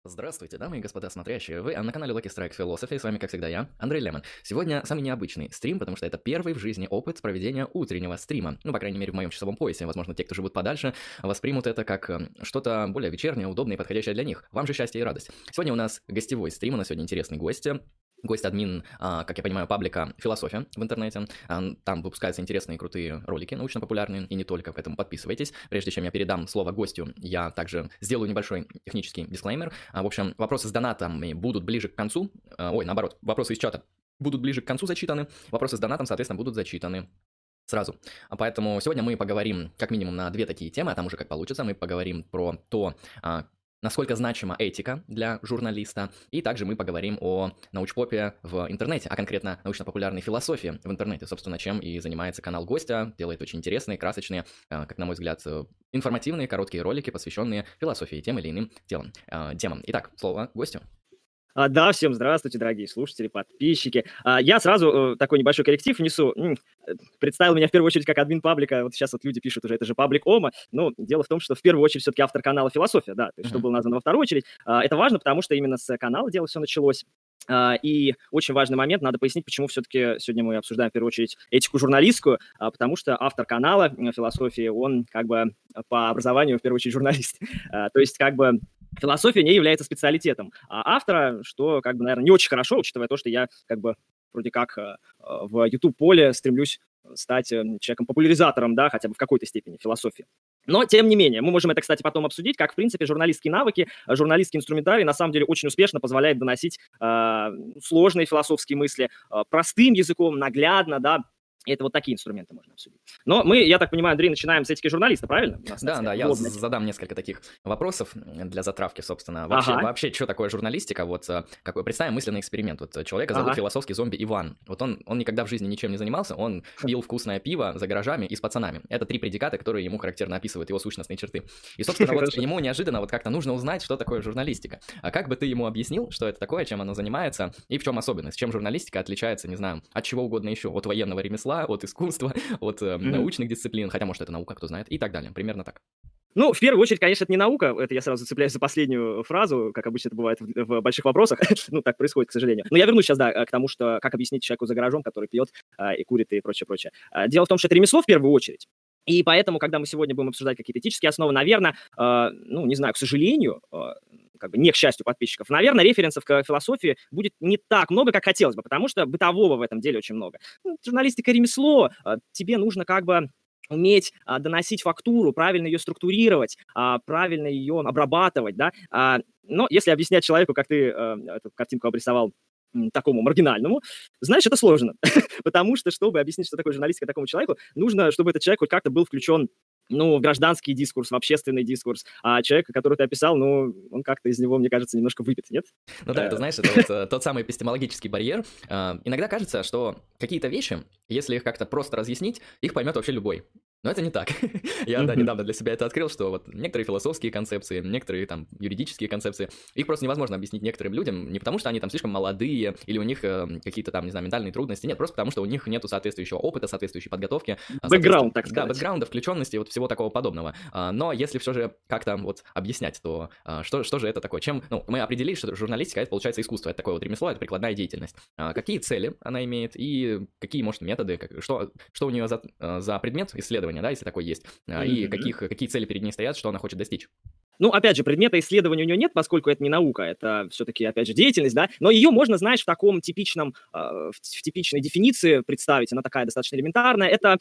Здравствуйте, дамы и господа смотрящие. Вы на канале Lucky Strike Philosophy, с вами, как всегда, я, Андрей Лемон. Сегодня самый необычный стрим, потому что это первый в жизни опыт проведения утреннего стрима. Ну, по крайней мере, в моем часовом поясе. Возможно, те, кто живут подальше, воспримут это как что-то более вечернее, удобное и подходящее для них. Вам же счастье и радость. Сегодня у нас гостевой стрим, у нас сегодня интересный гость. Гость-админ, как я понимаю, паблика «Философия» в интернете. Там выпускаются интересные крутые ролики, научно-популярные, и не только, поэтому подписывайтесь. Прежде чем я передам слово гостю, я также сделаю небольшой технический дисклеймер. В общем, вопросы с донатами будут ближе к концу. Наоборот, вопросы из чата будут ближе к концу зачитаны. Вопросы с донатом, соответственно, будут зачитаны сразу. Поэтому сегодня мы поговорим как минимум на две такие темы, а там уже как получится. Мы поговорим про то, насколько значима этика для журналиста, и также мы поговорим о научпопе в интернете, а конкретно научно-популярной философии в интернете, собственно, чем и занимается канал гостя, делает очень интересные, красочные, как на мой взгляд, информативные, короткие ролики, посвященные философии тем или иным темам. Итак, слово гостю. Да, всем здравствуйте, дорогие слушатели, подписчики. Я сразу такой небольшой корректив внесу. Представил меня в первую очередь как админ паблика. Вот сейчас вот люди пишут уже, это же паблик Ома. Но дело в том, что в первую очередь все-таки автор канала «Философия», да, то есть, что было названо во вторую очередь. Это важно, потому что именно с канала дело все началось. И очень важный момент, надо пояснить, почему все-таки сегодня мы обсуждаем в первую очередь этику журналистскую, потому что автор канала «Философии», он как бы по образованию в первую очередь журналист. То есть как бы философия не является специалитетом автора, что, как бы, наверное, не очень хорошо, учитывая то, что я, как бы, вроде как в YouTube-поле стремлюсь стать человеком-популяризатором, да, хотя бы в какой-то степени философии. Но, тем не менее, мы можем это, кстати, потом обсудить, как, в принципе, журналистские навыки, журналистский инструментарий на самом деле очень успешно позволяет доносить сложные философские мысли простым языком, наглядно, да. Это вот такие инструменты можно обсудить. Но мы, я так понимаю, Андрей, начинаем с этики журналиста, правильно? Да, я задам несколько таких вопросов для затравки, собственно. Вообще, что такое журналистика? Вот представим мысленный эксперимент. Вот человека зовут философский зомби Иван. Вот он никогда в жизни ничем не занимался, он пил вкусное пиво за гаражами и с пацанами. Это три предиката, которые ему характерно описывают его сущностные черты. И, собственно, вот ему неожиданно вот как-то нужно узнать, что такое журналистика. А как бы ты ему объяснил, что это такое, чем оно занимается, и в чем особенность? Чем журналистика отличается, не знаю, от чего угодно еще, от военного ремесла, от искусства, от научных дисциплин, хотя, может, это наука, кто знает, и так далее. Примерно так. Ну, в первую очередь, конечно, это не наука, это я сразу цепляюсь за последнюю фразу, как обычно это бывает в больших вопросах, ну, так происходит, к сожалению. Но я вернусь сейчас, да, к тому, что как объяснить человеку за гаражом, который пьет и курит и прочее. Дело в том, что это ремесло в первую очередь, и поэтому, когда мы сегодня будем обсуждать какие-то этические основы, наверное, ну, не знаю, к сожалению, как бы не к счастью подписчиков, наверное, референсов к философии будет не так много, как хотелось бы, потому что бытового в этом деле очень много. Журналистика — ремесло, тебе нужно как бы уметь доносить фактуру, правильно ее структурировать, правильно ее обрабатывать, да. Но если объяснять человеку, как ты эту картинку обрисовал, такому маргинальному, знаешь, это сложно, потому что, чтобы объяснить, что такое журналистика такому человеку, нужно, чтобы этот человек хоть как-то был включен, ну, в гражданский дискурс, в общественный дискурс, а человека, который ты описал, ну, он как-то из него, мне кажется, немножко выпит, нет? Ну да, это, знаешь, это вот тот самый эпистемологический барьер. Иногда кажется, что какие-то вещи, если их как-то просто разъяснить, их поймет вообще любой. Но это не так. Я, да, недавно для себя это открыл, что вот некоторые философские концепции, некоторые там юридические концепции, их просто невозможно объяснить некоторым людям, не потому что они там слишком молодые, или у них какие-то там, не знаю, ментальные трудности, нет, просто потому что у них нету соответствующего опыта, соответствующей подготовки. Бэкграунд, так сказать. Да, бэкграунда, включенности, вот всего такого подобного. Но если все же как-то вот объяснять, то что же это такое? Ну, мы определили, что журналистика — это, получается, искусство, это такое вот ремесло, это прикладная деятельность. Какие цели она имеет и какие, может, методы, что у нее за предмет исследования, да, если такой есть, и какие цели перед ней стоят, что она хочет достичь. Ну, опять же, предмета исследования у нее нет, поскольку это не наука, это все-таки, опять же, деятельность, да, но ее можно, знаешь, в таком типичном, в типичной дефиниции представить, она такая достаточно элементарная, это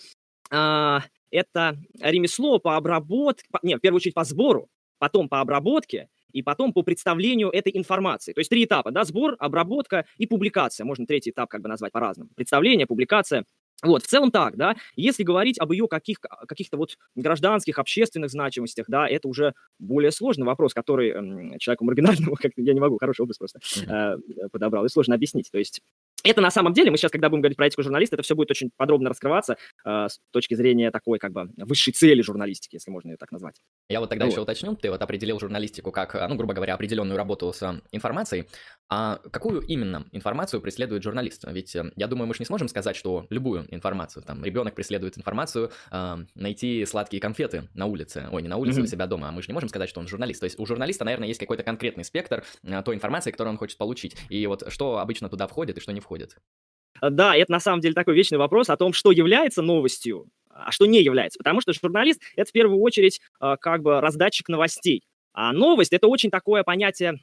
ремесло по обработке, в первую очередь по сбору, потом по обработке, и потом по представлению этой информации. То есть 3 этапа, да, сбор, обработка и публикация. Можно третий этап как бы назвать по-разному. Представление, публикация. Вот, в целом так, да, если говорить об ее каких-то вот гражданских, общественных значимостях, да, это уже более сложный вопрос, который человеку маргинальному, как я не могу, хороший образ просто подобрал, и сложно объяснить. То есть Это на самом деле, мы сейчас, когда будем говорить про этику журналиста, это все будет очень подробно раскрываться с точки зрения такой, как бы, высшей цели журналистики, если можно ее так назвать. Я вот тогда Вот. еще уточню, ты вот определил журналистику как, ну, грубо говоря, определенную работу с информацией. А какую именно информацию преследует журналист? Ведь я думаю, мы же не сможем сказать, что любую информацию, там, ребенок преследует информацию, найти сладкие конфеты на улице, ой, не на улице, у себя дома, а мы же не можем сказать, что он журналист. То есть у журналиста, наверное, есть какой-то конкретный спектр той информации, которую он хочет получить. И вот что обычно туда входит и что не входит. Да, это на самом деле такой вечный вопрос о том, что является новостью, а что не является. Потому что журналист– это в первую очередь как бы раздатчик новостей. А новость– это очень такое понятие,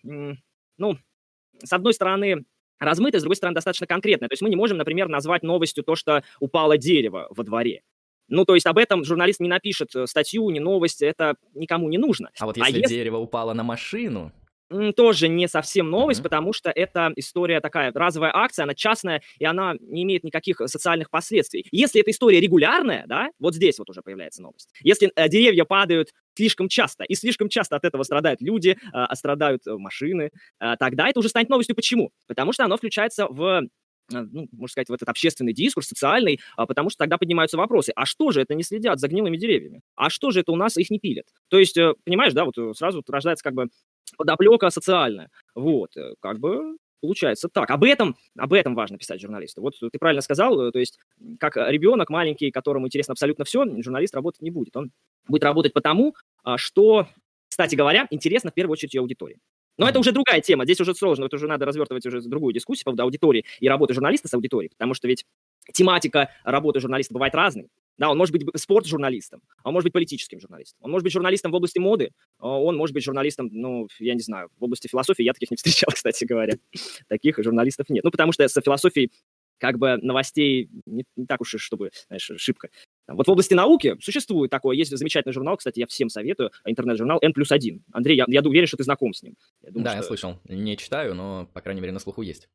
ну, с одной стороны, размытое, с другой стороны, достаточно конкретное. То есть мы не можем, например, назвать новостью то, что упало дерево во дворе. Ну, то есть об этом журналист не напишет статью, не новость, это никому не нужно. А вот если дерево упало на машину... Тоже не совсем новость, Мгм. потому что это история такая, разовая акция, она частная, и она не имеет никаких социальных последствий. Если эта история регулярная, да, вот здесь вот уже появляется новость. Если деревья падают слишком часто, и слишком часто от этого страдают люди, страдают машины, тогда это уже станет новостью. Почему? Потому что оно включается в ну, можно сказать, в этот общественный дискурс, социальный, потому что тогда поднимаются вопросы. А что же это не следят за гнилыми деревьями? А что же это у нас их не пилят? То есть, понимаешь, да, вот сразу рождается как бы подоплека социальная. Вот, как бы получается так. Об этом важно писать журналисту. Вот ты правильно сказал, то есть как ребенок маленький, которому интересно абсолютно все, журналист работать не будет. Он будет работать потому, что, кстати говоря, интересно в первую очередь ее аудитории. Но это уже другая тема, здесь уже сложно, это уже надо развертывать уже другую дискуссию по поводу аудитории и работы журналиста с аудиторией, потому что ведь тематика работы журналиста бывает разной. Да, он может быть спортжурналистом, он может быть политическим журналистом, он может быть журналистом в области моды, он может быть журналистом, ну, я не знаю, в области философии я таких не встречал, кстати говоря. Таких журналистов нет. Ну, потому что со философией как бы новостей не так уж и чтобы, знаешь, шибко. Вот в области науки существует такое, есть замечательный журнал, кстати, я всем советую, интернет-журнал N+1. Андрей, я уверен, что ты знаком с ним. Я думаю, Да, что... я слышал. Не читаю, но, по крайней мере, на слуху есть.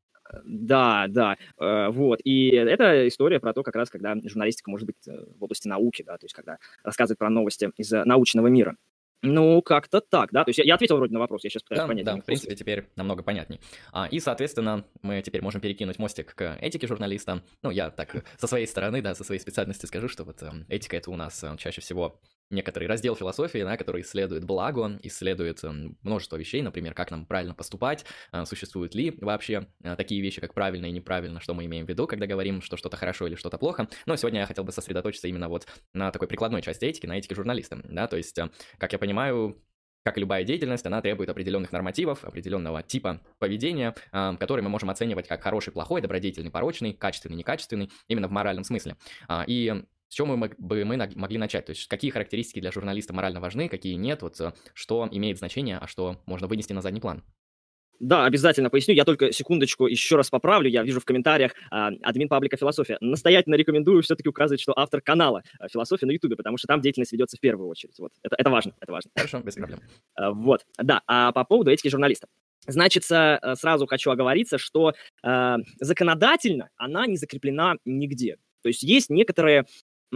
Да, да, вот, и это история про то, как раз, когда журналистика может быть в области науки, да, то есть когда рассказывает про новости из научного мира. Ну, как-то так, да, то есть я ответил вроде на вопрос, я сейчас пытаюсь понять. Да, в принципе, теперь намного понятней. И, соответственно, мы теперь можем перекинуть мостик к этике журналиста. Ну, я так со своей стороны, да, со своей специальности скажу, что вот этика — это у нас чаще всего некоторый раздел философии, да, который исследует благо, исследует множество вещей, например, как нам правильно поступать, существуют ли вообще такие вещи, как правильно и неправильно, что мы имеем в виду, когда говорим, что что-то хорошо или что-то плохо. Но сегодня я хотел бы сосредоточиться именно вот на такой прикладной части этики, на этике журналиста, да, то есть, как я понимаю, как и любая деятельность, она требует определенных нормативов, определенного типа поведения, который мы можем оценивать как хороший, плохой, добродетельный, порочный, качественный, некачественный, именно в моральном смысле. И с чего мы могли начать? То есть какие характеристики для журналиста морально важны, какие нет, вот что имеет значение, а что можно вынести на задний план? Да, обязательно поясню. Я только секундочку еще раз поправлю. Я вижу в комментариях админ паблика «Философия». Настоятельно рекомендую все-таки указывать, что автор канала «Философия» на Ютубе, потому что там деятельность ведется в первую очередь. Вот. Это важно, это важно. Хорошо, без проблем. Вот, да. А по поводу этики журналиста. Значит, сразу хочу оговориться, что законодательно она не закреплена нигде. То есть есть некоторые,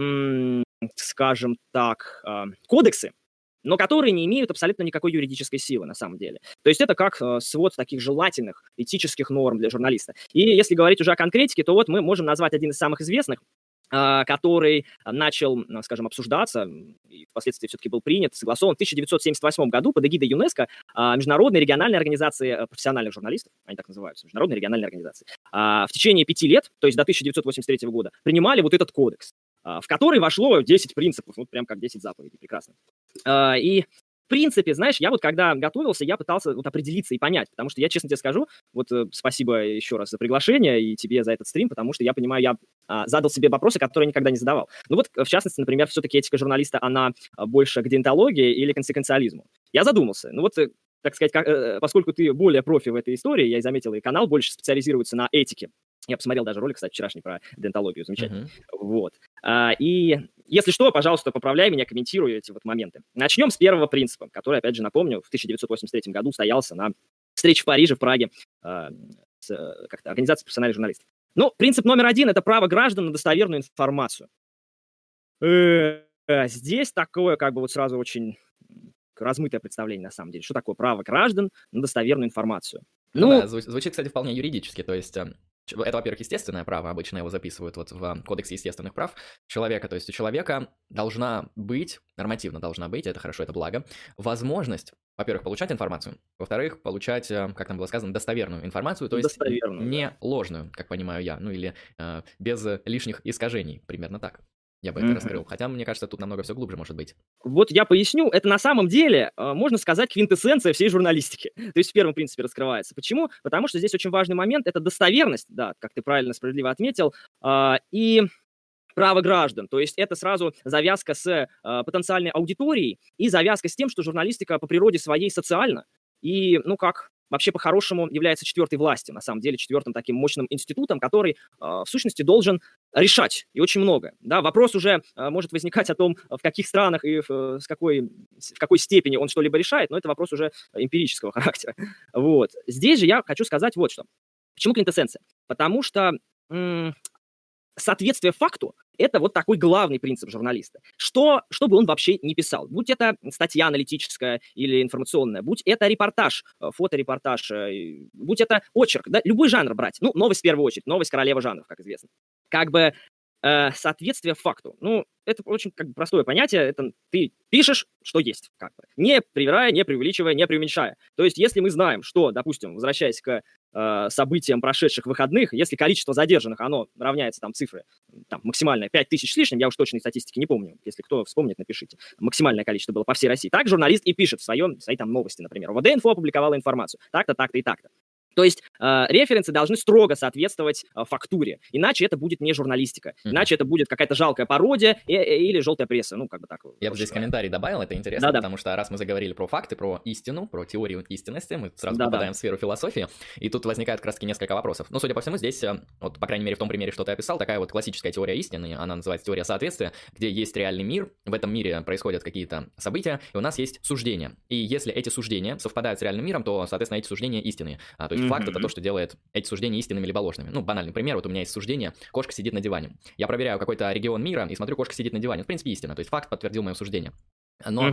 скажем так, кодексы, но которые не имеют абсолютно никакой юридической силы на самом деле. То есть это как свод таких желательных этических норм для журналиста. И если говорить уже о конкретике, то вот мы можем назвать один из самых известных, который начал, скажем, обсуждаться и впоследствии все-таки был принят, согласован в 1978 году под эгидой ЮНЕСКО, Международной региональной организации профессиональных журналистов, они так называются, Международные региональные организации, в течение 5 лет, то есть до 1983 года, принимали вот этот кодекс, в который вошло 10 принципов, вот прям как 10 заповедей, прекрасно. И в принципе, знаешь, я вот когда готовился, я пытался вот определиться и понять, потому что я, честно тебе скажу, вот спасибо еще раз за приглашение и тебе за этот стрим, потому что я понимаю, я задал себе вопросы, которые я никогда не задавал. Ну вот, в частности, например, все-таки этика журналиста, она больше к деонтологии или консеквенциализму. Я задумался, ну вот, так сказать, поскольку ты более профи в этой истории, я и заметил, и канал больше специализируется на этике. Я посмотрел даже ролик, кстати, вчерашний про деонтологию, замечательно. Вот. И если что, пожалуйста, поправляй меня, комментируй эти вот моменты. Начнем с первого принципа, который, опять же, напомню, в 1983 году состоялся на встрече в Париже, в Праге, с организацией профессиональных журналистов. Ну, принцип номер 1 – это право граждан на достоверную информацию. Здесь такое, как бы, вот сразу очень размытое представление, на самом деле. Что такое право граждан на достоверную информацию? Ну да, звучит, кстати, вполне юридически, то есть Это, во-первых, естественное право, обычно его записывают вот в Кодексе естественных прав человека, то есть у человека должна быть, нормативно должна быть, это хорошо, это благо, возможность, во-первых, получать информацию, во-вторых, получать, как там было сказано, достоверную информацию, то есть не ложную, как понимаю я, ну или без лишних искажений, примерно так. Я бы это раскрыл. Хотя, мне кажется, тут намного все глубже может быть. Вот я поясню. Это на самом деле, можно сказать, квинтэссенция всей журналистики. То есть в первом принципе раскрывается. Почему? Потому что здесь очень важный момент – это достоверность, да, как ты правильно, справедливо отметил, и право граждан. То есть это сразу завязка с потенциальной аудиторией и завязка с тем, что журналистика по природе своей социальна. И, ну как, вообще по-хорошему является четвертой властью, на самом деле, четвертым таким мощным институтом, который, в сущности, должен решать, и очень много. Да, вопрос уже может возникать о том, в каких странах и в какой степени он что-либо решает, но это вопрос уже эмпирического характера. Вот. Здесь же я хочу сказать вот что. Почему квинтэссенция? Потому что соответствие факту – это вот такой главный принцип журналиста. Что бы он вообще ни писал, будь это статья аналитическая или информационная, будь это репортаж, фоторепортаж, будь это очерк, да, любой жанр брать. Ну, новость в первую очередь, новость королева жанров, как известно. Как бы соответствие факту. Ну, это очень как бы простое понятие. Это ты пишешь, что есть, как бы. Не привирая, не преувеличивая, не преуменьшая. То есть, если мы знаем, что, допустим, возвращаясь к событиям прошедших выходных, если количество задержанных, оно равняется там цифры, там, максимальное 5000 с лишним, я уж точной статистики не помню, если кто вспомнит, напишите. Максимальное количество было по всей России. Так журналист и пишет свои там новости, например. ОВД-инфо опубликовала информацию. Так-то, так-то и так-то. То есть референсы должны строго соответствовать фактуре, иначе это будет не журналистика, иначе это будет какая-то жалкая пародия или желтая пресса, ну, как бы так. Я бы здесь комментарий добавил, это интересно, потому что раз мы заговорили про факты, про истину, про теорию истинности, мы сразу попадаем в сферу философии, и тут возникает как раз-таки несколько вопросов. Ну, судя по всему, здесь, вот, по крайней мере, в том примере, что ты описал, такая вот классическая теория истины, она называется теория соответствия, где есть реальный мир, в этом мире происходят какие-то события, и у нас есть суждения. И если эти суждения совпадают с реальным миром, то, соответственно, эти суждения истинные. То есть факт — это то, что делает эти суждения истинными либо ложными. Ну, банальный пример, вот у меня есть суждение: кошка сидит на диване. Я проверяю какой-то регион мира и смотрю, кошка сидит на диване. В принципе, истина, то есть факт подтвердил мое суждение. Но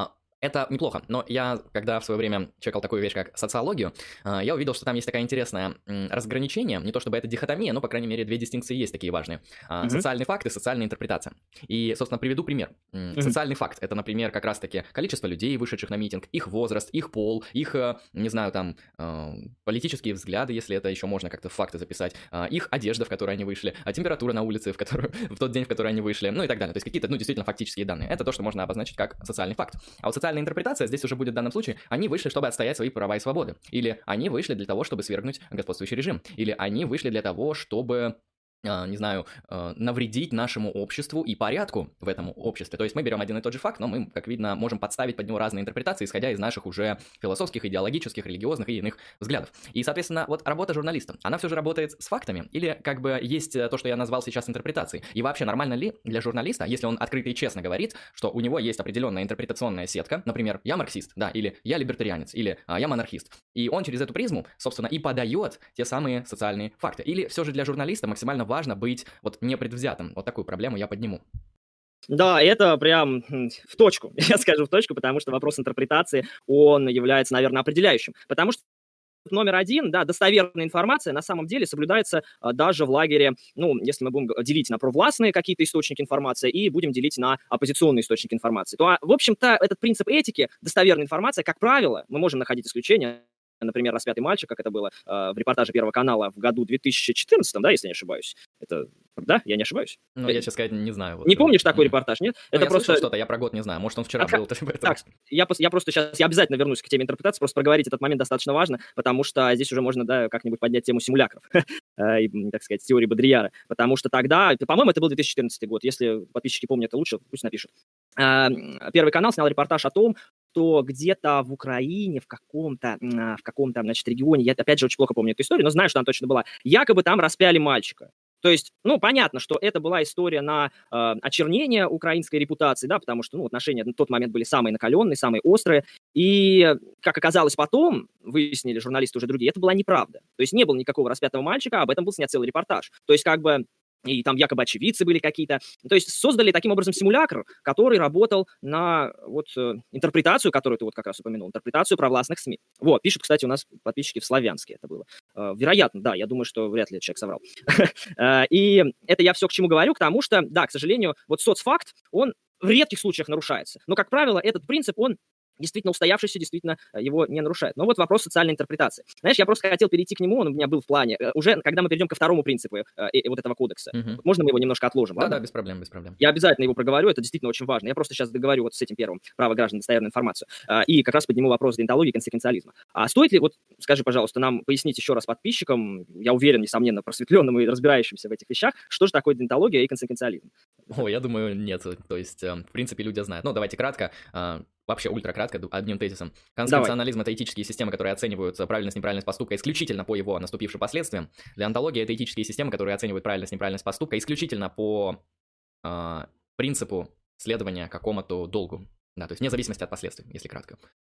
это неплохо, но я, когда в свое время чекал такую вещь, как социологию, я увидел, что там есть такое интересное разграничение, не то чтобы это дихотомия, но, по крайней мере, две дистинкции есть такие важные. Социальный факт и социальная интерпретация. И, собственно, приведу пример. Социальный факт — это, например, как раз-таки количество людей, вышедших на митинг, их возраст, их пол, их, не знаю, там, политические взгляды, если это еще можно как-то в факты записать, их одежда, в которой они вышли, температура на улице, в тот день, в который они вышли, ну и так далее. То есть какие-то, ну, действительно фактические данные. Это то, что можно обозначить как социальный факт. А вот социальная интерпретация здесь уже будет в данном случае: они вышли, чтобы отстоять свои права и свободы. Или они вышли для того, чтобы свергнуть господствующий режим. Или они вышли для того, чтобы, не знаю, навредить нашему обществу и порядку в этом обществе. То есть мы берем один и тот же факт, но мы, как видно, можем подставить под него разные интерпретации, исходя из наших уже философских, идеологических, религиозных и иных взглядов. И, соответственно, вот работа журналиста, она все же работает с фактами? Или как бы есть то, что я назвал сейчас интерпретацией? И вообще нормально ли для журналиста, если он открыто и честно говорит, что у него есть определенная интерпретационная сетка, например, я марксист, да, или я либертарианец, или я монархист, и он через эту призму, собственно, и подает те самые социальные факты? Или все же для журналиста максимально важно быть вот непредвзятым? Вот такую проблему я подниму. Да, это прям в точку, я скажу в точку, потому что вопрос интерпретации, он является, наверное, определяющим. Потому что номер один, да, достоверная информация на самом деле соблюдается даже в лагере, ну, если мы будем делить на провластные какие-то источники информации и будем делить на оппозиционные источники информации, то, в общем-то, этот принцип этики, достоверная информация, как правило, мы можем находить исключения. Например, «Распятый мальчик», как это было в репортаже Первого канала в году 2014, да, если не ошибаюсь. Это, да, я не ошибаюсь? Ну, я, честно сказать, не знаю. Вот, не помнишь такой репортаж, нет? Ну, это я просто что-то, я про год не знаю. Может, он вчера был. Так, я просто сейчас, я обязательно вернусь к теме интерпретации, просто проговорить этот момент достаточно важно, потому что здесь уже можно, да, как-нибудь поднять тему симулякров, и, так сказать, теории Бодрияра, потому что тогда, по-моему, это был 2014 год, если подписчики помнят это лучше, пусть напишут. Первый канал снял репортаж о том, что где-то в Украине, в каком-то, значит, регионе, я, опять же, очень плохо помню эту историю, но знаю, что она точно была, якобы там распяли мальчика. То есть, ну, понятно, что это была история на очернение украинской репутации, да, потому что, ну, отношения на тот момент были самые накаленные, самые острые, и, как оказалось потом, выяснили журналисты уже другие, это была неправда. То есть не было никакого распятого мальчика, об этом был снят целый репортаж. То есть, как бы, и там якобы очевидцы были какие-то. То есть создали таким образом симулятор, который работал на вот интерпретацию, которую ты вот как раз упомянул, интерпретацию провластных СМИ. Вот, пишут, кстати, у нас подписчики в славянске это было. Вероятно, да, я думаю, что вряд ли человек соврал. И это я все к чему говорю, к тому что, да, к сожалению, вот соцфакт, он в редких случаях нарушается. Но, как правило, этот принцип, он действительно устоявшийся, действительно его не нарушает. Но вот вопрос социальной интерпретации. Знаешь, я просто хотел перейти к нему, он у меня был в плане. Уже когда мы перейдем ко второму принципу вот этого кодекса, вот можно мы его немножко отложим, ладно? Да, без проблем, без проблем. Я обязательно его проговорю, это действительно очень важно. Я просто сейчас договорю вот с этим первым, право граждан на достоверную информацию, и как раз подниму вопрос деонтологии и консеквенциализма. А стоит ли, вот скажи, пожалуйста, нам пояснить еще раз подписчикам, я уверен, несомненно, просветленным и разбирающимся в этих вещах, что же такое деонтология и консеквенциализм? О, я думаю, нет. То есть, в принципе, люди знают. Ну, давайте кратко. Вообще ультракратко, одним тезисом. Консеквенционализм — это этические системы, которые оценивают правильность и неправильность поступка исключительно по его наступившим последствиям. Деонтология — это этические системы, которые оценивают правильность и неправильность поступка исключительно по принципу следования какому-то долгу. Да, то есть вне зависимости от последствий, если кратко.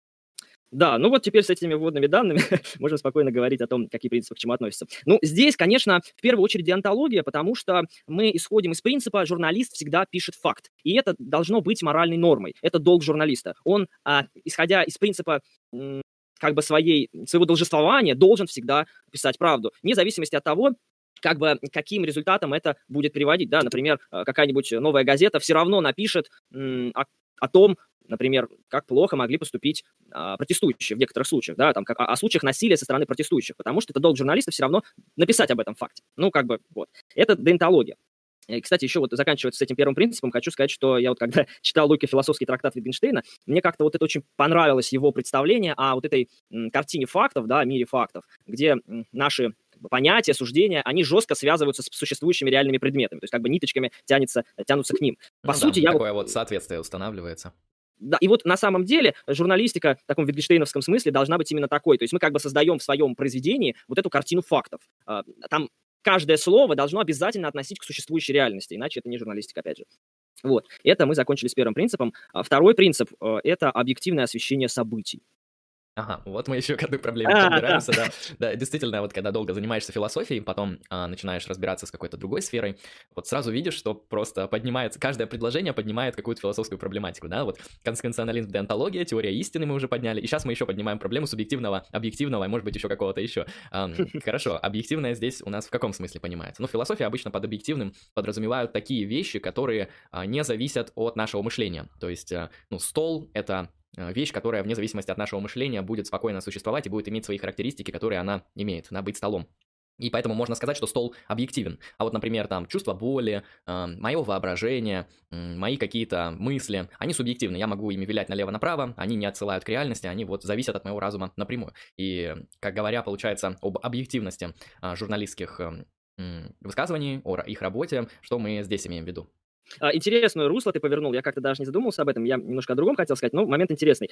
Да, ну вот теперь с этими вводными данными можно спокойно говорить о том, какие принципы к чему относятся. Ну, здесь, конечно, в первую очередь деонтология, потому что мы исходим из принципа «журналист всегда пишет факт». И это должно быть моральной нормой. Это долг журналиста. Он, исходя из принципа как бы своего должествования, должен всегда писать правду, вне зависимости от того, как бы каким результатом это будет приводить. Да? Например, какая-нибудь новая газета все равно напишет о том, например, как плохо могли поступить протестующие в некоторых случаях, да, там, о случаях насилия со стороны протестующих, потому что это долг журналиста все равно написать об этом факте. Ну, как бы, вот. Это деонтология. И, кстати, еще вот заканчивая с этим первым принципом, хочу сказать, что я вот когда читал Луки философский трактат Wittgensteina, мне как-то вот это очень понравилось его представление о вот этой картине фактов, да, мире фактов, где наши понятия, суждения, они жестко связываются с существующими реальными предметами, то есть как бы ниточками тянутся к ним. По сути, да, такое вот соответствие устанавливается. Да, и вот на самом деле журналистика в таком витгенштейновском смысле должна быть именно такой. То есть мы как бы создаем в своем произведении вот эту картину фактов. Там каждое слово должно обязательно относить к существующей реальности, иначе это не журналистика, опять же. Вот, это мы закончили с первым принципом. Второй принцип – это объективное освещение событий. Ага, вот мы еще к одной проблеме подбираемся, да. Да, действительно, вот когда долго занимаешься философией, потом начинаешь разбираться с какой-то другой сферой, вот сразу видишь, что просто поднимается, каждое предложение поднимает какую-то философскую проблематику, да, вот консеквенционализм, деонтология, теория истины мы уже подняли, и сейчас мы еще поднимаем проблему субъективного, объективного, и, может быть, еще какого-то еще. Хорошо, объективное здесь у нас в каком смысле понимается? Ну, философия обычно под объективным подразумевают такие вещи, которые не зависят от нашего мышления, то есть, ну, стол — это вещь, которая вне зависимости от нашего мышления будет спокойно существовать и будет иметь свои характеристики, которые она имеет, она быть столом. И поэтому можно сказать, что стол объективен. А вот, например, там чувство боли, моего воображения, мои какие-то мысли, они субъективны. Я могу ими вилять налево-направо, они не отсылают к реальности, они вот зависят от моего разума напрямую. И, как говоря, получается, об объективности журналистских высказываний, о их работе, что мы здесь имеем в виду. Интересное русло ты повернул, я как-то даже не задумывался об этом, я немножко о другом хотел сказать, но момент интересный.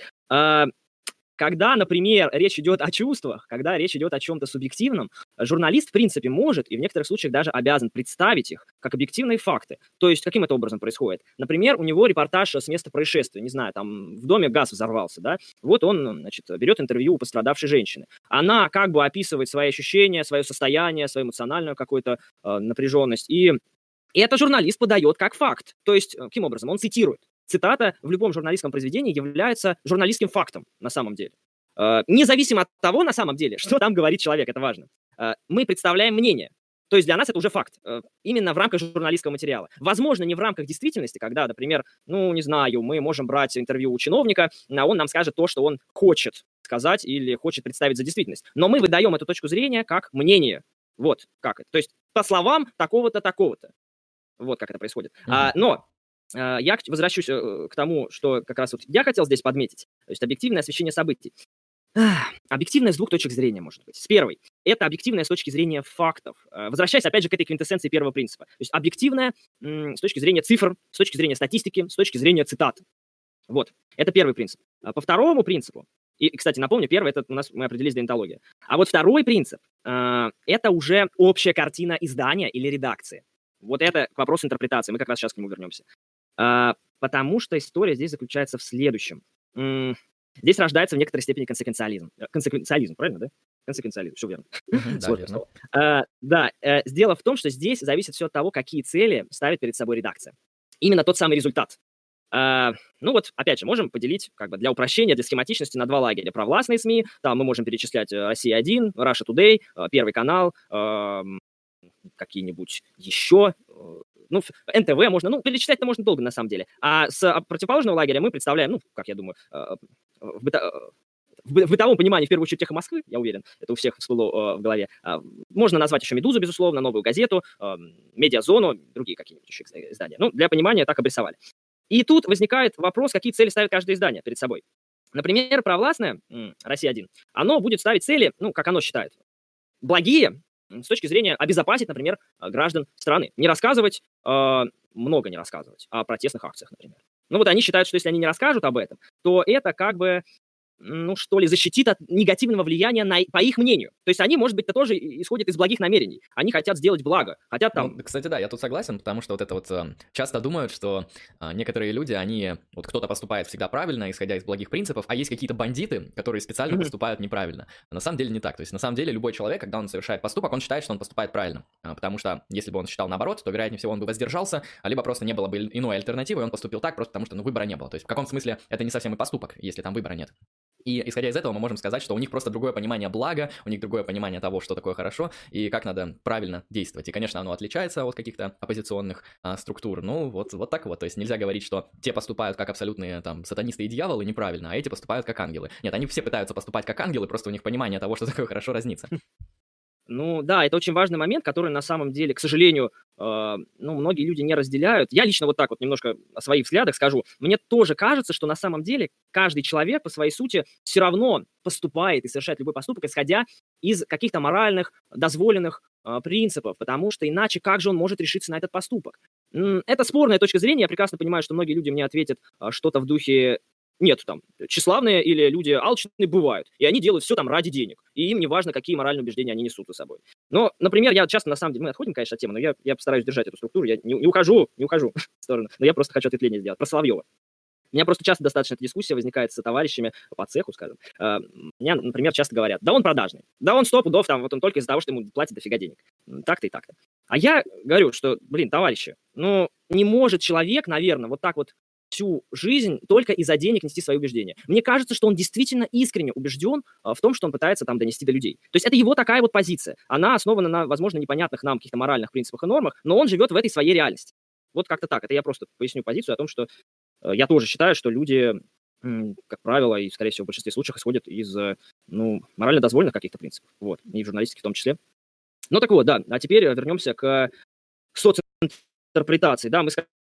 Когда, например, речь идет о чувствах, когда речь идет о чем-то субъективном, журналист, в принципе, может и в некоторых случаях даже обязан представить их как объективные факты. То есть, каким это образом происходит? Например, у него репортаж с места происшествия, не знаю, там в доме газ взорвался, да? Вот он, значит, берет интервью у пострадавшей женщины. Она как бы описывает свои ощущения, свое состояние, свою эмоциональную какую-то напряженность, и это журналист подает как факт. То есть, каким образом? Он цитирует. Цитата в любом журналистском произведении является журналистским фактом на самом деле. Независимо от того, на самом деле, что там говорит человек, это важно. Мы представляем мнение. То есть для нас это уже факт, именно в рамках журналистского материала. Возможно, не в рамках действительности, когда, например, ну, не знаю, мы можем брать интервью у чиновника, а он нам скажет то, что он хочет сказать или хочет представить за действительность. Но мы выдаем эту точку зрения как мнение. Вот как это. То есть по словам такого-то, такого-то. Вот как это происходит. Но я возвращусь к тому, что как раз вот я хотел здесь подметить. То есть объективное освещение событий. Объективное с двух точек зрения, может быть. С первой. Это объективное с точки зрения фактов. Возвращаясь, опять же, к этой квинтэссенции первого принципа. То есть объективное с точки зрения цифр, с точки зрения статистики, с точки зрения цитат. Вот. Это первый принцип. По второму принципу, и, кстати, напомню, первый, это у нас мы определились деонтология. А вот второй принцип, это уже общая картина издания или редакции. Вот это к вопросу интерпретации. Мы как раз сейчас к нему вернемся. Потому что история здесь заключается в следующем. Здесь рождается в некоторой степени консеквенциализм. Консеквенциализм, правильно, да? Консеквенциализм, все верно. Мгм, да, Сложное верно. слово. Да, дело в том, что здесь зависит все от того, какие цели ставит перед собой редакция. Именно тот самый результат. Ну вот, опять же, можем поделить как бы для упрощения, для схематичности на два лагеря. Провластные СМИ, там мы можем перечислять «Россия-1», «Russia Today», «Первый канал», какие-нибудь еще, ну, НТВ можно, ну, перечислять-то можно долго, на самом деле. А с противоположного лагеря мы представляем, ну, как я думаю, в бытовом понимании, в первую очередь, «Эхо Москвы», я уверен, это у всех всплыло в голове. Можно назвать еще «Медузу», безусловно, «Новую газету», «Медиазону», другие какие-нибудь еще издания. Ну, для понимания так обрисовали. И тут возникает вопрос, какие цели ставит каждое издание перед собой. Например, провластное «Россия-1», оно будет ставить цели, ну, как оно считает, благие с точки зрения обезопасить, например, граждан страны. Не рассказывать, много не рассказывать о протестных акциях, например. Ну вот они считают, что если они не расскажут об этом, то это как бы, ну что ли, защитит от негативного влияния по их мнению. То есть они, может быть, тоже исходят из благих намерений. Они хотят сделать благо, хотят там... Ну, кстати, да, я тут согласен, потому что вот это вот часто думают, что некоторые люди, они, вот кто-то поступает всегда правильно, исходя из благих принципов, а есть какие-то бандиты, которые специально поступают неправильно. Но на самом деле не так. То есть на самом деле любой человек, когда он совершает поступок, он считает, что он поступает правильно. Потому что если бы он считал наоборот, то, вероятнее всего, он бы воздержался, либо просто не было бы иной альтернативы, и он поступил так просто потому, что выбора не было. То есть в каком смысле это не совсем и поступок, если там выбора нет. И исходя из этого мы можем сказать, что у них просто другое понимание блага, у них другое понимание того, что такое хорошо и как надо правильно действовать. И, конечно, оно отличается от каких-то оппозиционных структур. Ну, вот так вот. То есть нельзя говорить, что те поступают как абсолютные там сатанисты и дьяволы неправильно, а эти поступают как ангелы. Нет, они все пытаются поступать как ангелы, просто у них понимание того, что такое хорошо, разнится. Ну да, это очень важный момент, который на самом деле, к сожалению, ну, многие люди не разделяют. Я лично вот так вот немножко о своих взглядах скажу. Мне тоже кажется, что на самом деле каждый человек по своей сути все равно поступает и совершает любой поступок, исходя из каких-то моральных, дозволенных принципов, потому что иначе как же он может решиться на этот поступок? Это спорная точка зрения, я прекрасно понимаю, что многие люди мне ответят что-то в духе: нет, там, тщеславные или люди алчные бывают, и они делают все там ради денег, и им не важно, какие моральные убеждения они несут за собой. Но, например, я часто, на самом деле, мы отходим, конечно, от темы, но я постараюсь держать эту структуру, я не ухожу в сторону, но я просто хочу ответвление сделать. Про Соловьева. У меня просто часто достаточно эта дискуссия возникает со товарищами по цеху, скажем. Мне, например, часто говорят: да он продажный, да он 100 пудов, там, вот он только из-за того, что ему платят дофига денег. Так-то и так-то. А я говорю, что, блин, товарищи, ну, не может человек, наверное, вот так вот всю жизнь только из-за денег нести свои убеждения. Мне кажется, что он действительно искренне убежден в том, что он пытается там донести до людей. То есть это его такая вот позиция. Она основана на, возможно, непонятных нам каких-то моральных принципах и нормах, но он живет в этой своей реальности. Вот как-то так. Это я просто поясню позицию о том, что я тоже считаю, что люди, как правило, и, скорее всего, в большинстве случаев исходят из, ну, морально дозволенных каких-то принципов. Вот. И в журналистике в том числе. Ну так вот, да. А теперь вернемся к социнтерпретации. Да, мы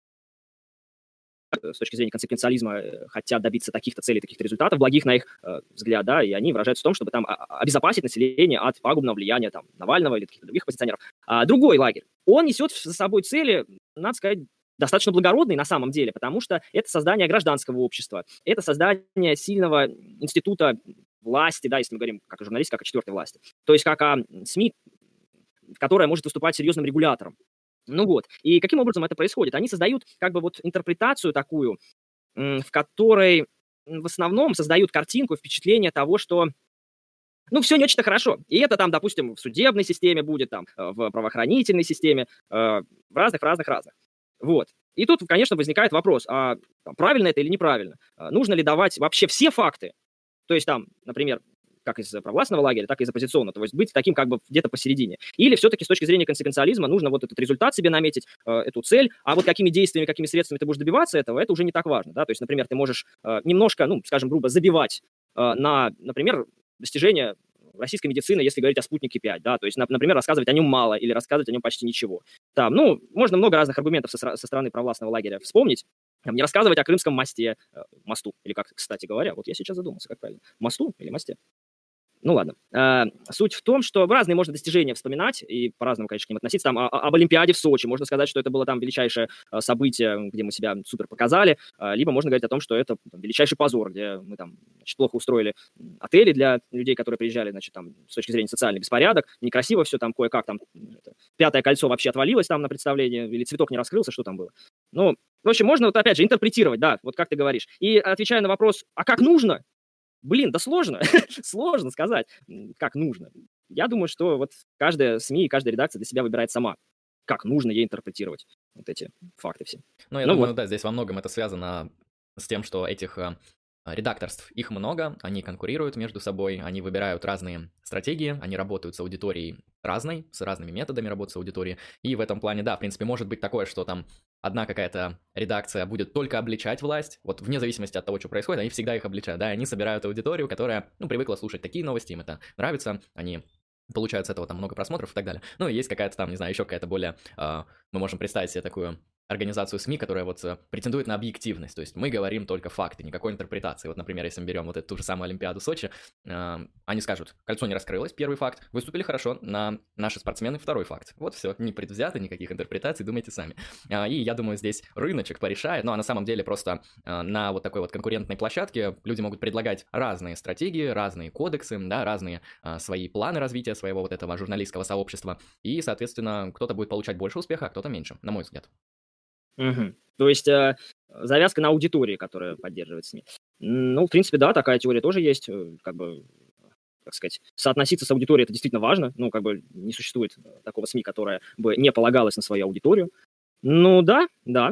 с точки зрения консеквенциализма хотят добиться таких-то целей, таких-то результатов, благих на их взгляд, да, и они выражаются в том, чтобы там обезопасить население от пагубного влияния там Навального или каких-то других оппозиционеров. А другой лагерь, он несет за собой цели, надо сказать, достаточно благородные на самом деле, потому что это создание гражданского общества, это создание сильного института власти, да, если мы говорим как о журналистике, как о четвертой власти, то есть как о СМИ, которая может выступать серьезным регулятором. Ну вот. И каким образом это происходит? Они создают как бы вот интерпретацию такую, в которой в основном создают картинку, впечатление того, что ну, все не очень-то хорошо. И это там, допустим, в судебной системе будет, там, в правоохранительной системе, в разных. Вот. И тут, конечно, возникает вопрос, а правильно это или неправильно? Нужно ли давать вообще все факты? То есть там, например, как из провластного лагеря, так и из оппозиционного, то есть быть таким как бы где-то посередине. Или все-таки с точки зрения консеквенциализма нужно вот этот результат себе наметить, эту цель, а вот какими действиями, какими средствами ты будешь добиваться этого, это уже не так важно, да, то есть, например, ты можешь немножко, ну, скажем грубо, забивать на, например, достижения российской медицины, если говорить о «Спутнике 5», да, то есть, например, рассказывать о нем мало или рассказывать о нем почти ничего. Там, ну, можно много разных аргументов со стороны провластного лагеря вспомнить, не рассказывать о Крымском мосту, или как, кстати говоря, вот я сейчас задумался, как правильно, мосту или мосте? Ну ладно. Суть в том, что разные можно достижения вспоминать и по-разному, конечно, к ним относиться. Там об Олимпиаде в Сочи можно сказать, что это было там величайшее событие, где мы себя супер показали, либо можно говорить о том, что это там величайший позор, где мы там, значит, плохо устроили отели для людей, которые приезжали, значит, там с точки зрения социальный беспорядок, некрасиво все там кое-как, там пятое кольцо вообще отвалилось там на представлении, или цветок не раскрылся, что там было. Ну, в общем, можно вот опять же интерпретировать, да, вот как ты говоришь. И отвечая на вопрос, а как нужно, Блин, да сложно, сложно сказать, как нужно. Я думаю, что вот каждая СМИ и каждая редакция для себя выбирает сама, как нужно ей интерпретировать вот эти факты все. Ну, я Ну думаю, вот. да, здесь во многом это связано с тем, что этих редакторств, их много, они конкурируют между собой, они выбирают разные стратегии, они работают с аудиторией разной, с разными методами работы с аудиторией, и в этом плане, да, в принципе, может быть такое, что там одна какая-то редакция будет только обличать власть, вот вне зависимости от того, что происходит, они всегда их обличают, да, и они собирают аудиторию, которая, ну, привыкла слушать такие новости, им это нравится, они получают с этого там много просмотров и так далее. Ну, и есть какая-то там, не знаю, еще какая-то более, мы можем представить себе такую организацию СМИ, которая вот претендует на объективность, то есть мы говорим только факты, никакой интерпретации. Вот, например, если мы берем вот эту ту же самую Олимпиаду Сочи, они скажут, кольцо не раскрылось, первый факт, выступили хорошо, наши спортсмены, второй факт. Вот все, не предвзято, никаких интерпретаций, думайте сами. И я думаю, здесь рыночек порешает, ну а на самом деле просто на вот такой вот конкурентной площадке люди могут предлагать разные стратегии, разные кодексы, да, разные свои планы развития своего вот этого журналистского сообщества, и, соответственно, кто-то будет получать больше успеха, а кто-то меньше, на мой взгляд. Мгм. То есть завязка на аудитории, которая поддерживает СМИ. Ну, в принципе, да, такая теория тоже есть. Как бы, как сказать, соотноситься с аудиторией — это действительно важно. Ну, как бы не существует такого СМИ, которое бы не полагалось на свою аудиторию. Ну, да, да.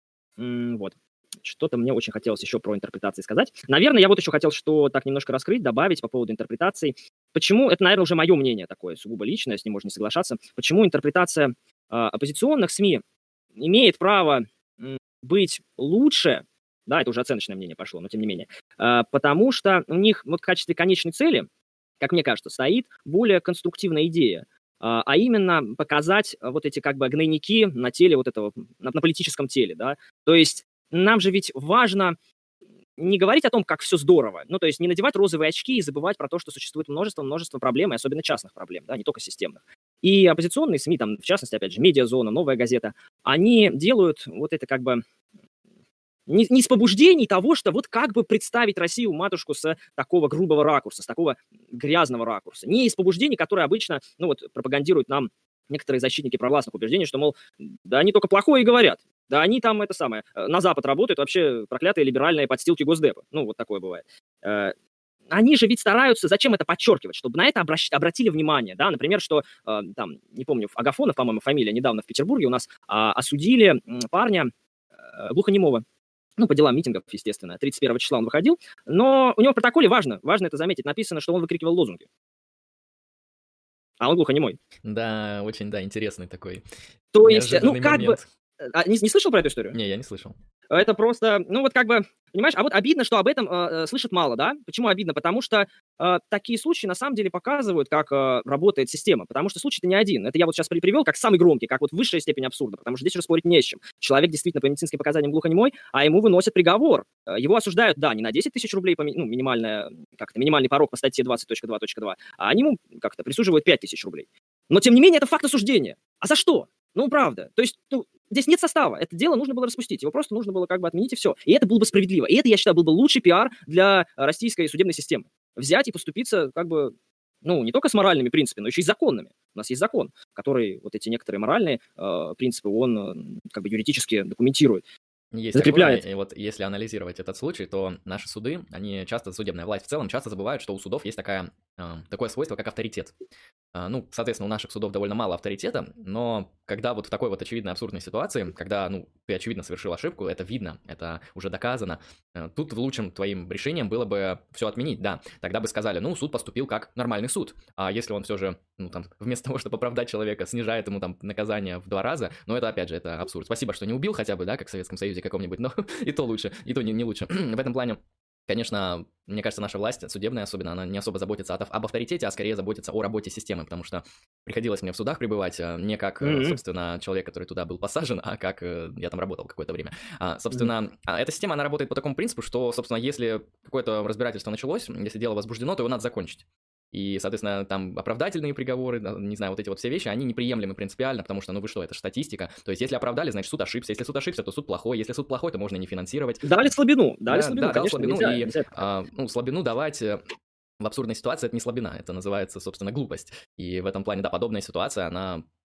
Вот. Что-то мне очень хотелось еще про интерпретации сказать. Наверное, я вот еще хотел что так немножко раскрыть, добавить по поводу интерпретаций. Почему, это, наверное, уже мое мнение такое, сугубо личное, с ним можно не соглашаться, почему интерпретация оппозиционных СМИ имеет право быть лучше, да, это уже оценочное мнение пошло, но тем не менее, потому что у них вот в качестве конечной цели, как мне кажется, стоит более конструктивная идея, а именно показать вот эти как бы гнойники на теле вот этого, на политическом теле, да, то есть нам же ведь важно не говорить о том, как все здорово, ну, то есть не надевать розовые очки и забывать про то, что существует множество проблем, и особенно частных проблем, да, не только системных. И оппозиционные СМИ, там, в частности, опять же, «Медиазона», «Новая газета», они делают вот это как бы не с побуждений того, что вот как бы представить Россию-матушку с такого грубого ракурса, с такого грязного ракурса. Не из побуждений, которые обычно, ну вот, пропагандируют нам некоторые защитники провластных убеждений, что, мол, да они только плохое и говорят. Да они там, это самое, на Запад работают, вообще проклятые либеральные подстилки Госдепа. Ну, вот такое бывает. Они же ведь стараются, зачем это подчеркивать, чтобы на это обратили внимание, да, например, что, там, не помню, Агафонов, по-моему, фамилия, недавно в Петербурге у нас осудили парня глухонемого, ну, по делам митингов, естественно, 31 числа он выходил, но у него в протоколе важно это заметить, написано, что он выкрикивал лозунги, а он глухонемой. Да, очень, да, интересный такой То есть, ну, неожиданный как бы, момент. не слышал про эту историю? Не, я не слышал. Это просто, ну вот как бы, понимаешь, а вот обидно, что об этом слышат мало, да? Почему обидно? Потому что такие случаи на самом деле показывают, как работает система, потому что случай-то не один. Это я вот сейчас привел как самый громкий, как вот высшая степень абсурда, потому что здесь уже спорить не с чем. Человек действительно по медицинским показаниям глухонемой, а ему выносят приговор. Его осуждают, да, не на 10 тысяч рублей, ну, минимальный порог по статье 20.2.2, а они ему как-то присуживают 5 тысяч рублей. Но, тем не менее, это факт осуждения. А за что? Ну, правда. То есть, здесь нет состава. Это дело нужно было распустить. Его просто нужно было как бы отменить, и все. И это было бы справедливо. И это, я считаю, был бы лучший пиар для российской судебной системы. Взять и поступиться как бы, ну, не только с моральными принципами, но еще и законными. У нас есть закон, который вот эти некоторые моральные принципы, он как бы юридически документирует. Есть закрепляет. Такое, и вот если анализировать этот случай, то наши суды, они часто, судебная власть в целом, часто забывают, что у судов есть такое свойство, как авторитет. Ну, соответственно, у наших судов довольно мало авторитета, но когда вот в такой вот очевидной абсурдной ситуации, когда, ну, ты очевидно совершил ошибку, это видно, это уже доказано, тут лучшим твоим решением было бы все отменить, да, тогда бы сказали, ну, суд поступил как нормальный суд, а если он все же, ну, там, вместо того, чтобы оправдать человека, снижает ему там наказание в 2 раза, ну, это, опять же, это абсурд. Спасибо, что не убил хотя бы, да, как в Советском Союзе каком-нибудь, но и то лучше, и то не лучше. В этом плане, конечно, мне кажется, наша власть, судебная особенно, она не особо заботится об авторитете, а скорее заботится о работе системы, потому что приходилось мне в судах пребывать не как, собственно, человек, который туда был посажен, а как я там работал какое-то время. Собственно, эта система, она работает по такому принципу, что, собственно, если какое-то разбирательство началось, если дело возбуждено, то его надо закончить. И, соответственно, там оправдательные приговоры, не знаю, вот эти вот все вещи, они неприемлемы принципиально, потому что, ну вы что, это же статистика. То есть, если оправдали, значит, суд ошибся. Если суд ошибся, то суд плохой. Если суд плохой, то можно не финансировать. Дали слабину, Да, конечно, дал слабину, нельзя. ну, слабину давать в абсурдной ситуации — это не слабина, это называется, собственно, глупость. И в этом плане, да, подобная ситуация, она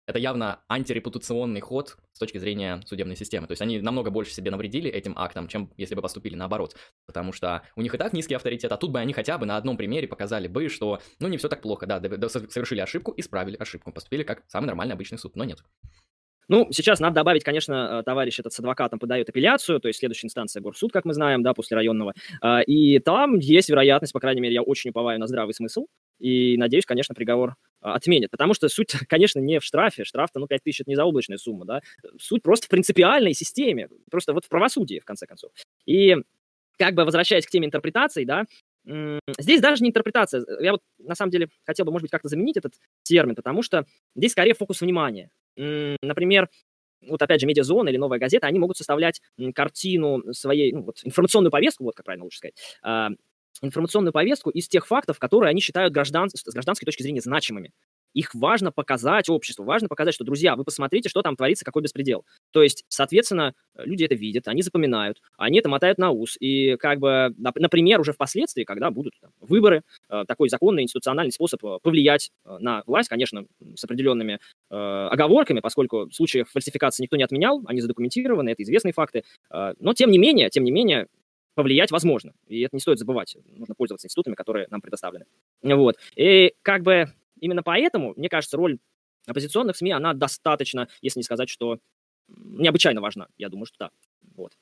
это явно антирепутационный ход с точки зрения судебной системы. То есть они намного больше себе навредили этим актом, чем если бы поступили наоборот. Потому что у них и так низкий авторитет, а тут бы они хотя бы на одном примере показали бы, что, ну, не все так плохо, да, совершили ошибку, исправили ошибку, поступили как самый нормальный обычный суд, но нет. Ну, сейчас надо добавить, конечно, товарищ этот с адвокатом подает апелляцию, то есть следующая инстанция горсуд, как мы знаем, да, после районного. И там есть вероятность, по крайней мере, я очень уповаю на здравый смысл, и надеюсь, конечно, приговор отменят. Потому что суть, конечно, не в штрафе. Штраф-то, ну, 5000 – это не заоблачная сумма, да. Суть просто в принципиальной системе, просто вот в правосудии, в конце концов. И как бы возвращаясь к теме интерпретаций, да, здесь даже не интерпретация. Я вот, на самом деле, хотел бы, может быть, как-то заменить этот термин, потому что здесь скорее фокус внимания. Например, вот опять же, «Медиазона» или «Новая газета», они могут составлять картину своей, ну, вот, информационную повестку, вот как правильно лучше сказать, информационную повестку из тех фактов, которые они считают с гражданской точки зрения значимыми. Их важно показать обществу, важно показать, что, друзья, вы посмотрите, что там творится, какой беспредел. То есть, соответственно, люди это видят, они запоминают, они это мотают на ус. И как бы, например, уже впоследствии, когда будут там выборы, такой законный институциональный способ повлиять на власть, конечно, с определенными оговорками, поскольку случаев фальсификации никто не отменял, они задокументированы, это известные факты. Но тем не менее, повлиять возможно. И это не стоит забывать. Нужно пользоваться институтами, которые нам предоставлены. Вот. И как бы именно поэтому, мне кажется, роль оппозиционных СМИ, она достаточно, если не сказать, что необычайно важна. Я думаю, что да. Вот.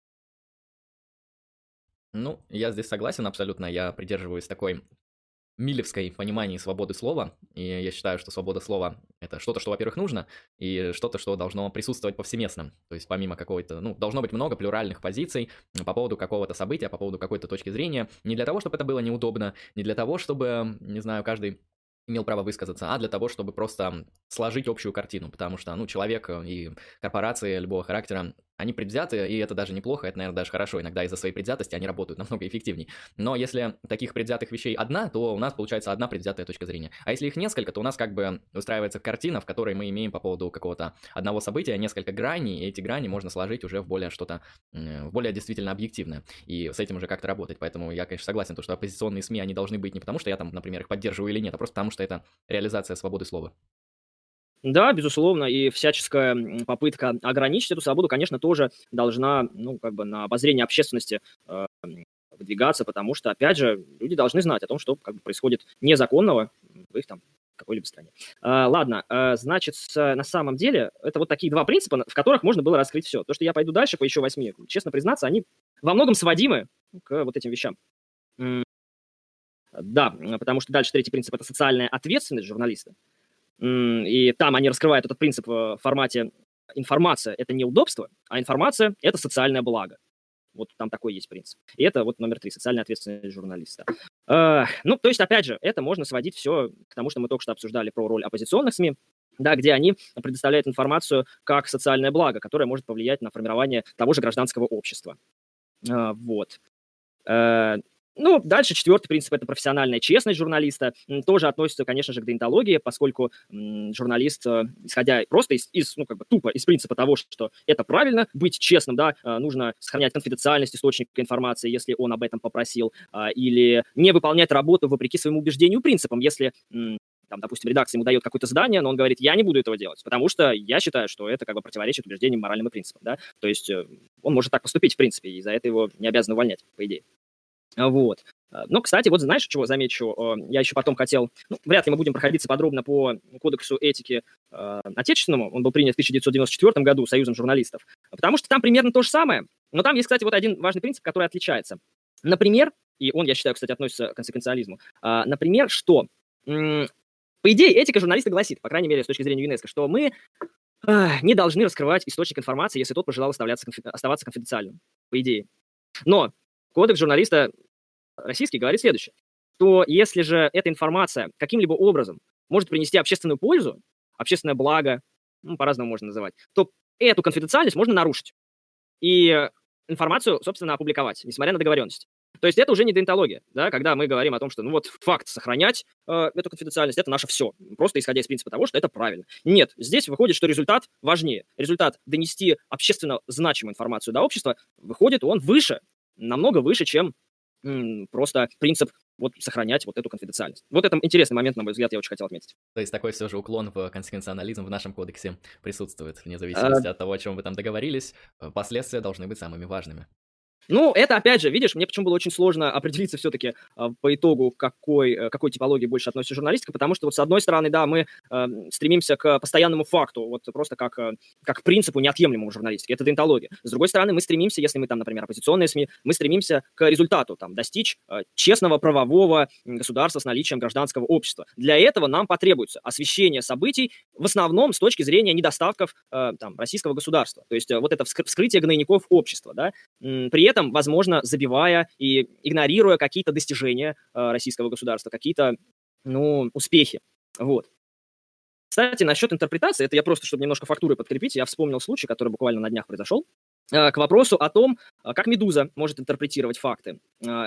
Ну, я здесь согласен абсолютно. Я придерживаюсь такой милевской понимании свободы слова, и я считаю, что свобода слова — это что-то, что, во-первых, нужно, и что-то, что должно присутствовать повсеместно. То есть помимо какой-то, ну, должно быть много плюральных позиций по поводу какого-то события, по поводу какой-то точки зрения, не для того, чтобы это было неудобно, не для того, чтобы, не знаю, каждый имел право высказаться, а для того, чтобы просто сложить общую картину, потому что, ну, человек и корпорации любого характера, они предвзяты, и это даже неплохо, это, наверное, даже хорошо. Иногда из-за своей предвзятости они работают намного эффективнее. Но если таких предвзятых вещей одна, то у нас получается одна предвзятая точка зрения. А если их несколько, то у нас как бы устраивается картина, в которой мы имеем по поводу какого-то одного события несколько граней, и эти грани можно сложить уже в более что-то, в более действительно объективное. И с этим уже как-то работать. Поэтому я, конечно, согласен, что оппозиционные СМИ, они должны быть не потому, что я там, например, их поддерживаю или нет, а просто потому, что это реализация свободы слова. Да, безусловно, и всяческая попытка ограничить эту свободу, конечно, тоже должна, ну, как бы на обозрение общественности выдвигаться, потому что, опять же, люди должны знать о том, что как бы происходит незаконного в их там какой-либо стране. Ладно, значит, на самом деле, это вот такие два принципа, в которых можно было раскрыть все. То, что я пойду дальше по еще 8, честно признаться, они во многом сводимы к вот этим вещам. Да, потому что дальше третий принцип – это социальная ответственность журналиста. И там они раскрывают этот принцип в формате информация – это не удобство, а информация – это социальное благо. Вот там такой есть принцип. И это вот номер 3 – социальная ответственность журналиста. Ну, то есть, опять же, это можно сводить все к тому, что мы только что обсуждали про роль оппозиционных СМИ, да, где они предоставляют информацию как социальное благо, которое может повлиять на формирование того же гражданского общества. Вот. Ну, дальше четвертый принцип – это профессиональная честность журналиста. Тоже относится, конечно же, к деонтологии, поскольку журналист, исходя просто ну, как бы тупо из принципа того, что это правильно, быть честным, да, нужно сохранять конфиденциальность источника информации, если он об этом попросил, или не выполнять работу вопреки своему убеждению и принципам, если там, допустим, редакция ему дает какое-то задание, но он говорит, я не буду этого делать, потому что я считаю, что это как бы противоречит убеждениям, моральным и принципам, да, то есть он может так поступить, в принципе, и за это его не обязаны увольнять, по идее. Вот. Но, кстати, вот знаешь, чего замечу? Я еще потом хотел... Ну, вряд ли мы будем проходиться подробно по кодексу этики отечественному. Он был принят в 1994 году Союзом журналистов. Потому что там примерно то же самое. Но там есть, кстати, вот один важный принцип, который отличается. Например, и он, я считаю, кстати, относится к консеквенциализму. Например, что... По идее, этика журналиста гласит, по крайней мере, с точки зрения ЮНЕСКО, что мы не должны раскрывать источник информации, если тот пожелал оставаться конфиденциальным. По идее. Но кодекс журналиста российский говорит следующее, что если же эта информация каким-либо образом может принести общественную пользу, общественное благо, ну, по-разному можно называть, то эту конфиденциальность можно нарушить и информацию, собственно, опубликовать, несмотря на договоренность. То есть это уже не деонтология, да, когда мы говорим о том, что ну вот факт сохранять эту конфиденциальность – это наше все, просто исходя из принципа того, что это правильно. Нет, здесь выходит, что результат важнее. Результат донести общественно значимую информацию до общества, выходит он выше, намного выше, чем просто принцип вот сохранять вот эту конфиденциальность. Вот это интересный момент, на мой взгляд, я очень хотел отметить. То есть такой все же уклон в конфиденциализм в нашем кодексе присутствует, вне зависимости от того, о чем вы там договорились, последствия должны быть самыми важными. Ну, это, опять же, видишь, мне почему было очень сложно определиться все-таки по итогу, к какой типологии больше относится журналистика, потому что вот с одной стороны, да, мы стремимся к постоянному факту, вот просто как к принципу неотъемлемому журналистики, это деонтология. С другой стороны, мы стремимся, если мы там, например, оппозиционные СМИ, мы стремимся к результату, там, достичь честного правового государства с наличием гражданского общества. Для этого нам потребуется освещение событий в основном с точки зрения недостатков там, российского государства. То есть вот это вскрытие гнойников общества, да, при этом, возможно, забивая и игнорируя какие-то достижения российского государства, какие-то, ну, успехи. Вот. Кстати, насчет интерпретации, это я просто, чтобы немножко фактуры подкрепить, я вспомнил случай, который буквально на днях произошел, к вопросу о том, как «Медуза» может интерпретировать факты.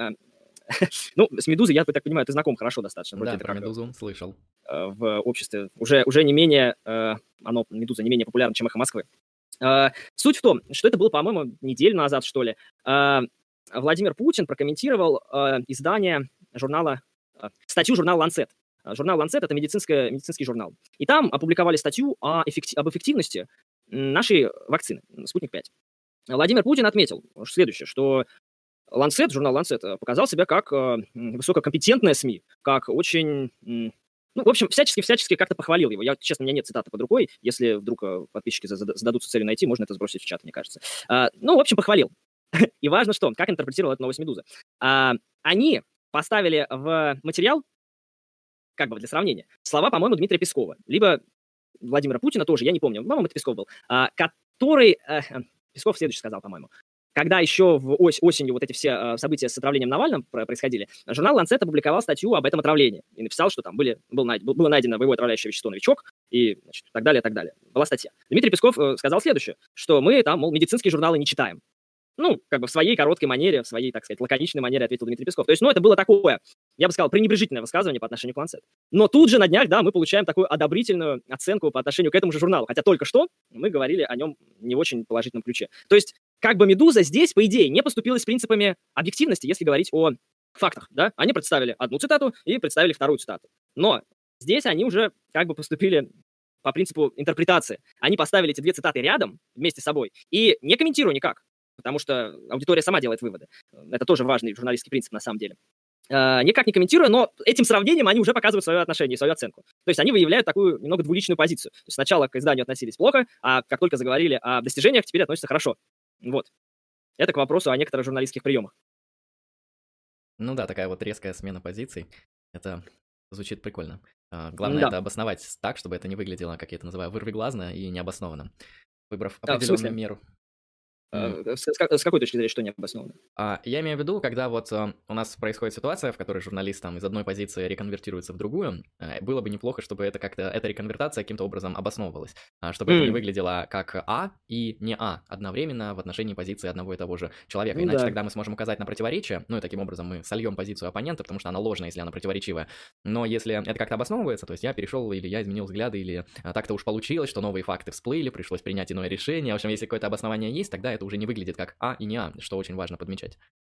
Ну, с «Медузой», я так понимаю, ты знаком хорошо достаточно. Да, про «Медузу» слышал. В обществе уже не менее, «Медуза» не менее популярна, чем «Эхо Москвы». Суть в том, что это было, по-моему, неделю назад, что ли. Владимир Путин прокомментировал издание журнала, статью журнала «Ланцет». Журнал «Ланцет» — это медицинский журнал. И там опубликовали статью об эффективности нашей вакцины «Спутник-5». Владимир Путин отметил следующее, что «Ланцет», журнал «Ланцет» показал себя как высококомпетентная СМИ, как очень... Ну, в общем, всячески как-то похвалил его. Честно, у меня нет цитаты под рукой. Если вдруг подписчики зададутся целью найти, можно это сбросить в чат, мне кажется. Ну, в общем, похвалил. И важно что, как интерпретировала эту новость «Медуза». Они поставили в материал, как бы для сравнения, слова, по-моему, Дмитрия Пескова. Либо Владимира Путина тоже, я не помню. По-моему, это Песков был. Который... Песков следующий сказал, по-моему. Когда еще осенью вот эти все события с отравлением Навальным происходили, журнал «Ланцет» опубликовал статью об этом отравлении и написал, что там было найдено боевое отравляющее вещество «Новичок» и, значит, так далее, так далее. Была статья. Дмитрий Песков сказал следующее, что мы там, мол, медицинские журналы не читаем. Ну, как бы в своей короткой манере, в своей, так сказать, лаконичной манере ответил Дмитрий Песков. То есть, ну, это было такое, я бы сказал, пренебрежительное высказывание по отношению к «Ланцет». Но тут же на днях, да, мы получаем такую одобрительную оценку по отношению к этому же журналу. Хотя только что мы говорили о нем не в очень положительном ключе. То есть, как бы «Медуза» здесь, по идее, не поступила с принципами объективности, если говорить о фактах, да. Они представили одну цитату и представили вторую цитату. Но здесь они уже как бы поступили по принципу интерпретации. Они поставили эти две цитаты рядом вместе с собой и не комментируя никак, потому что аудитория сама делает выводы. Это тоже важный журналистский принцип на самом деле. Никак не комментируя, но этим сравнением они уже показывают свое отношение, свою оценку. То есть они выявляют такую немного двуличную позицию. То есть сначала к изданию относились плохо, а как только заговорили о достижениях, теперь относятся хорошо. Вот. Это к вопросу о некоторых журналистских приемах. Ну да, такая вот резкая смена позиций. Это звучит прикольно. Главное это обосновать так, чтобы это не выглядело, как я это называю, вырвиглазно и необоснованно. Выбрав определенную меру. С какой точки зрения, что не обосновано? Я имею в виду, когда вот у нас происходит ситуация, в которой журналист там из одной позиции реконвертируется в другую, было бы неплохо, чтобы это как-то, эта реконвертация каким-то образом обосновывалась, чтобы это не выглядело как А и не А одновременно в отношении позиции одного и того же человека. Иначе тогда мы сможем указать на противоречие, ну и таким образом мы сольем позицию оппонента, потому что она ложная, если она противоречивая. Но если это как-то обосновывается, то есть я перешел или я изменил взгляды, или так-то уж получилось, что новые факты всплыли, пришлось принять иное решение. В общем, если какое-то обоснование есть, тогда это уже не выглядит как А и не А, что очень важно подмечать.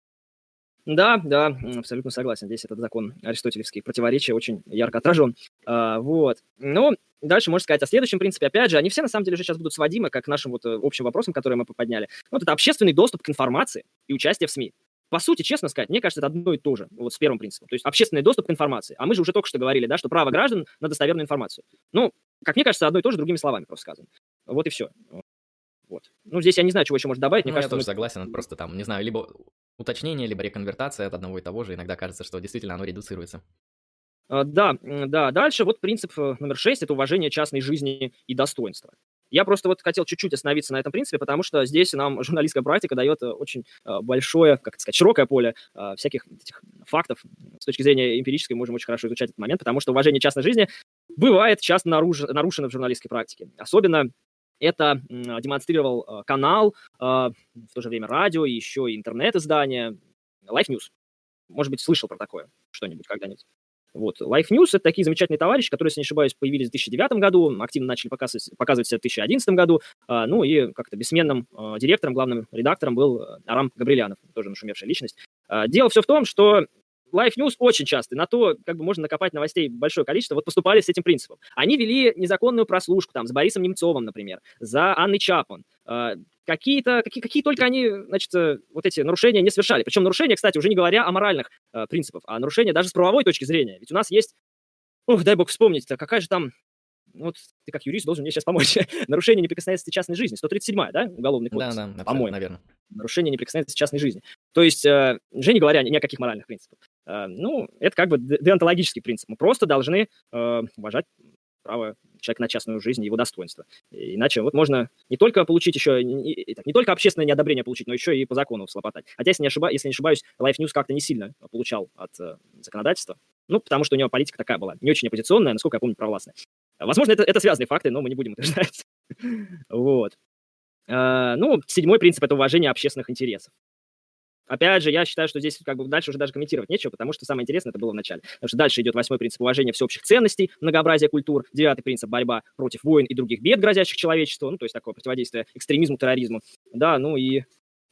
Да, абсолютно согласен. Здесь этот закон аристотелевский противоречия очень ярко отражен. Вот. Ну, дальше можно сказать о следующем принципе. Опять же, они все на самом деле уже сейчас будут сводимы как к нашим вот общим вопросам, которые мы подняли. Вот это общественный доступ к информации и участие в СМИ. По сути, честно сказать, мне кажется, это одно и то же, вот с первым принципом. То есть общественный доступ к информации. А мы же уже только что говорили, да, что право граждан на достоверную информацию. Ну, как мне кажется, одно и то же другими словами просто сказано. Вот и все. Вот. Ну, здесь я не знаю, чего еще можно добавить. Мне кажется, я тоже согласен, просто там, не знаю, либо уточнение, либо реконвертация от одного и того же. Иногда кажется, что действительно оно редуцируется. Да. Дальше вот принцип номер 6 – это уважение частной жизни и достоинства. Я просто вот хотел чуть-чуть остановиться на этом принципе, потому что здесь нам журналистская практика дает очень большое, как это сказать, широкое поле всяких этих фактов. С точки зрения эмпирической можем очень хорошо изучать этот момент, потому что уважение частной жизни бывает часто нарушено в журналистской практике. Особенно это демонстрировал канал, в то же время радио и еще и интернет-издание Life News. Может быть, слышал про такое что-нибудь когда-нибудь. Вот. Life News – это такие замечательные товарищи, которые, если не ошибаюсь, появились в 2009 году, активно начали показывать себя в 2011 году, ну и как-то бессменным директором, главным редактором был Арам Габрилянов, тоже нашумевшая личность. Дело все в том, что Live News очень часто, на то, как бы можно накопать новостей большое количество, вот поступали с этим принципом. Они вели незаконную прослушку, там, с Борисом Немцовым, например, за Анной Чапман. Какие только они, значит, вот эти нарушения не совершали. Причем нарушения, кстати, уже не говоря о моральных принципах, а нарушения даже с правовой точки зрения. Ведь у нас есть, дай бог вспомнить-то, какая же там, вот ты как юрист должен мне сейчас помочь. Нарушение неприкосновенности частной жизни. 137-я, да, Уголовный кодекс? Да, По-моему. наверное. Нарушение неприкосновенности частной жизни. То есть, уже не говоря ни о каких моральных принципах. Это как бы деонтологический принцип. Мы просто должны уважать право человека на частную жизнь и его достоинство. Иначе вот можно не только получить еще, не только общественное неодобрение получить, но еще и по закону слопотать. Хотя, если не ошибаюсь, Life News как-то не сильно получал от законодательства. Потому что у него политика такая была, не очень оппозиционная, насколько я помню, провластная. Возможно, это связанные факты, но мы не будем утверждать. Вот. 7-й принцип – это уважение общественных интересов. Опять же, я считаю, что здесь как бы дальше уже даже комментировать нечего, потому что самое интересное это было в начале. Потому что дальше идет 8-й принцип уважения всеобщих ценностей, многообразия культур, 9-й принцип борьба против войн и других бед, грозящих человечеству, то есть такое противодействие экстремизму, терроризму. Да, и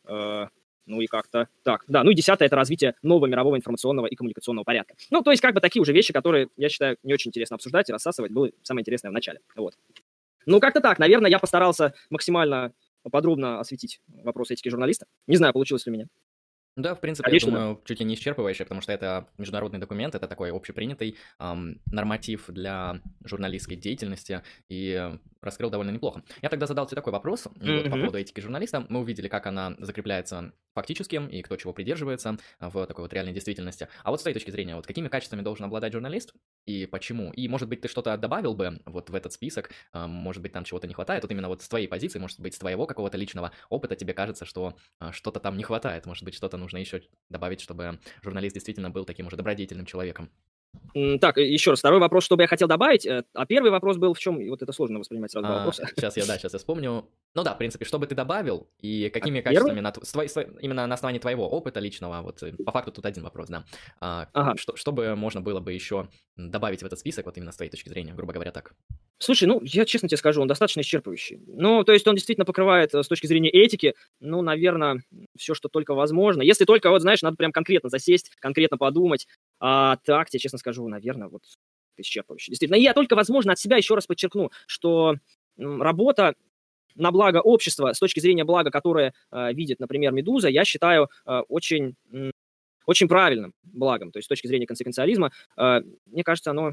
как-то так. Да, и 10-е это развитие нового мирового информационного и коммуникационного порядка. То есть как бы такие уже вещи, которые, я считаю, не очень интересно обсуждать и рассасывать, было самое интересное в начале. Вот. Как-то так. Наверное, я постарался максимально подробно осветить вопрос этики журналиста. Не знаю, получилось ли у меня. Да, в принципе, Конечно, я думаю, чуть ли не исчерпывающее, потому что это международный документ, это такой общепринятый норматив для журналистской деятельности, и раскрыл довольно неплохо. Я тогда задал тебе такой вопрос по поводу этики журналиста. Мы увидели, как она закрепляется фактически, и кто чего придерживается в такой вот реальной действительности. А вот с твоей точки зрения, вот какими качествами должен обладать журналист, и почему? И, может быть, ты что-то добавил бы вот в этот список, может быть, там чего-то не хватает, вот именно вот с твоей позиции, может быть, с твоего какого-то личного опыта тебе кажется, что что-то там не хватает, может быть, что-то нужно еще добавить, чтобы журналист действительно был таким уже добродетельным человеком. Так, еще раз, второй вопрос, что бы я хотел добавить, а первый вопрос был в чем, и вот это сложно воспринимать сразу два вопроса. Сейчас я вспомню. В принципе, что бы ты добавил, и какими качествами, именно на основании твоего опыта личного, вот по факту тут один вопрос, да, что бы можно было бы еще добавить в этот список, вот именно с твоей точки зрения, грубо говоря, так? Слушай, я честно тебе скажу, он достаточно исчерпывающий. То есть он действительно покрывает с точки зрения этики, наверное, все, что только возможно. Если только, вот знаешь, надо прям конкретно засесть, конкретно подумать. А так, тебе честно скажу, наверное, вот исчерпывающий. Действительно. И я только, возможно, от себя еще раз подчеркну, что работа на благо общества, с точки зрения блага, которое видит, например, «Медуза», я считаю очень, очень правильным благом. То есть с точки зрения конфиденциализма, мне кажется, оно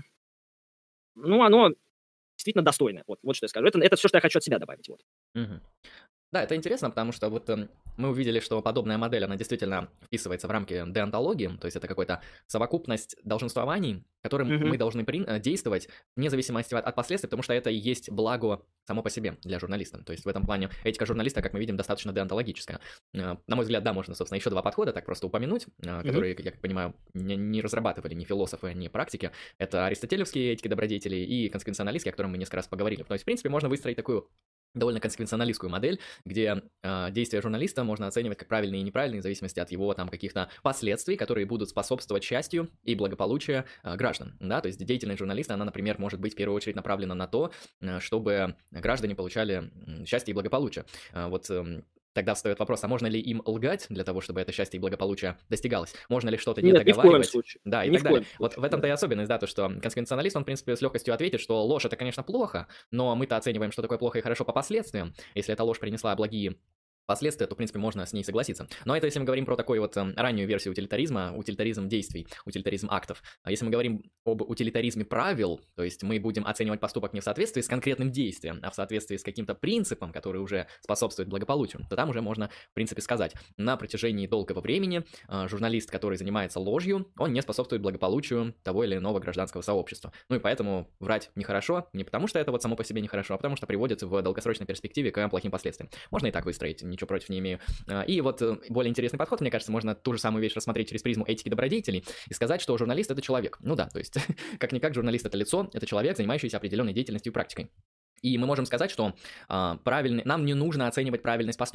действительно достойное. Вот что я скажу. Это все, что я хочу от себя добавить. Вот. Да, это интересно, потому что вот мы увидели, что подобная модель, она действительно вписывается в рамки деонтологии, то есть это какая-то совокупность долженствований, которым мы должны действовать вне зависимости от последствий, потому что это и есть благо само по себе для журналиста. То есть в этом плане этика журналиста, как мы видим, достаточно деонтологическая. На мой взгляд, да, можно, собственно, еще два подхода так просто упомянуть, которые, я как понимаю, не разрабатывали ни философы, ни практики. Это аристотелевские этики добродетелей и консеквенционалистские, о которых мы несколько раз поговорили. То есть, в принципе, можно выстроить такую довольно консеквенционалистскую модель, где действия журналиста можно оценивать как правильные и неправильные в зависимости от его там каких-то последствий, которые будут способствовать счастью и благополучию граждан, да, то есть деятельность журналиста, она, например, может быть в первую очередь направлена на то, чтобы граждане получали счастье и благополучие. Тогда встает вопрос, а можно ли им лгать для того, чтобы это счастье и благополучие достигалось? Можно ли что-то не договаривать? Ни в коем случае. Да, и так далее. Вот в этом-то и особенность, да, то, что консеквенционалист, он, в принципе, с легкостью ответит, что ложь — это, конечно, плохо, но мы-то оцениваем, что такое плохо и хорошо по последствиям. Если эта ложь принесла благие последствия, то, в принципе, можно с ней согласиться. Но это если мы говорим про такой вот раннюю версию утилитаризма, утилитаризм действий, утилитаризм актов. А если мы говорим об утилитаризме правил, то есть мы будем оценивать поступок не в соответствии с конкретным действием, а в соответствии с каким-то принципом, который уже способствует благополучию, то там уже можно, в принципе, сказать, на протяжении долгого времени журналист, который занимается ложью, он не способствует благополучию того или иного гражданского сообщества. И поэтому врать нехорошо, не потому что это вот само по себе нехорошо, а потому что приводит в долгосрочной перспективе к плохим последствиям. Можно и так выстроить, ничего против не имею. И вот более интересный подход, мне кажется, можно ту же самую вещь рассмотреть через призму этики добродетелей и сказать, что журналист — это человек. Да, то есть, как-никак, журналист — это лицо, это человек, занимающийся определенной деятельностью и практикой. И мы можем сказать, что нам не нужно оценивать правильность поступка.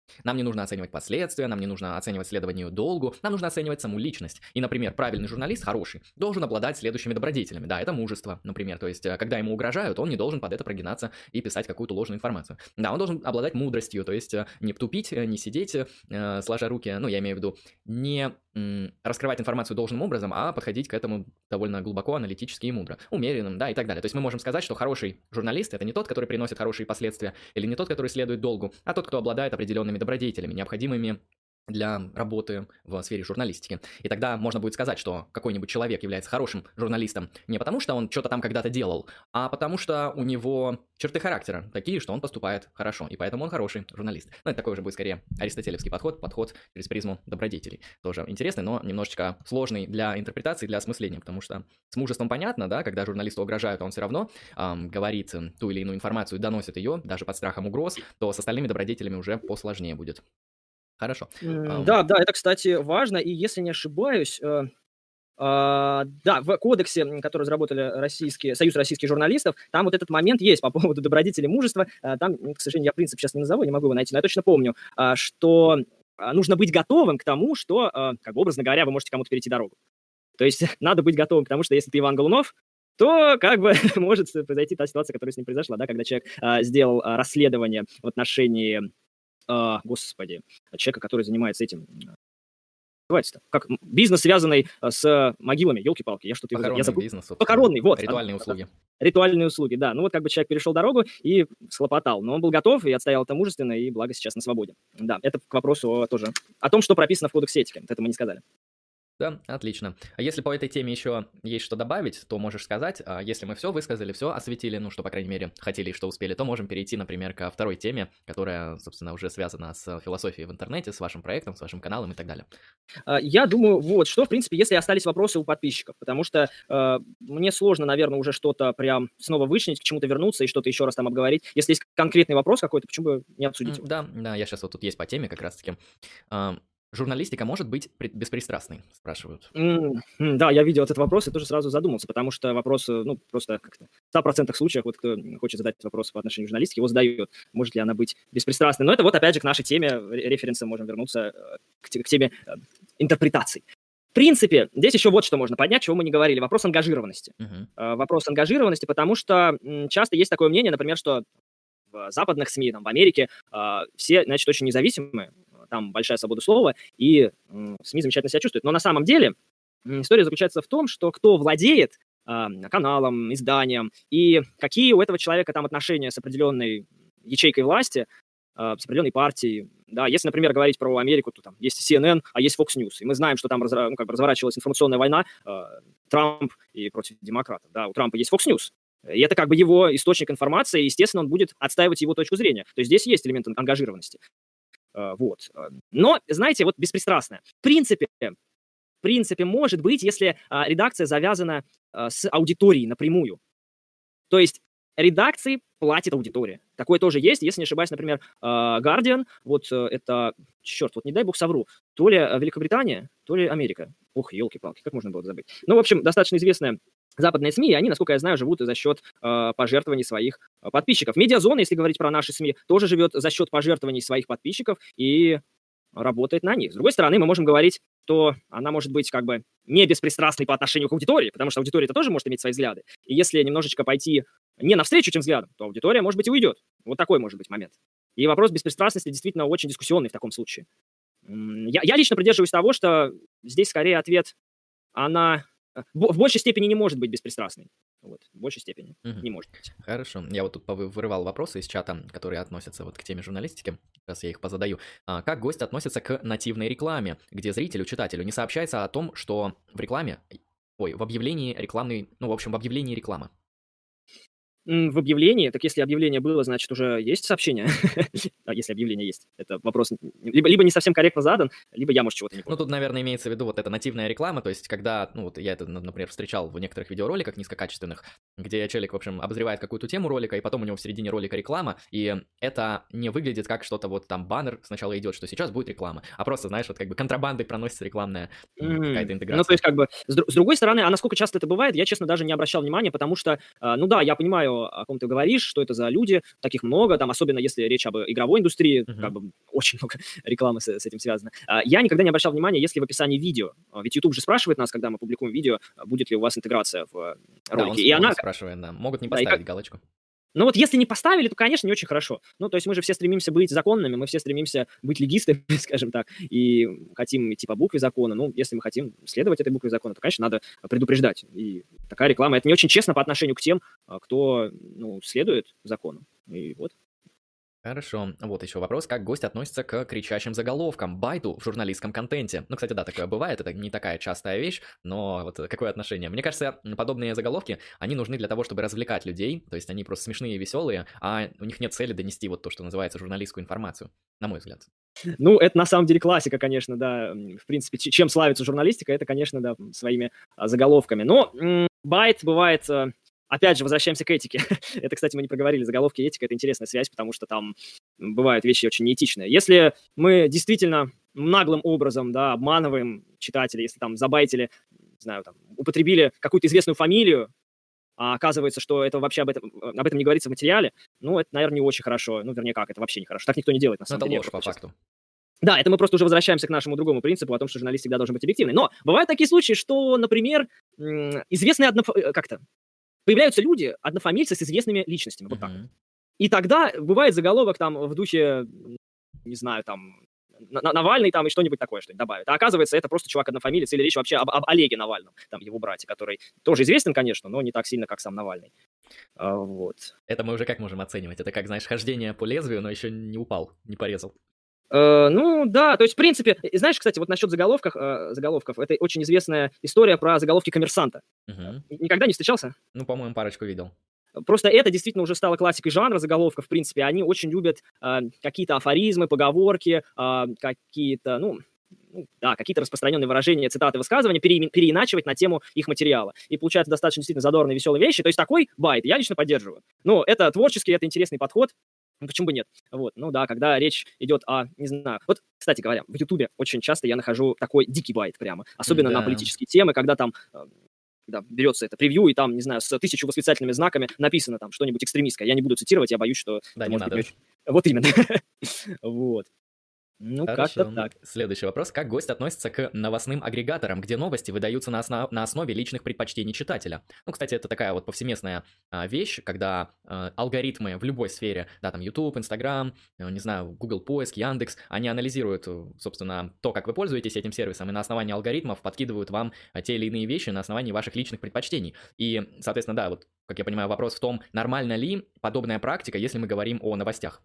Нам не нужно оценивать последствия, нам не нужно оценивать следованию долгу, нам нужно оценивать саму личность. И, например, правильный журналист, хороший, должен обладать следующими добродетелями. Да, это мужество, например. То есть, когда ему угрожают, он не должен под это прогинаться и писать какую-то ложную информацию. Да, он должен обладать мудростью, то есть не тупить, не сидеть, сложа руки, ну, я имею в виду, не раскрывать информацию должным образом, а подходить к этому довольно глубоко, аналитически и мудро, умеренным, да, и так далее. То есть мы можем сказать, что хороший журналист — это не тот, который приносит хорошие последствия, или не тот, который следует долгу, а тот, кто обладает определенными добродетелями, необходимыми для работы в сфере журналистики. И тогда можно будет сказать, что какой-нибудь человек является хорошим журналистом не потому, что он что-то там когда-то делал, а потому что у него черты характера такие, что он поступает хорошо, и поэтому он хороший журналист. Ну, это такой уже будет скорее аристотелевский подход через призму добродетелей. Тоже интересный, но немножечко сложный для интерпретации, для осмысления, потому что с мужеством понятно, да, когда журналисту угрожают, он все равно говорит ту или иную информацию, доносит ее, даже под страхом угроз, то с остальными добродетелями уже посложнее будет. Хорошо. Да, это, кстати, важно. И если не ошибаюсь, да, в кодексе, который разработали Союз российских журналистов, там вот этот момент есть по поводу добродетели мужества. Там, к сожалению, я принцип сейчас не назову, не могу его найти, но я точно помню, что нужно быть готовым к тому, что, как бы образно говоря, вы можете кому-то перейти дорогу. То есть надо быть готовым к тому, что если ты Иван Голунов, то как бы может произойти та ситуация, которая с ним произошла, да, когда человек сделал расследование в отношении человека, который занимается этим, называется-то, как бизнес, связанный с могилами, елки-палки, я что-то Похоронный забыл. бизнес, собственно. Похоронный, вот. Ритуальные услуги. Ритуальные услуги, да. Ну вот как бы человек перешел дорогу и схлопотал, но он был готов и отстоял это мужественно, и благо сейчас на свободе. Да, это к вопросу тоже о том, что прописано в кодексе этики, вот это мы не сказали. Да, отлично. А если по этой теме еще есть что добавить, то можешь сказать. А если мы все высказали, все осветили, ну, что, по крайней мере, хотели и что успели, то можем перейти, например, ко второй теме, которая, собственно, уже связана с философией в интернете, с вашим проектом, с вашим каналом и так далее. Я думаю, вот, что, в принципе, если остались вопросы у подписчиков, потому что мне сложно, наверное, уже что-то прям снова вычленить, к чему-то вернуться и что-то еще раз там обговорить. Если есть конкретный вопрос какой-то, почему бы не обсудить его? Да, я сейчас вот тут есть по теме как раз-таки. Журналистика может быть беспристрастной, спрашивают. Да, я видел этот вопрос и тоже сразу задумался, потому что вопрос, ну, просто как-то в 100% случаях, вот кто хочет задать вопрос по отношению к журналистике, его задают, может ли она быть беспристрастной. Но это вот опять же к нашей теме, референсом можем вернуться к теме интерпретаций. В принципе, здесь еще вот что можно поднять, чего мы не говорили. Вопрос ангажированности. Вопрос ангажированности, потому что часто есть такое мнение, например, что в западных СМИ, там, в Америке все, значит, очень независимые, там большая свобода слова, и СМИ замечательно себя чувствуют. Но на самом деле история заключается в том, что кто владеет каналом, изданием, и какие у этого человека там отношения с определенной ячейкой власти, с определенной партией. Да, если, например, говорить про Америку, то там есть CNN, а есть Fox News. И мы знаем, что там разворачивалась информационная война Трамп и против демократов. Да, у Трампа есть Fox News. И это как бы его источник информации, и, естественно, он будет отстаивать его точку зрения. То есть здесь есть элемент ангажированности. Вот. Но, знаете, вот беспристрастное. В принципе, может быть, если редакция завязана с аудиторией напрямую. То есть редакции платит аудитория. Такое тоже есть. Если не ошибаюсь, например, Guardian, вот это, вот не дай бог совру, то ли Великобритания, то ли Америка. Ох, елки-палки, как можно было это забыть? Ну, в общем, достаточно известная западные СМИ, и они, насколько я знаю, живут за счет пожертвований своих подписчиков. Медиазона, если говорить про наши СМИ, тоже живет за счет пожертвований своих подписчиков и работает на них. С другой стороны, мы можем говорить, что она может быть как бы не беспристрастной по отношению к аудитории, потому что аудитория-то тоже может иметь свои взгляды. И если немножечко пойти не навстречу этим взглядам, то аудитория, может быть, и уйдет. Вот такой может быть момент. И вопрос беспристрастности действительно очень дискуссионный в таком случае. Я лично придерживаюсь того, что здесь скорее ответ, она в большей степени не может быть беспристрастной. Вот, в большей степени не может быть. Хорошо. Я вот тут вырывал вопросы из чата, которые относятся вот к теме журналистики. Сейчас я их позадаю. Как гость относится к нативной рекламе, где зрителю, читателю не сообщается о том, что в рекламе, в объявлении рекламной, в объявлении реклама? В объявлении, так если объявление было, значит, уже есть сообщение. Если объявление есть. Это вопрос либо не совсем корректно задан, либо я, может, чего-то не понял. Тут, наверное, имеется в виду вот эта нативная реклама, то есть когда, я это, например, встречал в некоторых видеороликах низкокачественных, где челик, в общем, обозревает какую-то тему ролика, и потом у него в середине ролика реклама, и это не выглядит как что-то вот там баннер сначала идет, что сейчас будет реклама, а просто, знаешь, вот как бы контрабандой проносится рекламная какая-то Ну, то интеграция. есть, как бы, с другой стороны, а насколько часто это бывает, я, честно, даже не обращал внимания, потому что, ну да, я понимаю, о ком ты говоришь, что это за люди, таких много, там, особенно если речь об игровой индустрии, как бы очень много рекламы с этим связано. Я никогда не обращал внимания, если в описании видео, ведь YouTube же спрашивает нас, когда мы публикуем видео, будет ли у вас интеграция в Да, ролике, и он она... спрашивает, да, могут не Да, и поставить галочку. ну вот если не поставили, то, конечно, не очень хорошо. Ну, то есть мы же все стремимся быть законными, мы все стремимся быть легистами, скажем так, и хотим идти по букве закона. Ну, если мы хотим следовать этой букве закона, то, конечно, надо предупреждать. И такая реклама, это не очень честно по отношению к тем, кто, ну, следует закону. И вот. Хорошо. Вот еще вопрос. Как гость относится к кричащим заголовкам, байту в журналистском контенте? Ну, кстати, да, такое бывает, это не такая частая вещь, но вот какое отношение? Мне кажется, подобные заголовки, они нужны для того, чтобы развлекать людей, то есть они просто смешные и веселые, а у них нет цели донести вот то, что называется журналистскую информацию, на мой взгляд. Ну, это на самом деле классика, конечно, да. В принципе, чем славится журналистика, это, конечно, да, своими заголовками. Но байт бывает... Опять же, возвращаемся к этике. Это, кстати, мы не проговорили. Заголовки и этика – это интересная связь, потому что там бывают вещи очень неэтичные. Если мы действительно наглым образом, да, обманываем читателя, если там забайтили, не знаю, там, употребили какую-то известную фамилию, а оказывается, что это вообще об этом не говорится в материале, ну, это, наверное, не очень хорошо. Ну, вернее, как, это вообще не хорошо. Так никто не делает, на Ну, самом это деле. ложь по факту. Да, это мы просто уже возвращаемся к нашему другому принципу о том, что журналист всегда должен быть объективный. Но бывают такие случаи, что, например, известные как-то появляются люди, однофамильцы с известными личностями, вот так вот. И тогда бывает заголовок там в духе, не знаю, там, Навальный там и что-нибудь такое что-нибудь добавит. А оказывается, это просто чувак-однофамилец или речь вообще об Олеге Навальном, там, его брате, который тоже известен, конечно, но не так сильно, как сам Навальный. Вот. Это мы уже как можем оценивать? Это как, знаешь, хождение по лезвию, но еще не упал, не порезал. Ну, да, то есть, в принципе, знаешь, кстати, вот насчет заголовков, это очень известная история про заголовки «Коммерсанта». Никогда не встречался? Ну, по-моему, парочку видел. Просто это действительно уже стало классикой жанра заголовков, в принципе. Они очень любят какие-то афоризмы, поговорки, какие-то, какие-то распространенные выражения, цитаты, высказывания переиначивать на тему их материала. И получается достаточно действительно задорные, веселые вещи. То есть такой байт я лично поддерживаю. Ну, это творческий, это интересный подход. Почему бы нет? Вот, ну да, когда речь идет о, не знаю... Вот, кстати говоря, в Ютубе очень часто я нахожу такой дикий байт прямо. Особенно на политические темы, когда там... Когда берется это превью, и там, не знаю, с 1000 восклицательными знаками написано там что-нибудь экстремистское. Я не буду цитировать, я боюсь, что... Да, не надо. Вот именно. Вот. Ну, как-то так. Следующий вопрос. Как гость относится к новостным агрегаторам, где новости выдаются на основе личных предпочтений читателя? Ну, кстати, это такая вот повсеместная вещь, когда алгоритмы в любой сфере, да, там YouTube, Instagram, не знаю, Google Поиск, Яндекс, они анализируют, собственно, то, как вы пользуетесь этим сервисом, и на основании алгоритмов подкидывают вам те или иные вещи на основании ваших личных предпочтений. И, соответственно, да, вот, как я понимаю, вопрос в том, нормальна ли подобная практика, если мы говорим о новостях?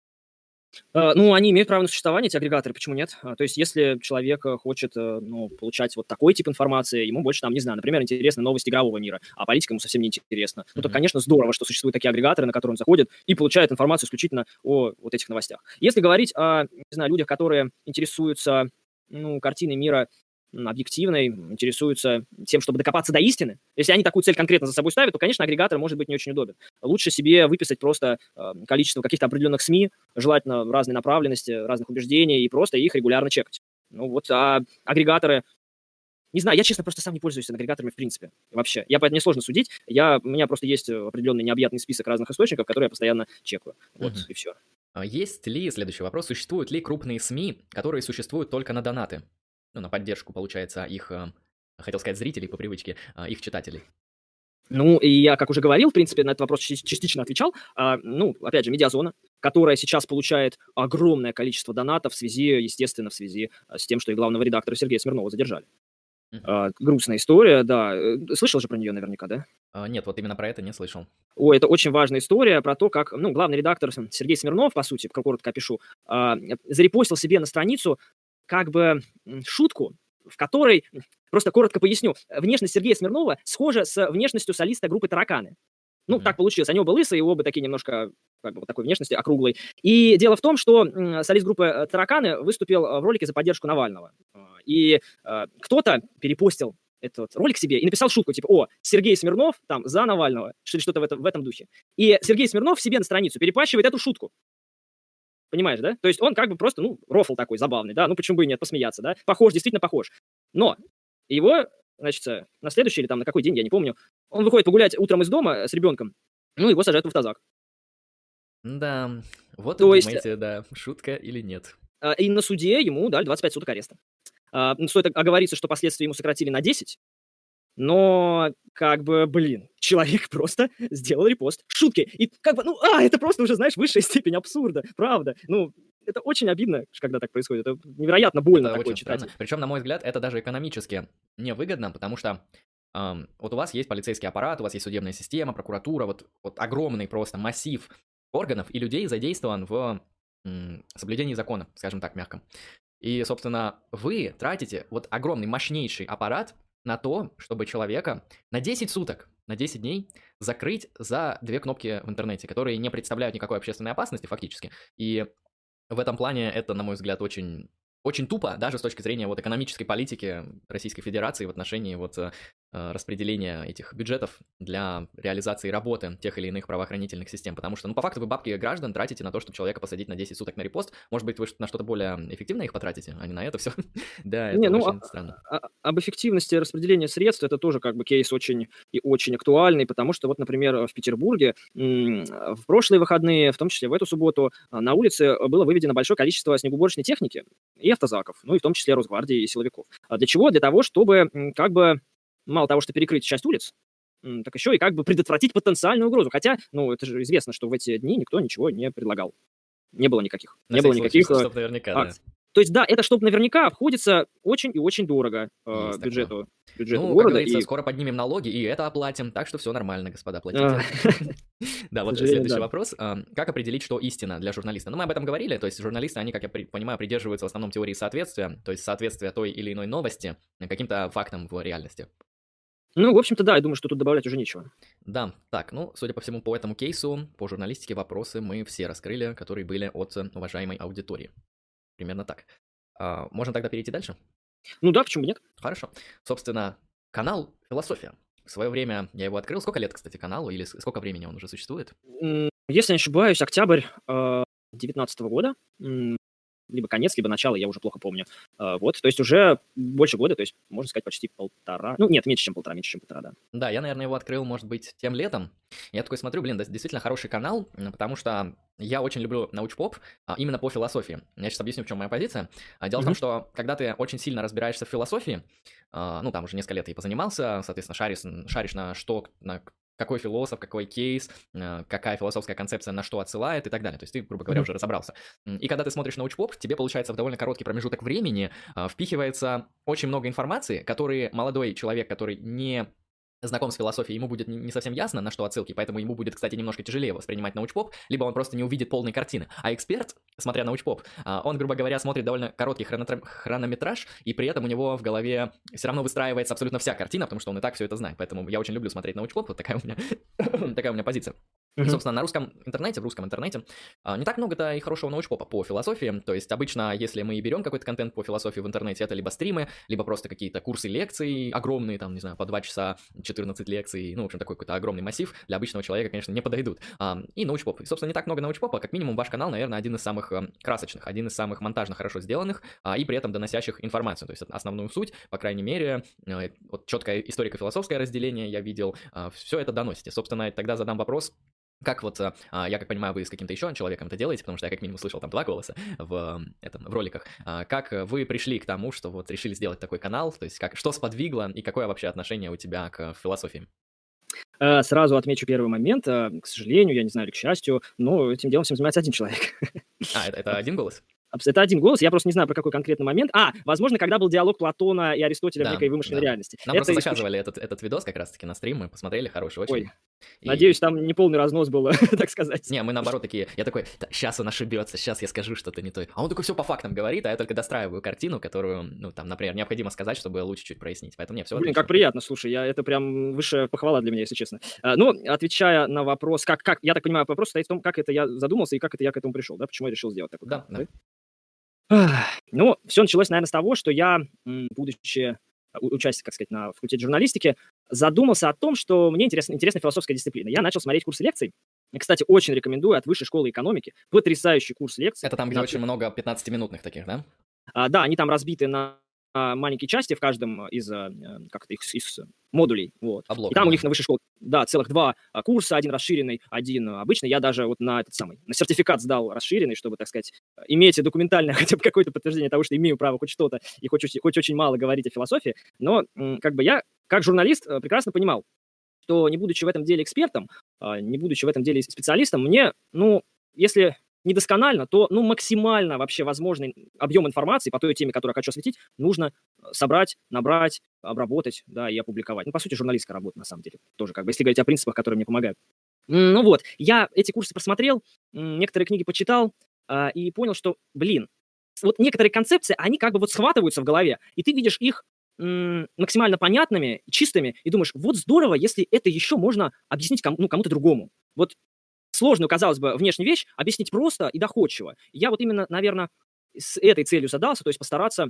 Ну, они имеют право на существование, эти агрегаторы, почему нет? То есть, если человек хочет, получать вот такой тип информации, ему больше, там, не знаю, например, интересны новости игрового мира, а политика ему совсем не интересна. Ну, то, конечно, здорово, что существуют такие агрегаторы, на которые он заходит и получает информацию исключительно о вот этих новостях. Если говорить о, не знаю, людях, которые интересуются, картиной мира объективной, интересуются тем, чтобы докопаться до истины. Если они такую цель конкретно за собой ставят, то, конечно, агрегатор может быть не очень удобен. Лучше себе выписать просто количество каких-то определенных СМИ, желательно разной направленности, разных убеждений, и просто их регулярно чекать. Ну вот, а агрегаторы... Не знаю, я, честно, просто сам не пользуюсь агрегаторами в принципе. Вообще. Мне сложно судить. У меня просто есть определенный необъятный список разных источников, которые я постоянно чекаю. Вот, и все. Есть ли, следующий вопрос, существуют ли крупные СМИ, которые существуют только на донаты? Ну, на поддержку, получается, их, хотел сказать, зрителей по привычке, их читателей. Ну, и я, как уже говорил, в принципе, на этот вопрос частично отвечал. Опять же, Медиазона, которая сейчас получает огромное количество донатов естественно, в связи с тем, что и главного редактора Сергея Смирнова задержали. Грустная история, да. Слышал же про нее наверняка, да? Нет, вот именно про это не слышал. Это очень важная история про то, как, главный редактор Сергей Смирнов, по сути, коротко опишу, зарепостил себе на страницу как бы шутку, в которой, просто коротко поясню, внешность Сергея Смирнова схожа с внешностью солиста группы «Тараканы». Так получилось. Они оба лысые, и оба такие немножко, как бы, вот такой внешности, округлой. И дело в том, что солист группы «Тараканы» выступил в ролике за поддержку Навального. И кто-то перепостил этот ролик себе и написал шутку, типа, о, Сергей Смирнов там за Навального, что-то в этом духе. И Сергей Смирнов себе на страницу перепащивает эту шутку. Понимаешь, да? То есть он как бы просто, ну, рофл такой забавный, да, ну почему бы и нет, посмеяться, да? Похож, действительно похож. Но его, значит, на следующий или там на какой день, я не помню, он выходит погулять утром из дома с ребенком, ну, его сажают в автозак. Да, вот и То есть, думаете, да, шутка или нет. и на суде ему дали 25 суток ареста. Стоит оговориться, что последствия ему сократили на 10, но, как бы, блин, человек просто сделал репост шутки. И как бы, ну, это просто уже, знаешь, высшая степень абсурда, правда. Ну, это очень обидно, когда так происходит. Это невероятно больно Это такое очень читать. странно. Причем, на мой взгляд, это даже экономически невыгодно, потому что вот у вас есть полицейский аппарат, у вас есть судебная система, прокуратура, вот огромный просто массив органов и людей задействован в соблюдении закона, скажем так, мягко. И, собственно, вы тратите вот огромный, мощнейший аппарат на то, чтобы человека на 10 суток, на 10 дней закрыть за 2 кнопки в интернете, которые не представляют никакой общественной опасности фактически. И в этом плане это, на мой взгляд, очень, очень тупо, даже с точки зрения вот экономической политики Российской Федерации в отношении вот распределения этих бюджетов для реализации работы тех или иных правоохранительных систем. Потому что, ну, по факту вы бабки граждан тратите на то, чтобы человека посадить на 10 суток на репост. Может быть, вы на что-то более эффективное их потратите, а не на это все. Да, Не, это ну, очень странно. об эффективности распределения средств это тоже как бы кейс очень и очень актуальный, потому что вот, например, в Петербурге в прошлые выходные, в том числе в эту субботу, на улице было выведено большое количество снегоуборочной техники и автозаков, ну и в том числе Росгвардии и силовиков. Для чего? Для того, чтобы как бы мало того, что перекрыть часть улиц, так еще и как бы предотвратить потенциальную угрозу. Хотя, ну, это же известно, что в эти дни никто ничего не предлагал. Не было никаких. На Не было всякий случай, никаких чтобы наверняка, да. акций. То есть, да, это чтобы наверняка обходится очень и очень дорого Есть такое. бюджету Ну, как города. говорится, И, скоро поднимем налоги, и это оплатим, так что все нормально, господа, а, платите. Да, к вот сожалению, следующий да. вопрос. Как определить, что истина для журналиста? Ну, мы об этом говорили, то есть журналисты, они, как я понимаю, придерживаются в основном теории соответствия, то есть соответствия той или иной новости каким-то фактам в реальности. Ну, в общем-то, да, я думаю, что тут добавлять уже нечего. Да, так, ну, судя по всему, по этому кейсу, по журналистике вопросы мы все раскрыли, которые были от уважаемой аудитории. Примерно так. Можно тогда перейти дальше? Ну да, почему бы нет? Хорошо. Собственно, канал «Философия». В свое время я его открыл. Сколько лет, кстати, каналу? Или сколько времени он уже существует? Если не ошибаюсь, октябрь 2019 года. Либо конец, либо начало, я уже плохо помню. Вот, то есть уже больше года, то есть, можно сказать, почти полтора. Ну, нет, меньше, чем полтора, да. Да, я, наверное, его открыл, может быть, тем летом. Я такой смотрю, блин, да, действительно хороший канал, потому что я очень люблю научпоп именно по философии. Я сейчас объясню, в чем моя позиция. Дело в том, что когда ты очень сильно разбираешься в философии, ну, там уже несколько лет и позанимался, соответственно, шаришь на что, на какой философ, какой кейс, какая философская концепция на что отсылает и так далее. То есть ты, грубо говоря, уже разобрался. И когда ты смотришь научпоп, тебе, получается, в довольно короткий промежуток времени впихивается очень много информации, которые молодой человек, который не знаком с философией, ему будет не совсем ясно, на что отсылки, поэтому ему будет, кстати, немножко тяжелее воспринимать научпоп, либо он просто не увидит полной картины. А эксперт, смотря научпоп, он, грубо говоря, смотрит довольно короткий хронометраж, и при этом у него в голове все равно выстраивается абсолютно вся картина, потому что он и так все это знает. Поэтому я очень люблю смотреть научпоп, вот такая у меня позиция. И, собственно, в русском интернете не так много-то и хорошего научпопа по философии. То есть обычно, если мы берем какой-то контент по философии в интернете, это либо стримы, либо просто какие-то курсы лекций огромные, там, не знаю, по 2 часа, 14 лекций, ну, в общем, такой какой-то огромный массив, для обычного человека, конечно, не подойдут. И научпоп. И, собственно, не так много научпопа, как минимум ваш канал, наверное, один из самых красочных, один из самых монтажно хорошо сделанных, и при этом доносящих информацию, то есть основную суть, по крайней мере, вот четкое историко-философское разделение я видел, все это доносите. Собственно, тогда задам вопрос. Как вот, я как понимаю, вы с каким-то еще человеком это делаете, потому что я как минимум слышал там 2 голоса в роликах. Как вы пришли к тому, что вот решили сделать такой канал, то есть что сподвигло и какое вообще отношение у тебя к философии? Сразу отмечу первый момент. К сожалению, я не знаю, или к счастью, но этим делом всем занимается один человек. Это один голос? Это один голос, я просто не знаю, про какой конкретный момент. Возможно, когда был диалог Платона и Аристотеля в некой вымышленной реальности. Нам просто заказывали этот видос как раз-таки на стрим, мы посмотрели, хороший очень. Ой, надеюсь, там не полный разнос был, так сказать. Не, мы наоборот такие, я такой, сейчас он ошибется, сейчас я скажу что-то не то. А он такой все по фактам говорит, а я только достраиваю картину, которую, ну, там, например, необходимо сказать, чтобы лучше чуть прояснить. Поэтому нет, все Блин, отлично. как приятно, слушай, это прям высшая похвала для меня, если честно. Ну, отвечая на вопрос, как, я так понимаю, вопрос стоит в том, как это я задумался и как это я к этому пришел, да, почему я решил сделать такое. Да. Ну, все началось, наверное, с того, что я, будучи участие, как сказать, на факультете журналистики, задумался о том, что мне интересна философская дисциплина. Я начал смотреть курсы лекций. И, кстати, очень рекомендую от Высшей школы экономики. Потрясающий курс лекций. Это там, где очень много 15-минутных таких, да? Да, они там разбиты на маленькие части в каждом из модулей. Вот. И там у них на высшей школе, да, целых 2 курса, один расширенный, один обычный. Я даже вот на сертификат сдал расширенный, чтобы, так сказать, иметь документальное хотя бы какое-то подтверждение того, что имею право хоть что-то и хоть очень мало говорить о философии. Но как бы я, как журналист, прекрасно понимал, что не будучи в этом деле экспертом, не будучи в этом деле специалистом, мне, если недосконально, то максимально вообще возможный объем информации по той теме, которую я хочу осветить, нужно собрать, набрать, обработать, да, и опубликовать. По сути, журналистская работа, на самом деле, тоже, как бы, если говорить о принципах, которые мне помогают. Я эти курсы просмотрел, некоторые книги почитал, и понял, что, вот некоторые концепции, они как бы вот схватываются в голове, и ты видишь их максимально понятными, чистыми, и думаешь, вот здорово, если это еще можно объяснить кому-то другому. Вот сложную, казалось бы, внешнюю вещь объяснить просто и доходчиво. Я вот именно, наверное, с этой целью задался, то есть постараться,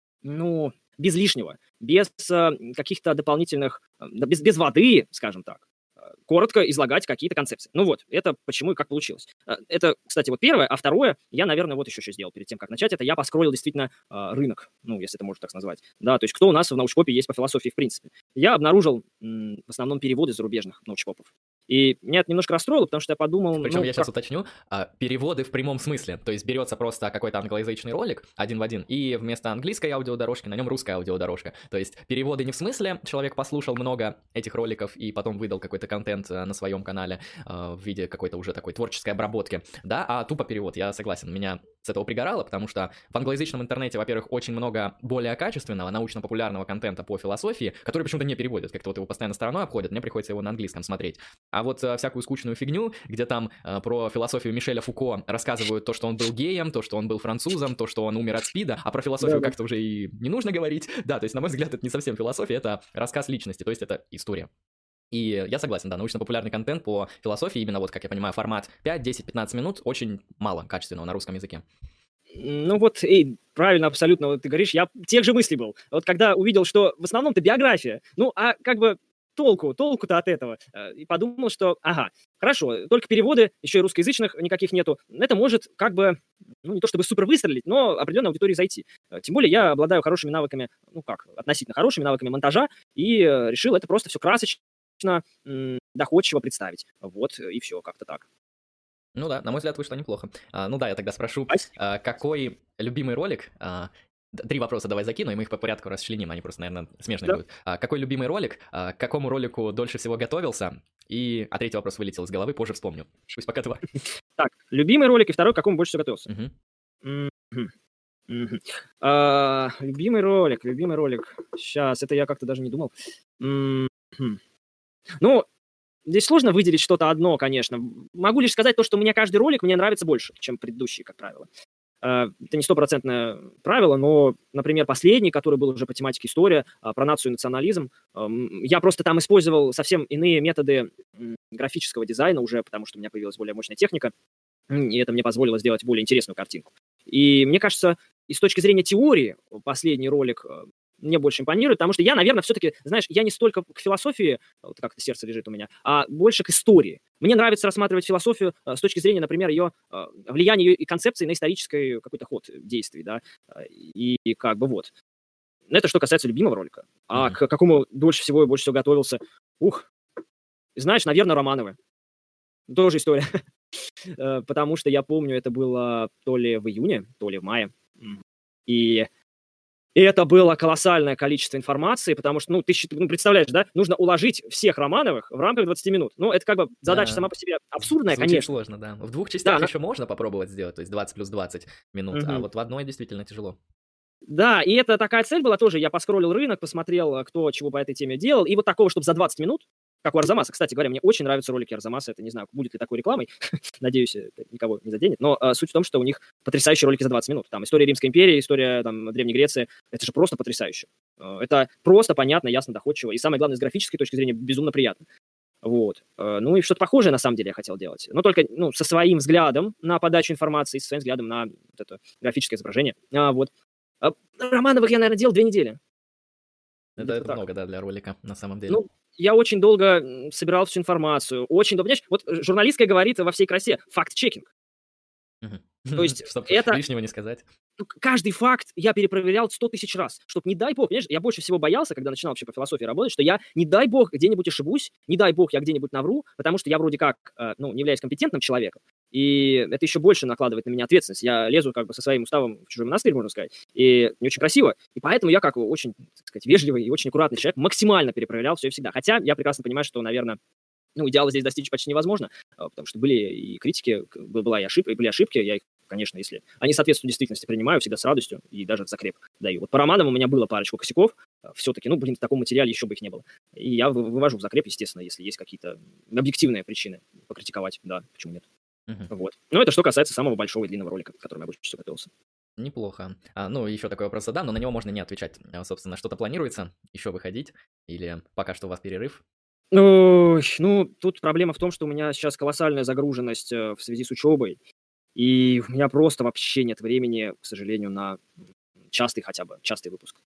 без лишнего, без каких-то дополнительных, без воды, скажем так, коротко излагать какие-то концепции. Это почему и как получилось. Это, кстати, вот первое. А второе, я, наверное, вот еще что сделал перед тем, как начать, это я поскроллил действительно рынок, если это можно так назвать. Да, то есть кто у нас в научпопе есть по философии в принципе. Я обнаружил в основном переводы зарубежных научпопов. И меня это немножко расстроило, потому что я подумал... Причем я сейчас уточню, переводы в прямом смысле. То есть берется просто какой-то англоязычный ролик один в один, и вместо английской аудиодорожки на нем русская аудиодорожка. То есть переводы не в смысле человек послушал много этих роликов и потом выдал какой-то контент на своем канале в виде какой-то уже такой творческой обработки, да, а тупо перевод. Я согласен, меня с этого пригорало, потому что в англоязычном интернете, во-первых, очень много более качественного, научно-популярного контента по философии, который почему-то не переводят, как-то вот его постоянно стороной обходят, мне приходится его на английском смотреть. А вот всякую скучную фигню, где там про философию Мишеля Фуко рассказывают то, что он был геем, то, что он был французом, то, что он умер от СПИДа, а про философию как-то уже и не нужно говорить. Да, то есть, на мой взгляд, это не совсем философия, это рассказ личности, то есть это история. И я согласен, да, научно-популярный контент по философии, именно вот, как я понимаю, формат 5, 10, 15 минут, очень мало качественного на русском языке. Правильно, абсолютно, вот ты говоришь, я тех же мыслей был. Вот когда увидел, что в основном-то биография, как бы толку-то от этого. И подумал, что, хорошо, только переводы, еще и русскоязычных никаких нету. Это может как бы, не то чтобы супер выстрелить, но определенной аудитории зайти. Тем более я обладаю хорошими навыками, относительно хорошими навыками монтажа, и решил это просто все красочно, доходчиво представить. Вот, и все, как-то так. Ну да, на мой взгляд, вышло неплохо. Я тогда спрошу, какой любимый ролик... 3 вопроса давай закину, и мы их по порядку расчленим, они просто, наверное, смешные будут. Какой любимый ролик, к какому ролику дольше всего готовился, и 3-й вопрос вылетел из головы, позже вспомню. Пусть пока 2. Так, любимый ролик, и второй, к какому больше всего готовился. Любимый ролик. Сейчас, это я как-то даже не думал. Здесь сложно выделить что-то одно, конечно. Могу лишь сказать то, что мне каждый ролик мне нравится больше, чем предыдущий, как правило. Это не стопроцентное правило, но, например, последний, который был уже по тематике история, про нацию и национализм, я просто там использовал совсем иные методы графического дизайна уже, потому что у меня появилась более мощная техника, и это мне позволило сделать более интересную картинку. И мне кажется, и с точки зрения теории, последний ролик мне больше импонирует, потому что я, наверное, все-таки, знаешь, я не столько к философии, вот как-то сердце лежит у меня, а больше к истории. Мне нравится рассматривать философию с точки зрения, например, ее влияния ее и концепции на исторический какой-то ход действий, да, и как бы вот. Это что касается любимого ролика. А к какому больше всего готовился? Знаешь, наверное, Романовы. Тоже история. Потому что я помню, это было то ли в июне, то ли в мае. И это было колоссальное количество информации, потому что, ты представляешь, да, нужно уложить всех Романовых в рамках 20 минут. Это как бы задача сама по себе абсурдная, звучит конечно. Сложно, да. В 2 частях еще можно попробовать сделать, то есть 20 плюс 20 минут, а вот в одной действительно тяжело. Да, и это такая цель была тоже. Я поскроллил рынок, посмотрел, кто чего по этой теме делал, и вот такого, чтобы за 20 минут, как у Арзамаса. Кстати говоря, мне очень нравятся ролики Арзамаса. Это не знаю, будет ли такой рекламой. Надеюсь, это никого не заденет. Но суть в том, что у них потрясающие ролики за 20 минут. Там история Римской империи, история Древней Греции. Это же просто потрясающе. Это просто понятно, ясно, доходчиво. И самое главное, с графической точки зрения, безумно приятно. Вот. И что-то похожее, на самом деле, я хотел делать. Но только со своим взглядом на подачу информации, со своим взглядом на вот это графическое изображение. Вот. Романовых я, наверное, делал 2 недели. Это Где-то это так. много, да, для ролика на самом деле. Ну, я очень долго собирал всю информацию, очень долго. Понимаешь, вот журналистская говорит во всей красе факт-чекинг. Мгм. То есть Чтоб это лишнего не сказать. ну, каждый факт я перепроверял 100 тысяч раз, чтоб, не дай бог, понимаешь, я больше всего боялся, когда начинал вообще по философии работать, что я, не дай бог, где-нибудь ошибусь, не дай бог, я где-нибудь навру, потому что я вроде как, ну, не являюсь компетентным человеком, и это еще больше накладывает на меня ответственность. Я лезу как бы со своим уставом в чужой монастырь, можно сказать, и не очень красиво. И поэтому я как очень, так сказать, вежливый и очень аккуратный человек максимально перепроверял все и всегда. Хотя я прекрасно понимаю, что, наверное, ну, идеала здесь достичь почти невозможно, потому что были и критики, была и ошибка, и были ошибки, я их, конечно, если они соответствуют действительности, принимаю всегда с радостью и даже в закреп даю. Вот по романам у меня было парочку косяков, все-таки, ну, блин, в таком материале еще бы их не было. И я вывожу в закреп, естественно, если есть какие-то объективные причины покритиковать, да, почему нет. Мгм. Вот. Но это что касается самого большого и длинного ролика, к которому я больше всего готовился. Неплохо. Ну, еще такой вопрос задам, но на него можно не отвечать. Собственно, что-то планируется еще выходить? Или пока что у вас перерыв? Ой, ну, тут проблема в том, что у меня сейчас колоссальная загруженность в связи с учебой, и у меня просто вообще нет времени, к сожалению, на частый выпуск.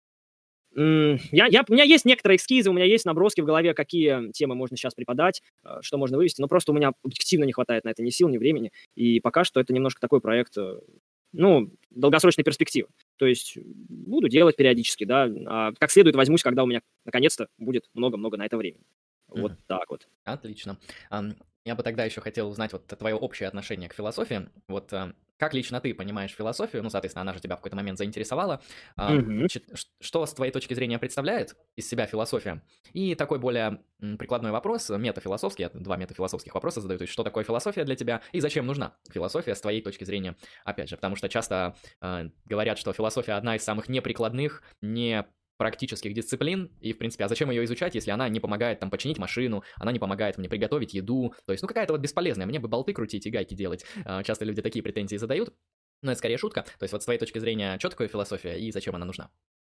У меня есть некоторые эскизы, у меня есть наброски в голове, какие темы можно сейчас преподать, что можно вывести, но просто у меня объективно не хватает на это ни сил, ни времени, и пока что это немножко такой проект, ну, долгосрочной перспективы. То есть буду делать периодически, да, а как следует возьмусь, когда у меня наконец-то будет много-много на это времени. Вот Мгм. так вот. Отлично. Я бы тогда еще хотел узнать вот твое общее отношение к философии. Вот как лично ты понимаешь философию? Ну, соответственно, она же тебя в какой-то момент заинтересовала. Мгм. Что с твоей точки зрения представляет из себя философия? И такой более прикладной вопрос, метафилософский, я два метафилософских вопроса задаю. То есть, что такое философия для тебя и зачем нужна философия с твоей точки зрения? Опять же, потому что часто говорят, что философия одна из самых неприкладных, не практических дисциплин, и, в принципе, а зачем ее изучать, если она не помогает там починить машину, она не помогает мне приготовить еду, то есть, ну, какая-то вот бесполезная, мне бы болты крутить и гайки делать. Часто люди такие претензии задают, но это скорее шутка. То есть, вот с твоей точки зрения, что такое философия и зачем она нужна?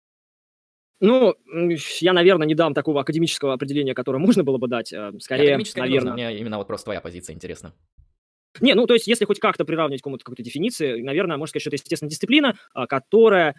Ну, я, наверное, не дам такого академического определения, которое можно было бы дать. Не, Скорее, академическое не нужно, наверное. мне именно вот просто твоя позиция интересна. Не, ну, то есть, если хоть как-то приравнивать к какой-то дефиниции, наверное, можно сказать, что это, естественно, дисциплина, которая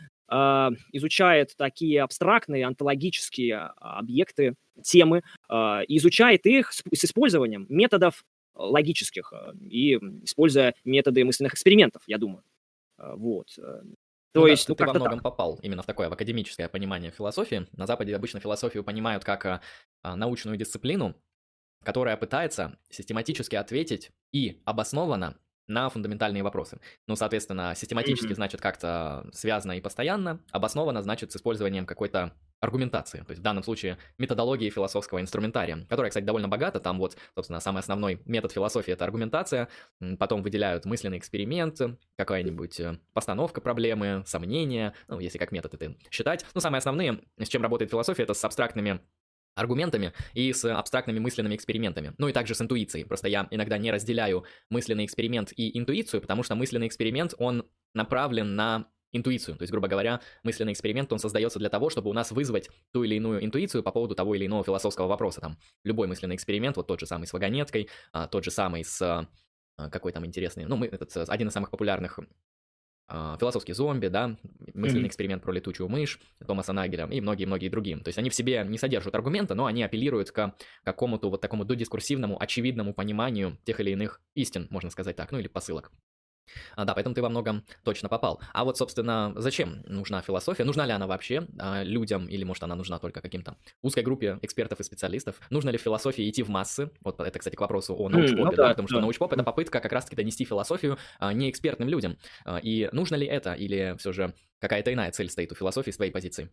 изучает такие абстрактные, онтологические объекты, темы, изучает их с использованием методов логических и используя методы мысленных экспериментов, я думаю. Вот. Ну То да, есть, ты, ну, ты во как-то многом так. попал именно в такое в академическое понимание философии. На Западе обычно философию понимают как научную дисциплину, которая пытается систематически ответить и обоснованно на фундаментальные вопросы. Ну, соответственно, систематически Мгм. значит как-то связано и постоянно, обоснованно значит с использованием какой-то аргументации, то есть в данном случае методологии философского инструментария, которая, кстати, довольно богата, там вот, собственно, самый основной метод философии – это аргументация, потом выделяют мысленный эксперимент, какая-нибудь постановка проблемы, сомнения, ну, если как метод это считать. Ну, самые основные, с чем работает философия, это с абстрактными аргументами и с абстрактными мысленными экспериментами. Ну и также с интуицией. Просто я иногда не разделяю мысленный эксперимент и интуицию, потому что мысленный эксперимент, он направлен на интуицию. То есть, грубо говоря, мысленный эксперимент, он создается для того, чтобы у нас вызвать ту или иную интуицию по поводу того или иного философского вопроса. Там любой мысленный эксперимент, вот тот же самый с вагонеткой, тот же самый с какой там интересный, ну, один из самых популярных философский зомби, да, мысленный Мгм. эксперимент про летучую мышь Томаса Нагеля и многие-многие другие. То есть они в себе не содержат аргумента, но они апеллируют к какому-то вот такому додискурсивному, очевидному пониманию тех или иных истин, можно сказать так, ну или посылок. Да, поэтому ты во многом точно попал. А вот, собственно, зачем нужна философия? Нужна ли она вообще людям, или, может, она нужна только каким-то узкой группе экспертов и специалистов? Нужно ли в философии идти в массы? Вот это, кстати, к вопросу о Ну научпопе, да, да, потому что да. научпоп– это попытка как раз-таки донести философию неэкспертным людям. И нужно ли это, или все же какая-то иная цель стоит у философии с твоей позиции?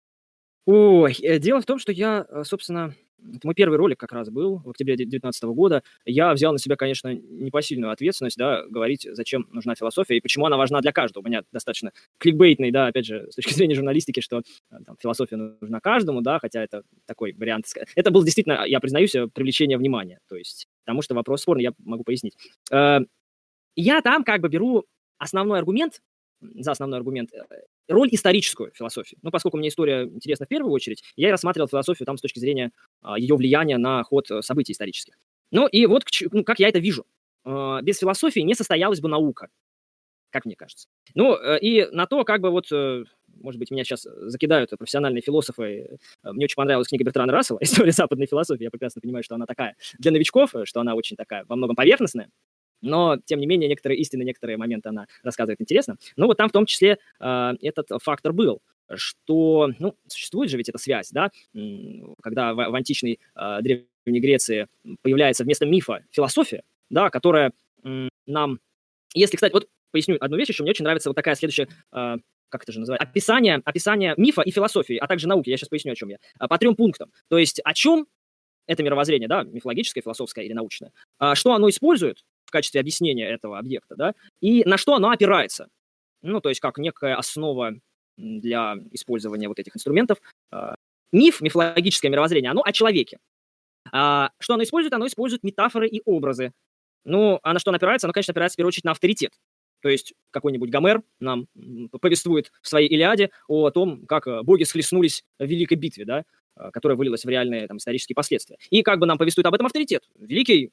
Ой, дело в том, что я, собственно, это мой первый ролик как раз был в октябре 2019 года. Я взял на себя, конечно, непосильную ответственность, да, говорить, зачем нужна философия и почему она важна для каждого. У меня достаточно кликбейтный, да, опять же, с точки зрения журналистики, что там, философия нужна каждому, да, хотя это такой вариант. Это был действительно, я признаюсь, привлечение внимания. То есть, потому что вопрос спорный, я могу пояснить. Э, Я там как бы беру основной аргумент, за основной аргумент, роль историческую философии. Ну, поскольку мне история интересна в первую очередь, я и рассматривал философию там с точки зрения ее влияния на ход событий исторических. Ну, и вот как я это вижу. Без философии не состоялась бы наука. как мне кажется. Ну, и на то, как бы вот, может быть, меня сейчас закидают профессиональные философы. Мне очень понравилась книга Бертрана Рассела «История западной философии». Я прекрасно понимаю, что она такая для новичков, что она очень такая во многом поверхностная. Но, тем не менее, некоторые истины, некоторые моменты она рассказывает интересно. Но вот там в том числе этот фактор был, что, ну, существует же ведь эта связь, да, когда в античной Древней Греции появляется вместо мифа философия, да, которая нам... Если, кстати, вот поясню одну вещь еще, мне очень нравится вот такая следующая, как это же называется, описание мифа и философии, а также науки, я сейчас поясню, о чем я, по 3 пунктам. То есть о чем это мировоззрение, да, мифологическое, философское или научное, что оно использует в качестве объяснения этого объекта, да, и на что оно опирается. Ну, то есть как некая основа для использования вот этих инструментов. Миф, мифологическое мировоззрение, оно о человеке. Что оно использует? Оно использует метафоры и образы. Ну, а на что оно опирается? Оно, конечно, опирается в первую очередь на авторитет. То есть какой-нибудь Гомер нам повествует в своей Илиаде о том, как боги схлестнулись в великой битве, да, которая вылилась в реальные там, исторические последствия. И как бы нам повествует об этом авторитет. Великий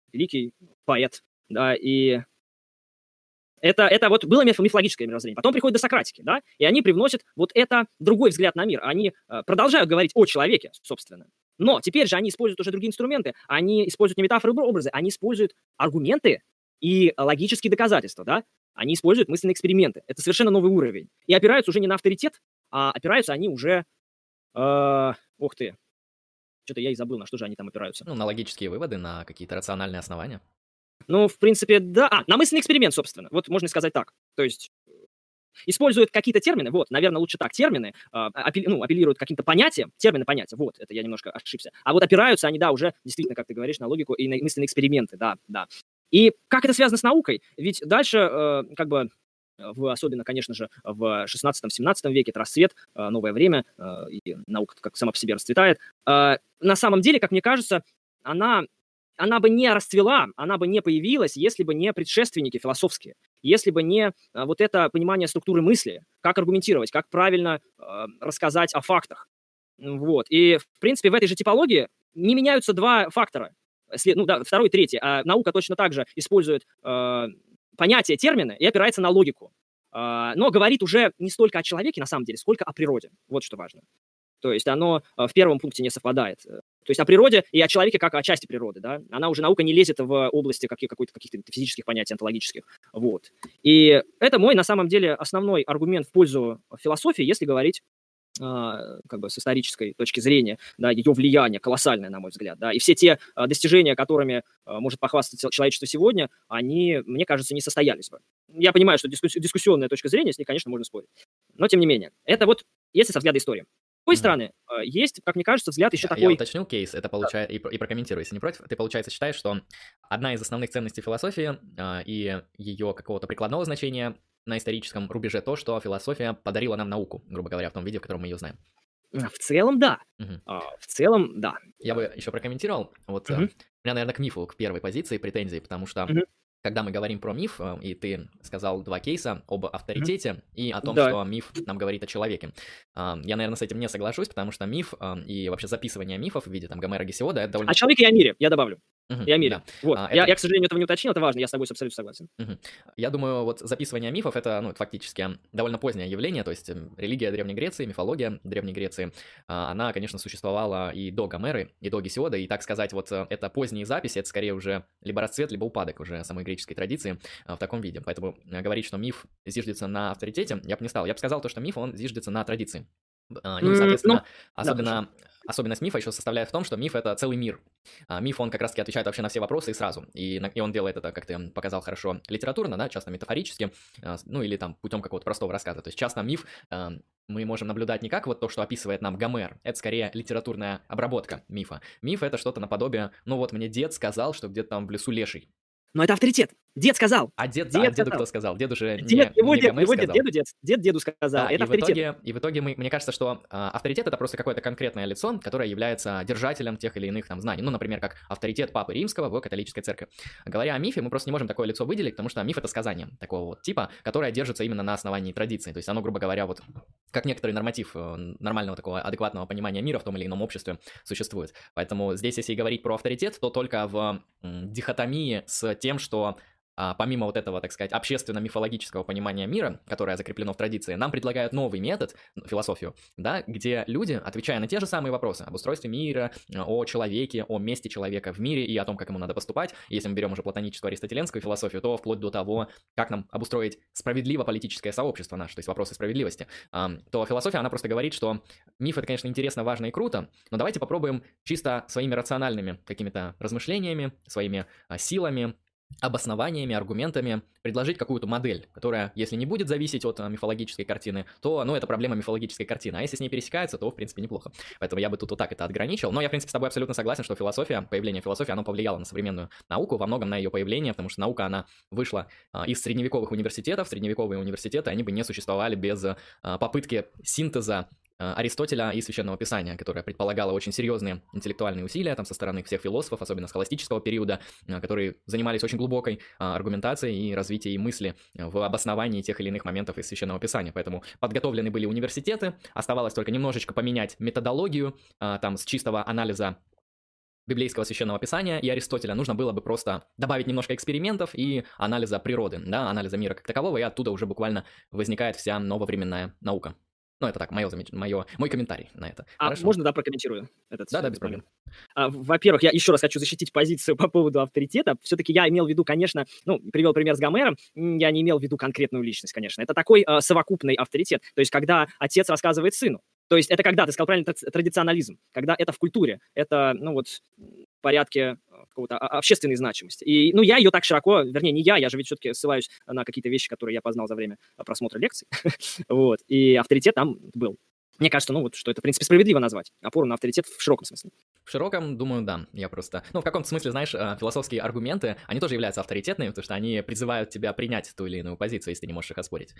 поэт, да, и это вот было мифологическое мировоззрение. Потом приходит до Сократики, да, и они привносят вот это другой взгляд на мир. Они продолжают говорить о человеке, собственно. Но теперь же они используют уже другие инструменты. Они используют не метафоры и образы, они используют аргументы и логические доказательства, да. Они используют мысленные эксперименты. Это совершенно новый уровень. И опираются уже не на авторитет, а опираются они уже... ух ты, что-то я и забыл, на что же они там опираются. Ну, на логические выводы, на какие-то рациональные основания. Ну, в принципе, да. На мысленный эксперимент, собственно. Вот можно сказать так. То есть используют какие-то термины, вот, наверное, лучше так, термины, апеллируют к каким-то понятиям, термины, понятия, вот, это я немножко ошибся. А вот опираются они, да, уже действительно, как ты говоришь, на логику и на мысленные эксперименты, да. И как это связано с наукой? Ведь дальше, особенно, конечно же, в 16-17 веке, это расцвет, новое время, и наука как сама по себе расцветает. На самом деле, как мне кажется, она бы не расцвела, она бы не появилась, если бы не предшественники философские, если бы не вот это понимание структуры мысли, как аргументировать, как правильно рассказать о фактах. Вот. И, в принципе, в этой же типологии не меняются 2 фактора. Второй, третий. А наука точно так же использует понятия, термины и опирается на логику. Но говорит уже не столько о человеке, на самом деле, сколько о природе. Вот что важно. То есть оно в первом пункте не совпадает. То есть о природе и о человеке как о части природы, да. Наука не лезет в области каких-то физических понятий, онтологических. Вот. И это мой, на самом деле, основной аргумент в пользу философии, если говорить как бы с исторической точки зрения, да, ее влияние колоссальное, на мой взгляд, да, и все те достижения, которыми может похвастаться человечество сегодня, они, мне кажется, не состоялись бы. Я понимаю, что дискуссионная точка зрения, с ней, конечно, можно спорить. Но, тем не менее, это вот если со взгляда истории. С другой стороны, есть, как мне кажется, взгляд еще такой... Я уточнил кейс, это получается, и прокомментирую, если не против. Ты, получается, считаешь, что одна из основных ценностей философии и ее какого-то прикладного значения на историческом рубеже то, что философия подарила нам науку, грубо говоря, в том виде, в котором мы ее знаем. В целом, да. В целом, да. Я бы еще прокомментировал. Вот у меня, наверное, к мифу, к первой позиции претензий, потому что когда мы говорим про миф, и ты сказал 2 кейса об авторитете и о том, что миф нам говорит о человеке. Я, наверное, с этим не соглашусь, потому что миф и вообще записывание мифов в виде там Гомера, Гесиода, это довольно... О человеке и о мире, я добавлю. И о мире. Да. Вот. Я, к сожалению, этого не уточнил, это важно, я с тобой абсолютно согласен. Я думаю, вот записывание мифов — это, фактически довольно позднее явление, то есть религия Древней Греции, мифология Древней Греции, она, конечно, существовала и до Гомеры, и до Гесиода, и, так сказать, вот это поздние записи, это скорее уже либо расцвет, либо упадок уже самой греческой традиции в таком виде. Поэтому говорить, что миф зиждется на авторитете, я бы не стал. Я бы сказал то, что миф, он зиждется на традиции. Ну, соответственно, особенность мифа еще составляет в том, что миф — это целый мир. Миф, он как раз-таки отвечает вообще на все вопросы и сразу. И он делает это, как ты показал хорошо, литературно, да, часто метафорически, ну или там путем какого-то простого рассказа. То есть часто миф мы можем наблюдать не как вот то, что описывает нам Гомер, это скорее литературная обработка мифа. Миф — это что-то наподобие, ну вот мне дед сказал, что где-то там в лесу леший. Но это авторитет. Дед сказал. А деду кто сказал? Дед уже не Гомер сказал. Дед деду сказал. Да, это авторитет. И в итоге мне кажется, что авторитет — это просто какое-то конкретное лицо, которое является держателем тех или иных там знаний. Ну, например, как авторитет Папы Римского в католической церкви. Говоря о мифе, мы просто не можем такое лицо выделить, потому что миф — это сказание такого вот типа, которое держится именно на основании традиции. То есть оно, грубо говоря, вот как некоторый норматив нормального такого адекватного понимания мира в том или ином обществе существует. Поэтому здесь, если говорить про авторитет, то только в дихотомии с тем, что помимо вот этого, так сказать, общественно-мифологического понимания мира, которое закреплено в традиции, нам предлагают новый метод, философию, да, где люди, отвечая на те же самые вопросы об устройстве мира, о человеке, о месте человека в мире и о том, как ему надо поступать, если мы берем уже платоническую аристотеленскую философию, то вплоть до того, как нам обустроить справедливо политическое сообщество наше, то есть вопросы справедливости, то философия, она просто говорит, что миф — это, конечно, интересно, важно и круто, но давайте попробуем чисто своими рациональными какими-то размышлениями, своими силами, обоснованиями, аргументами предложить какую-то модель, которая, если не будет зависеть от мифологической картины, то, это проблема мифологической картины, а если с ней пересекается, то, в принципе, неплохо. Поэтому я бы тут вот так это ограничил, но я, в принципе, с тобой абсолютно согласен, что появление философии, оно повлияло на современную науку, во многом на ее появление, потому что наука, она вышла из средневековых университетов, средневековые университеты, они бы не существовали без попытки синтеза Аристотеля и Священного Писания, которое предполагало очень серьезные интеллектуальные усилия там со стороны всех философов, особенно схоластического периода, которые занимались очень глубокой аргументацией и развитием мысли в обосновании тех или иных моментов из Священного Писания. Поэтому подготовлены были университеты, оставалось только немножечко поменять методологию, там с чистого анализа библейского Священного Писания и Аристотеля нужно было бы просто добавить немножко экспериментов и анализа природы, да, анализа мира как такового, и оттуда уже буквально возникает вся нововременная наука. Это так, мой комментарий на это. Хорошо. Можно, да, прокомментирую этот Да, без проблем. Во-первых, я еще раз хочу защитить позицию по поводу авторитета. Все-таки я имел в виду, конечно, привел пример с Гомером, я не имел в виду конкретную личность, конечно. Это такой совокупный авторитет. То есть, когда отец рассказывает сыну. То есть, это когда, ты сказал правильно, традиционализм. Когда это в культуре, это, в порядке какого-то общественной значимости. И, я ее так широко, вернее, не я же ведь все-таки ссылаюсь на какие-то вещи, которые я познал за время просмотра лекций. Вот. И авторитет там был. Мне кажется, что это, в принципе, справедливо назвать. Опору на авторитет в широком смысле. В широком, думаю, да. Я просто... в каком-то смысле, знаешь, философские аргументы, они тоже являются авторитетными, потому что они призывают тебя принять ту или иную позицию, если ты не можешь их оспорить.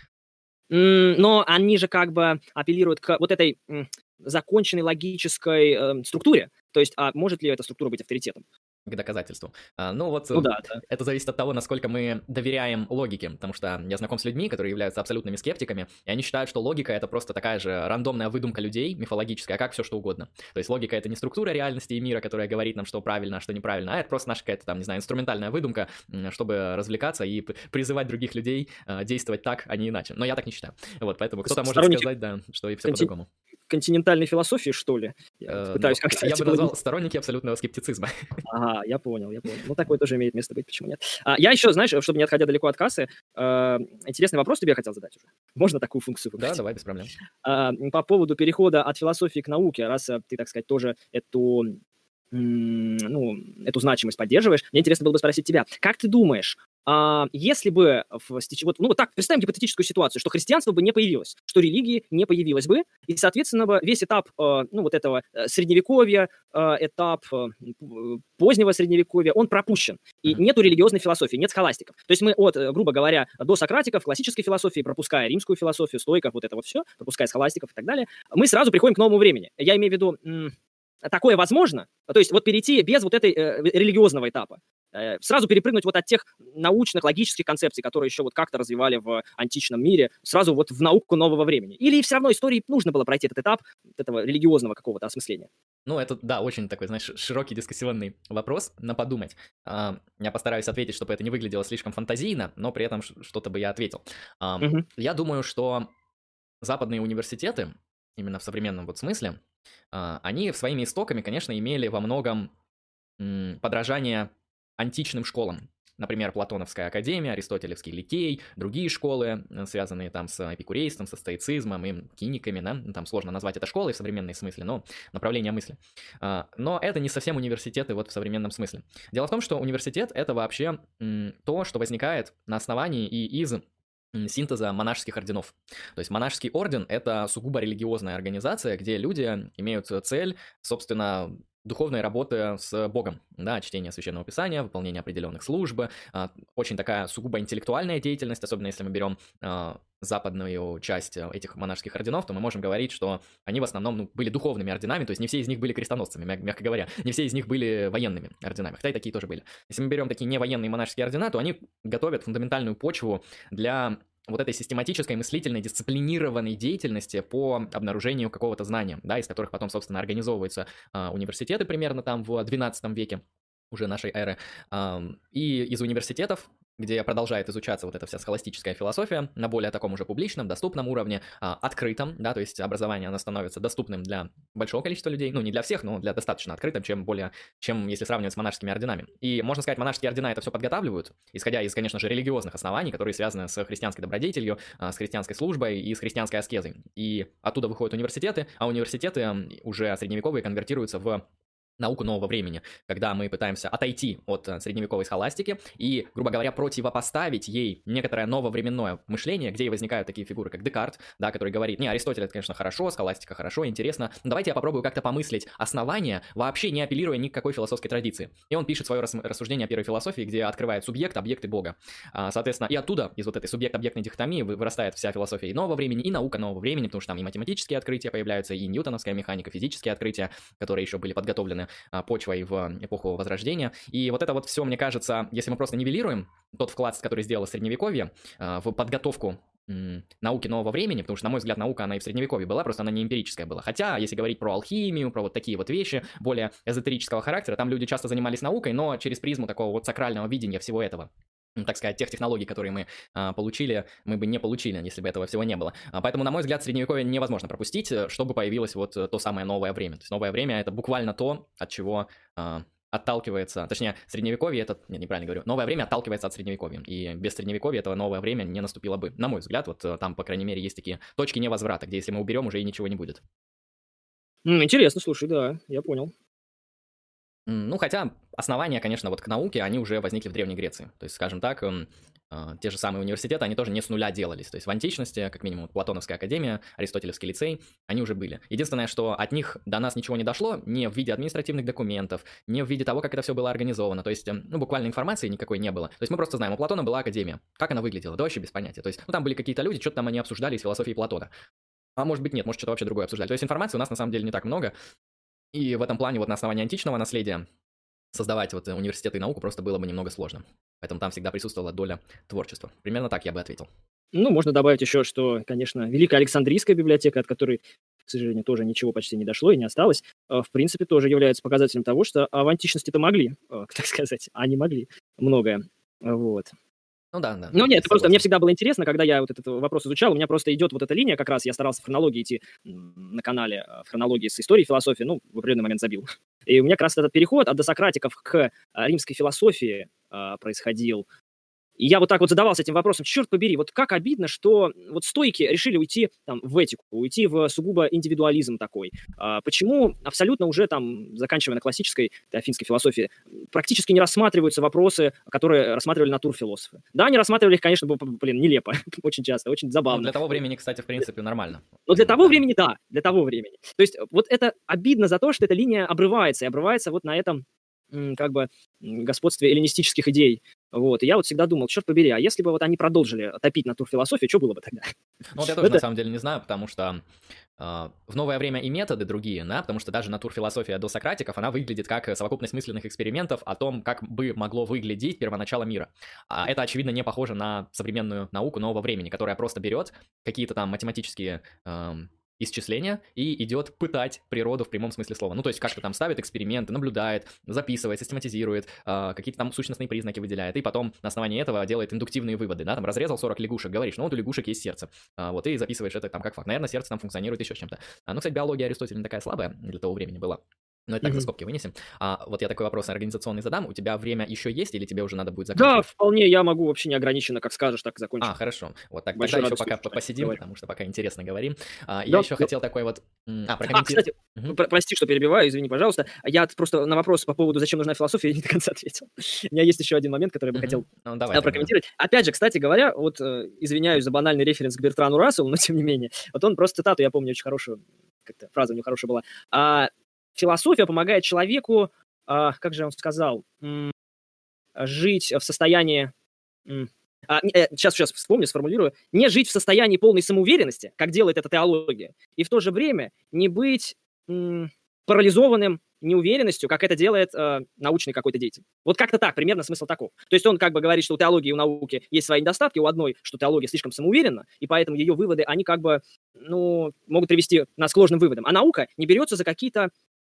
Но они же как бы апеллируют к вот этой законченной логической структуре. То есть, может ли эта структура быть авторитетом? К доказательству. Да. Это зависит от того, насколько мы доверяем логике, потому что я знаком с людьми, которые являются абсолютными скептиками, и они считают, что логика — это просто такая же рандомная выдумка людей, мифологическая, как все что угодно. То есть логика — это не структура реальности и мира, которая говорит нам, что правильно, а что неправильно, а это просто наша какая-то там, не знаю, инструментальная выдумка, чтобы развлекаться и призывать других людей действовать так, а не иначе. Но я так не считаю. Поэтому кто-то может сказать, да, что и все по-другому. Континентальной философии, что ли? Пытаюсь как-то... Я бы назвал сторонники абсолютного скептицизма. Ага, я понял. Такое тоже имеет место быть, почему нет? Я еще, знаешь, чтобы не отходя далеко от кассы, интересный вопрос тебе хотел задать уже. Можно такую функцию выбрать? Да, давай, без проблем. По поводу перехода от философии к науке, раз ты, так сказать, тоже эту значимость поддерживаешь, мне интересно было бы спросить тебя, как ты думаешь, если бы представим гипотетическую ситуацию, что христианство бы не появилось, что религии не появилось бы, и, соответственно, весь этап этого средневековья, этап позднего средневековья, он пропущен. И нету религиозной философии, нет схоластиков. То есть мы грубо говоря, до сократиков, классической философии, пропуская римскую философию, стоиков, вот это вот все, пропуская схоластиков и так далее, мы сразу приходим к новому времени. Я имею в виду... Такое возможно, то есть перейти без этой религиозного этапа, сразу перепрыгнуть от тех научных, логических концепций, которые еще как-то развивали в античном мире, сразу в науку нового времени. Или все равно истории нужно было пройти этот этап этого религиозного какого-то осмысления? Это, да, очень такой, знаешь, широкий дискуссионный вопрос на подумать. Я постараюсь ответить, чтобы это не выглядело слишком фантазийно, но при этом что-то бы я ответил. Я думаю, что западные университеты, именно в современном смысле, они своими истоками, конечно, имели во многом подражание античным школам. Например, Платоновская академия, Аристотелевский Ликей, другие школы, связанные там с эпикурейством, со стоицизмом и киниками, да? Там сложно назвать это школой в современном смысле, но направление мысли. Но это не совсем университеты в современном смысле. Дело в том, что университет — это вообще то, что возникает на основании и из синтеза монашеских орденов. То есть монашеский орден — это сугубо религиозная организация, где люди имеют цель, собственно, духовной работы с Богом, да, чтение Священного Писания, выполнение определенных служб, очень такая сугубо интеллектуальная деятельность, особенно если мы берем западную часть этих монашеских орденов, то мы можем говорить, что они в основном были духовными орденами, то есть не все из них были крестоносцами, мягко говоря, не все из них были военными орденами, хотя и такие тоже были. Если мы берем такие невоенные монашеские ордена, то они готовят фундаментальную почву для этой систематической, мыслительной, дисциплинированной деятельности по обнаружению какого-то знания, да, из которых потом, собственно, организовываются университеты примерно там в XII веке уже нашей эры. И из университетов где продолжает изучаться вот эта вся схоластическая философия на более таком уже публичном, доступном уровне, открытом, да, то есть образование, оно становится доступным для большого количества людей, ну, не для всех, но для достаточно открытым, чем если сравнивать с монашескими орденами. И, можно сказать, монашеские ордена это все подготавливают, исходя из, конечно же, религиозных оснований, которые связаны с христианской добродетелью, с христианской службой и с христианской аскезой. И оттуда выходят университеты, а университеты уже средневековые конвертируются в науку нового времени, когда мы пытаемся отойти от средневековой схоластики и, грубо говоря, противопоставить ей некоторое нововременное мышление, где и возникают такие фигуры, как Декарт, да, который говорит, не, Аристотель это, конечно, хорошо, схоластика хорошо, интересно, но давайте я попробую как-то помыслить основания, вообще не апеллируя ни к какой философской традиции. И он пишет свое рассуждение о первой философии, где открывает субъект, объект и Бога. Соответственно, и оттуда, из вот этой субъект-объектной дихотомии вырастает вся философия и нового времени, и наука нового времени, потому что там и математические открытия появляются, и ньютоновская механика, физические открытия, которые еще были подготовлены почвой в эпоху Возрождения. И вот это вот все, мне кажется, если мы просто нивелируем тот вклад, который сделало Средневековье в подготовку науки нового времени, потому что, на мой взгляд, наука, она и в Средневековье была, просто она не эмпирическая была. Хотя, если говорить про алхимию, про вот такие вот вещи, более эзотерического характера, там люди часто занимались наукой, но через призму такого вот сакрального видения всего этого. Так сказать, тех технологий, которые мы получили, мы бы не получили, если бы этого всего не было. Поэтому, на мой взгляд, Средневековье невозможно пропустить, чтобы появилось вот то самое новое время. То есть новое время — это буквально то, от чего отталкивается, точнее, Средневековье — это, нет, неправильно говорю, новое время отталкивается от Средневековья. И без Средневековья этого новое время не наступило бы. На мой взгляд, вот там, по крайней мере, есть такие точки невозврата, где если мы уберем, уже и ничего не будет. Интересно, слушай, да, я понял. Ну, хотя основания, конечно, вот к науке, они уже возникли в Древней Греции. То есть, скажем так, те же самые университеты, они тоже не с нуля делались. То есть в античности, как минимум, Платоновская академия, Аристотелевский лицей, они уже были. Единственное, что от них до нас ничего не дошло, не в виде административных документов, не в виде того, как это все было организовано. То есть, ну, буквально информации никакой не было. То есть мы просто знаем, у Платона была академия. Как она выглядела? Да вообще без понятия. То есть, ну, там были какие-то люди, что-то там они обсуждали из философии Платона. А может быть нет, может что-то вообще другое обсуждали. То есть информации у нас на самом деле не так много. И в этом плане вот на основании античного наследия создавать вот университеты и науку просто было бы немного сложно. Поэтому там всегда присутствовала доля творчества. Примерно так я бы ответил. Ну, можно добавить еще, что, конечно, Великая Александрийская библиотека, от которой, к сожалению, тоже ничего почти не дошло и не осталось, в принципе, тоже является показателем того, что в античности-то могли, так сказать, они могли многое. Вот. Ну да, да. Ну нет, это просто согласен. мне всегда было интересно, когда я вот этот вопрос изучал, у меня просто идет вот эта линия, как раз я старался в хронологии идти на канале, в хронологии с историей философии, ну, в определенный момент забил. И у меня как раз этот переход от досократиков к римской философии происходил. И я вот так вот задавался этим вопросом, черт побери, вот как обидно, что вот стойки решили уйти там, в этику, уйти в сугубо индивидуализм такой. Почему абсолютно уже там, заканчивая на классической афинской философии, практически не рассматриваются вопросы, которые рассматривали натурфилософы? Да, они рассматривали их, конечно, блин, нелепо, очень часто, очень Ну, забавно. для того времени, кстати, в принципе, нормально. Но для того времени, да, для того времени. То есть вот это обидно за то, что эта линия обрывается, и обрывается вот на этом как бы господстве эллинистических идей. Вот. И я вот всегда думал, черт побери, а если бы вот они продолжили топить натурфилософию, что было бы тогда? Ну, вот я тоже на самом деле не знаю, потому что в новое время и методы другие, да, потому что даже натурфилософия до сократиков, она выглядит как совокупность мысленных экспериментов о том, как бы могло выглядеть первоначало мира. А это, очевидно, не похоже на современную науку нового времени, которая просто берет какие-то там математические исчисления и идет пытать природу в прямом смысле слова. Ну, то есть как-то там ставит эксперименты, наблюдает, записывает, систематизирует, какие-то там сущностные признаки выделяет, и потом на основании этого делает индуктивные выводы, да, там разрезал 40 лягушек, говоришь, ну вот у лягушек есть сердце, вот, и записываешь это там как факт. Наверное, сердце там функционирует еще с чем-то. Ну, кстати, биология Аристотеля не такая слабая для того времени была. Но это так за скобки вынесем. Вот я такой вопрос организационный задам. У тебя время еще есть или тебе уже надо будет Да, заканчивать? вполне, я могу вообще неограниченно, как скажешь, так и закончить. Хорошо. Вот так, Большой тогда еще радостью пока слушаю. посидим, Давай. потому что пока интересно говорим. Я Да, еще да. хотел такой вот прокомментировать. Кстати, прости, что перебиваю, извини, пожалуйста. Я просто на вопрос по поводу, зачем нужна философия, я не до конца ответил. У меня есть еще один момент, который я бы хотел Ну, давай тогда. прокомментировать. Опять же, кстати говоря, вот извиняюсь за банальный референс к Бертрану Расселу, но тем не менее. Вот он просто цитату, я помню, очень хорошую, как-то фраза у него хорошая была. Философия помогает человеку, как же он сказал, жить в состоянии... Сейчас вспомню, сформулирую. Не жить в состоянии полной самоуверенности, как делает эта теология, и в то же время не быть парализованным неуверенностью, как это делает научный какой-то деятель. Вот как-то так, примерно смысл таков. То есть он как бы говорит, что у теологии и у науки есть свои недостатки, у одной, что теология слишком самоуверенна, и поэтому ее выводы, они как бы, могут привести нас к ложным выводам. А наука не берется за какие-то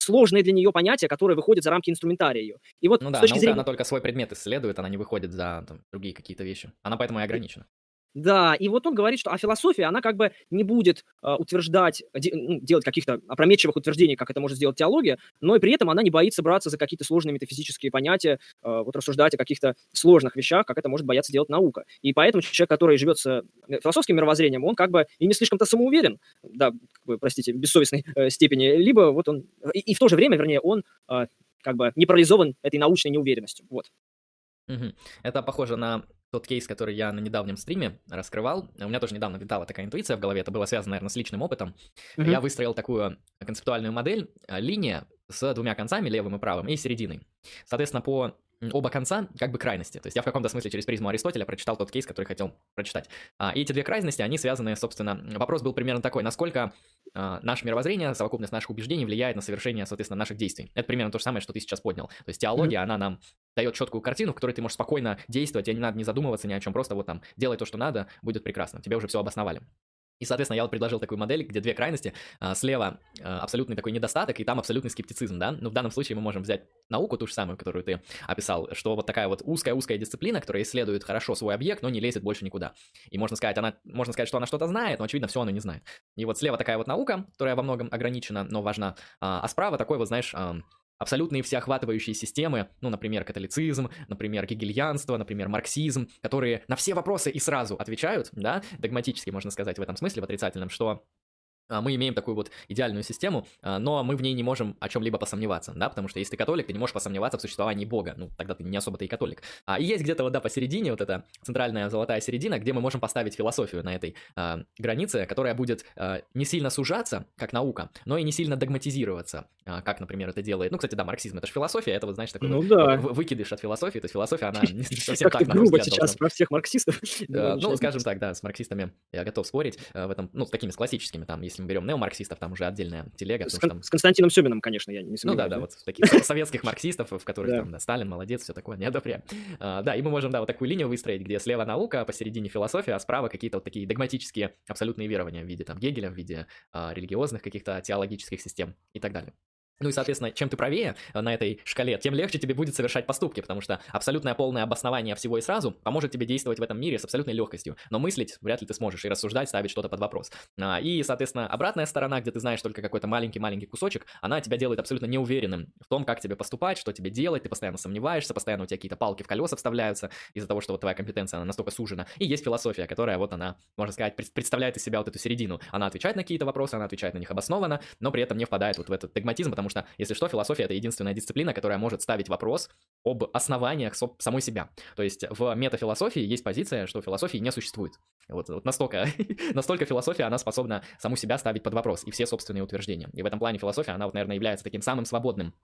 сложные для нее понятия, которые выходят за рамки инструментария ее. И вот Ну с да, точки наука, зрения... она только свой предмет исследует, она не выходит за там, другие какие-то вещи. Она поэтому и ограничена. Да, и вот он говорит, что философия, она как бы не будет утверждать, делать каких-то опрометчивых утверждений, как это может сделать теология, но и при этом она не боится браться за какие-то сложные метафизические понятия, вот рассуждать о каких-то сложных вещах, как это может бояться делать наука. И поэтому человек, который живет с философским мировоззрением, он как бы и не слишком-то самоуверен, да, как бы, простите, в бессовестной степени, либо вот он, и в то же время, вернее, он как бы не парализован этой научной неуверенностью. Вот. Мгм. Это похоже на тот кейс, который я на недавнем стриме раскрывал. У меня тоже недавно витала такая интуиция в голове, это было связано, наверное, с личным опытом. Мгм. Я выстроил такую концептуальную модель, линия с двумя концами, левым и правым, и серединой. Соответственно, по оба конца как бы крайности. То есть я в каком-то смысле через призму Аристотеля прочитал тот кейс, который хотел прочитать. И эти две крайности, они связаны, собственно, вопрос был примерно такой, насколько наше мировоззрение, совокупность наших убеждений влияет на совершение, соответственно, наших действий. Это примерно то же самое, что ты сейчас поднял. То есть теология, она нам дает четкую картину, в которой ты можешь спокойно действовать, тебе не надо не задумываться ни о чем, просто вот там делай то, что надо, будет прекрасно. Тебе уже все обосновали. И, соответственно, я вот предложил такую модель, где две крайности. Слева абсолютный такой недостаток, и там абсолютный скептицизм, да? Ну, в данном случае мы можем взять науку, ту же самую, которую ты описал, что вот такая вот узкая-узкая дисциплина, которая исследует хорошо свой объект, но не лезет больше никуда. И можно сказать, что она что-то знает, но, очевидно, все она не знает. И вот слева такая вот наука, которая во многом ограничена, но важна, а справа такой вот, знаешь, абсолютные всеохватывающие системы, ну, например, католицизм, например, гегельянство, например, марксизм, которые на все вопросы и сразу отвечают, да, догматически, можно сказать, в этом смысле, в отрицательном, что мы имеем такую вот идеальную систему, но мы в ней не можем о чем-либо посомневаться, да, потому что если ты католик, ты не можешь посомневаться в существовании Бога, ну, тогда ты не особо-то и католик. И есть где-то вот, да, посередине вот эта центральная золотая середина, где мы можем поставить философию на этой границе, которая будет не сильно сужаться, как наука, но и не сильно догматизироваться, как, например, это делает, ну, кстати, да, марксизм, это же философия, это вот, знаешь, такой вот да. выкидыш от философии, то есть философия, она не совсем Как так, ты на мой грубо взгляд, сейчас должна... про всех марксистов. Ну, скажем так, да, с марксистами я готов спорить в этом, ну, с такими с классическими, там, если мы берем неомарксистов, там уже отдельная телега, потому что там... С Константином Семиным, конечно, я не Ну сомневаюсь. да, вот таких советских марксистов, в которых Да. там, да, Сталин, молодец, все такое, не одобряю. Да, и мы можем, да, вот такую линию выстроить, где слева наука, а посередине философия, а справа какие-то вот такие догматические абсолютные верования в виде там Гегеля, в виде религиозных каких-то теологических систем и так далее. Ну и, соответственно, чем ты правее на этой шкале, тем легче тебе будет совершать поступки, потому что абсолютное полное обоснование всего и сразу поможет тебе действовать в этом мире с абсолютной легкостью. Но мыслить вряд ли ты сможешь и рассуждать, ставить что-то под вопрос. И, соответственно, обратная сторона, где ты знаешь только какой-то маленький-маленький кусочек, она тебя делает абсолютно неуверенным в том, как тебе поступать, что тебе делать, ты постоянно сомневаешься, постоянно у тебя какие-то палки в колеса вставляются из-за того, что вот твоя компетенция, она настолько сужена. И есть философия, которая вот она, можно сказать, представляет из себя вот эту середину. Она отвечает на какие-то вопросы, она отвечает на них обоснованно, но при этом не впадает вот в этот догматизм, потому что, если что, философия — это единственная дисциплина, которая может ставить вопрос об основаниях самой себя. То есть в метафилософии есть позиция, что философии не существует. Вот настолько философия, она способна саму себя ставить под вопрос и все собственные утверждения. И в этом плане философия, она вот, наверное, является таким самым свободным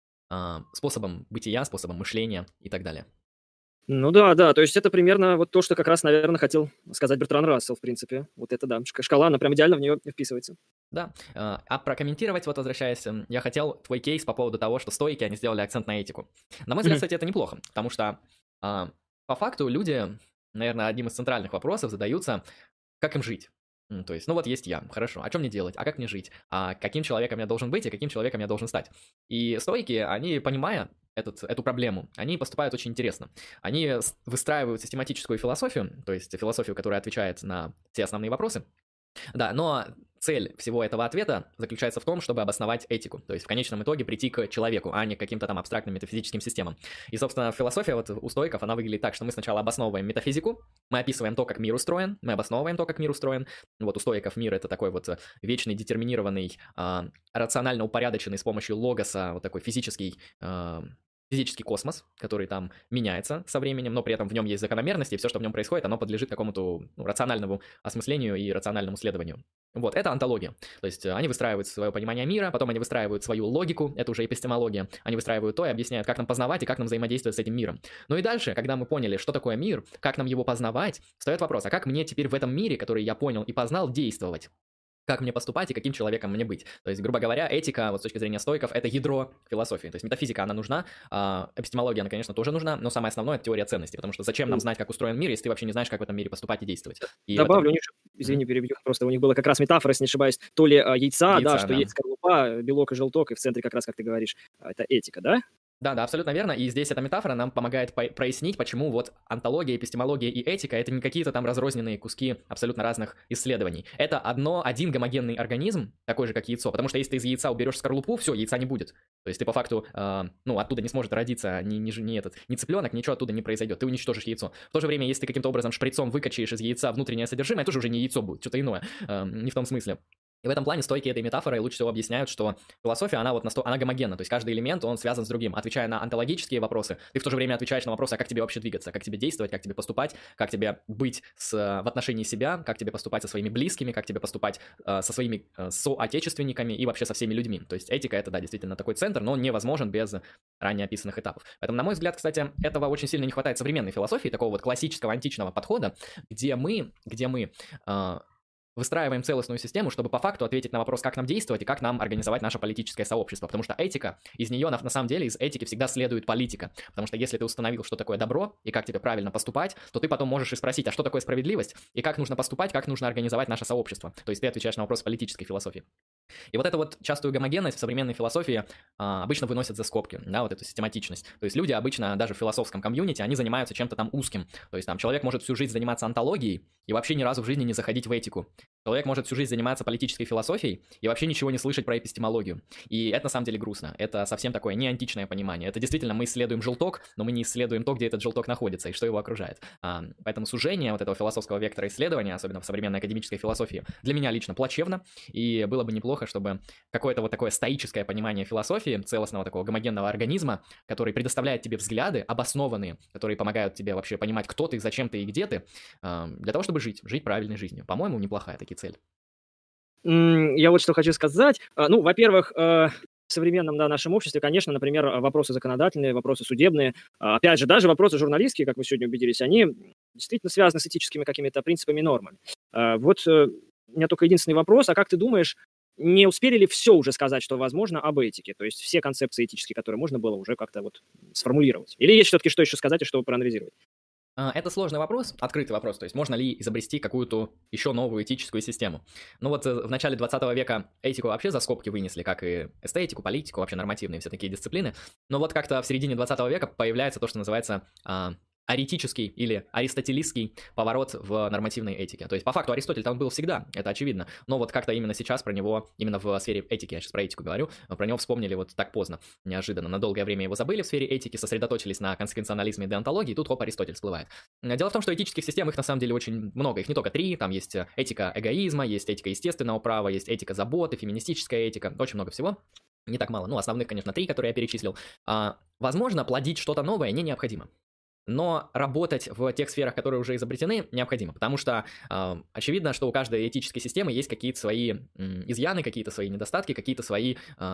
способом бытия, способом мышления и так далее. Ну да, то есть это примерно вот то, что как раз, наверное, хотел сказать Бертран Рассел, в принципе. Вот это да, шкала, она прям идеально в нее вписывается. Да, прокомментировать, вот возвращаясь, я хотел твой кейс по поводу того, что стоики, они сделали акцент на этику. На мой взгляд, кстати, это неплохо, потому что по факту люди, наверное, одним из центральных вопросов задаются, как им жить. То есть, ну вот есть я, хорошо, а что мне делать, а как мне жить, а каким человеком я должен быть и каким человеком я должен стать. И стоики, они, понимая эту проблему, они поступают очень интересно. Они выстраивают систематическую философию, то есть философию, которая отвечает на все основные вопросы. Да, но цель всего этого ответа заключается в том, чтобы обосновать этику, то есть в конечном итоге прийти к человеку, а не к каким-то там абстрактным метафизическим системам. И, собственно, философия вот у стоиков, она выглядит так, что мы сначала обосновываем метафизику, мы описываем то, как мир устроен, мы обосновываем то, как мир устроен. Вот у стоиков мир — это такой вот вечный, детерминированный, рационально упорядоченный с помощью логоса, вот такой физический космос, который там меняется со временем, но при этом в нем есть закономерности, и все, что в нем происходит, оно подлежит какому-то рациональному осмыслению и рациональному исследованию. Вот, это онтология. То есть они выстраивают свое понимание мира, потом они выстраивают свою логику, это уже эпистемология. Они выстраивают то и объясняют, как нам познавать и как нам взаимодействовать с этим миром. Ну и дальше, когда мы поняли, что такое мир, как нам его познавать, встает вопрос, а как мне теперь в этом мире, который я понял и познал, действовать? Как мне поступать и каким человеком мне быть. То есть, грубо говоря, этика, вот с точки зрения стоиков, это ядро философии. То есть метафизика, она нужна, эпистемология, она, конечно, тоже нужна, но самое основное — это теория ценностей, потому что зачем нам знать, как устроен мир, если ты вообще не знаешь, как в этом мире поступать и действовать. И Добавлю, у них, извини, перебью, просто у них была как раз метафора, если не ошибаюсь, то ли яйца, да, что да. есть скорлупа скорлупа, белок и желток, и в центре как раз, как ты говоришь, это этика, да? Да, да, абсолютно верно. И здесь эта метафора нам помогает прояснить, почему вот онтология, эпистемология и этика — это не какие-то там разрозненные куски абсолютно разных исследований. Это один гомогенный организм, такой же, как яйцо. Потому что если ты из яйца уберешь скорлупу, все, яйца не будет. То есть ты по факту, оттуда не сможет родиться ни цыпленок, ничего оттуда не произойдет. Ты уничтожишь яйцо. В то же время, если ты каким-то образом шприцом выкачаешь из яйца внутреннее содержимое, это тоже уже не яйцо будет, что-то иное. Не в том смысле. И в этом плане стойки этой метафоры лучше всего объясняют, что философия, она гомогенна, то есть каждый элемент, он связан с другим. Отвечая на онтологические вопросы, ты в то же время отвечаешь на вопросы, а как тебе вообще двигаться, как тебе действовать, как тебе поступать, как тебе быть в отношении себя, как тебе поступать со своими близкими, как тебе поступать со своими соотечественниками и вообще со всеми людьми. То есть этика — это, да, действительно такой центр, но он невозможен без ранее описанных этапов. Поэтому, на мой взгляд, кстати, этого очень сильно не хватает современной философии, такого вот классического античного подхода, где мы выстраиваем целостную систему, чтобы по факту ответить на вопрос, как нам действовать и как нам организовать наше политическое сообщество. Потому что этика, из нее, на самом деле, из этики всегда следует политика. Потому что если ты установил, что такое добро и как тебе правильно поступать, то ты потом можешь и спросить, а что такое справедливость и как нужно поступать, как нужно организовать наше сообщество. То есть ты отвечаешь на вопрос политической философии. И вот эту вот частую гомогенность в современной философии обычно выносят за скобки, да, вот эту систематичность. То есть люди обычно, даже в философском комьюнити, они занимаются чем-то там узким. То есть там человек может всю жизнь заниматься онтологией и вообще ни разу в жизни не заходить в этику. Человек может всю жизнь заниматься политической философией и вообще ничего не слышать про эпистемологию. И это на самом деле грустно. Это совсем такое не античное понимание. Это действительно мы исследуем желток, но мы не исследуем то, где этот желток находится и что его окружает. Поэтому сужение вот этого философского вектора исследования, особенно в современной академической философии, для меня лично плачевно. И было бы неплохо, чтобы какое-то вот такое стоическое понимание философии, целостного такого гомогенного организма, который предоставляет тебе взгляды обоснованные, которые помогают тебе вообще понимать, кто ты, зачем ты и где ты, для того, чтобы жить правильной жизнью. По-моему, неплохая такая цель. Я вот что хочу сказать. Ну, во-первых, в современном, да, нашем обществе, конечно, например, вопросы законодательные, вопросы судебные, опять же, даже вопросы журналистские, как вы сегодня убедились, они действительно связаны с этическими какими-то принципами и нормами. Вот у меня только единственный вопрос, а как ты думаешь, не успели ли все уже сказать, что возможно, об этике? То есть все концепции этические, которые можно было уже как-то вот сформулировать? Или есть все-таки что еще сказать и что проанализировать? Это сложный вопрос, открытый вопрос, то есть можно ли изобрести какую-то еще новую этическую систему. Ну вот в начале 20 века этику вообще за скобки вынесли, как и эстетику, политику, вообще нормативные все такие дисциплины. Но вот как-то в середине 20 века появляется то, что называется аретический или аристотелистский поворот в нормативной этике. То есть, по факту, Аристотель там был всегда, это очевидно, но вот как-то именно сейчас про него, именно в сфере этики, я сейчас про этику говорю, про него вспомнили вот так поздно, неожиданно. На долгое время его забыли в сфере этики, сосредоточились на консеквенционализме и деонтологии, и тут, хоп, Аристотель всплывает. Дело в том, что этических систем их на самом деле очень много, их не только 3, там есть этика эгоизма, есть этика естественного права, есть этика заботы, феминистическая этика, очень много всего. Не так мало, основных, конечно, 3, которые я перечислил. Возможно, плодить что-то новое не необходимо. Но работать в тех сферах, которые уже изобретены, необходимо, потому что очевидно, что у каждой этической системы есть какие-то свои изъяны, какие-то свои недостатки, какие-то свои,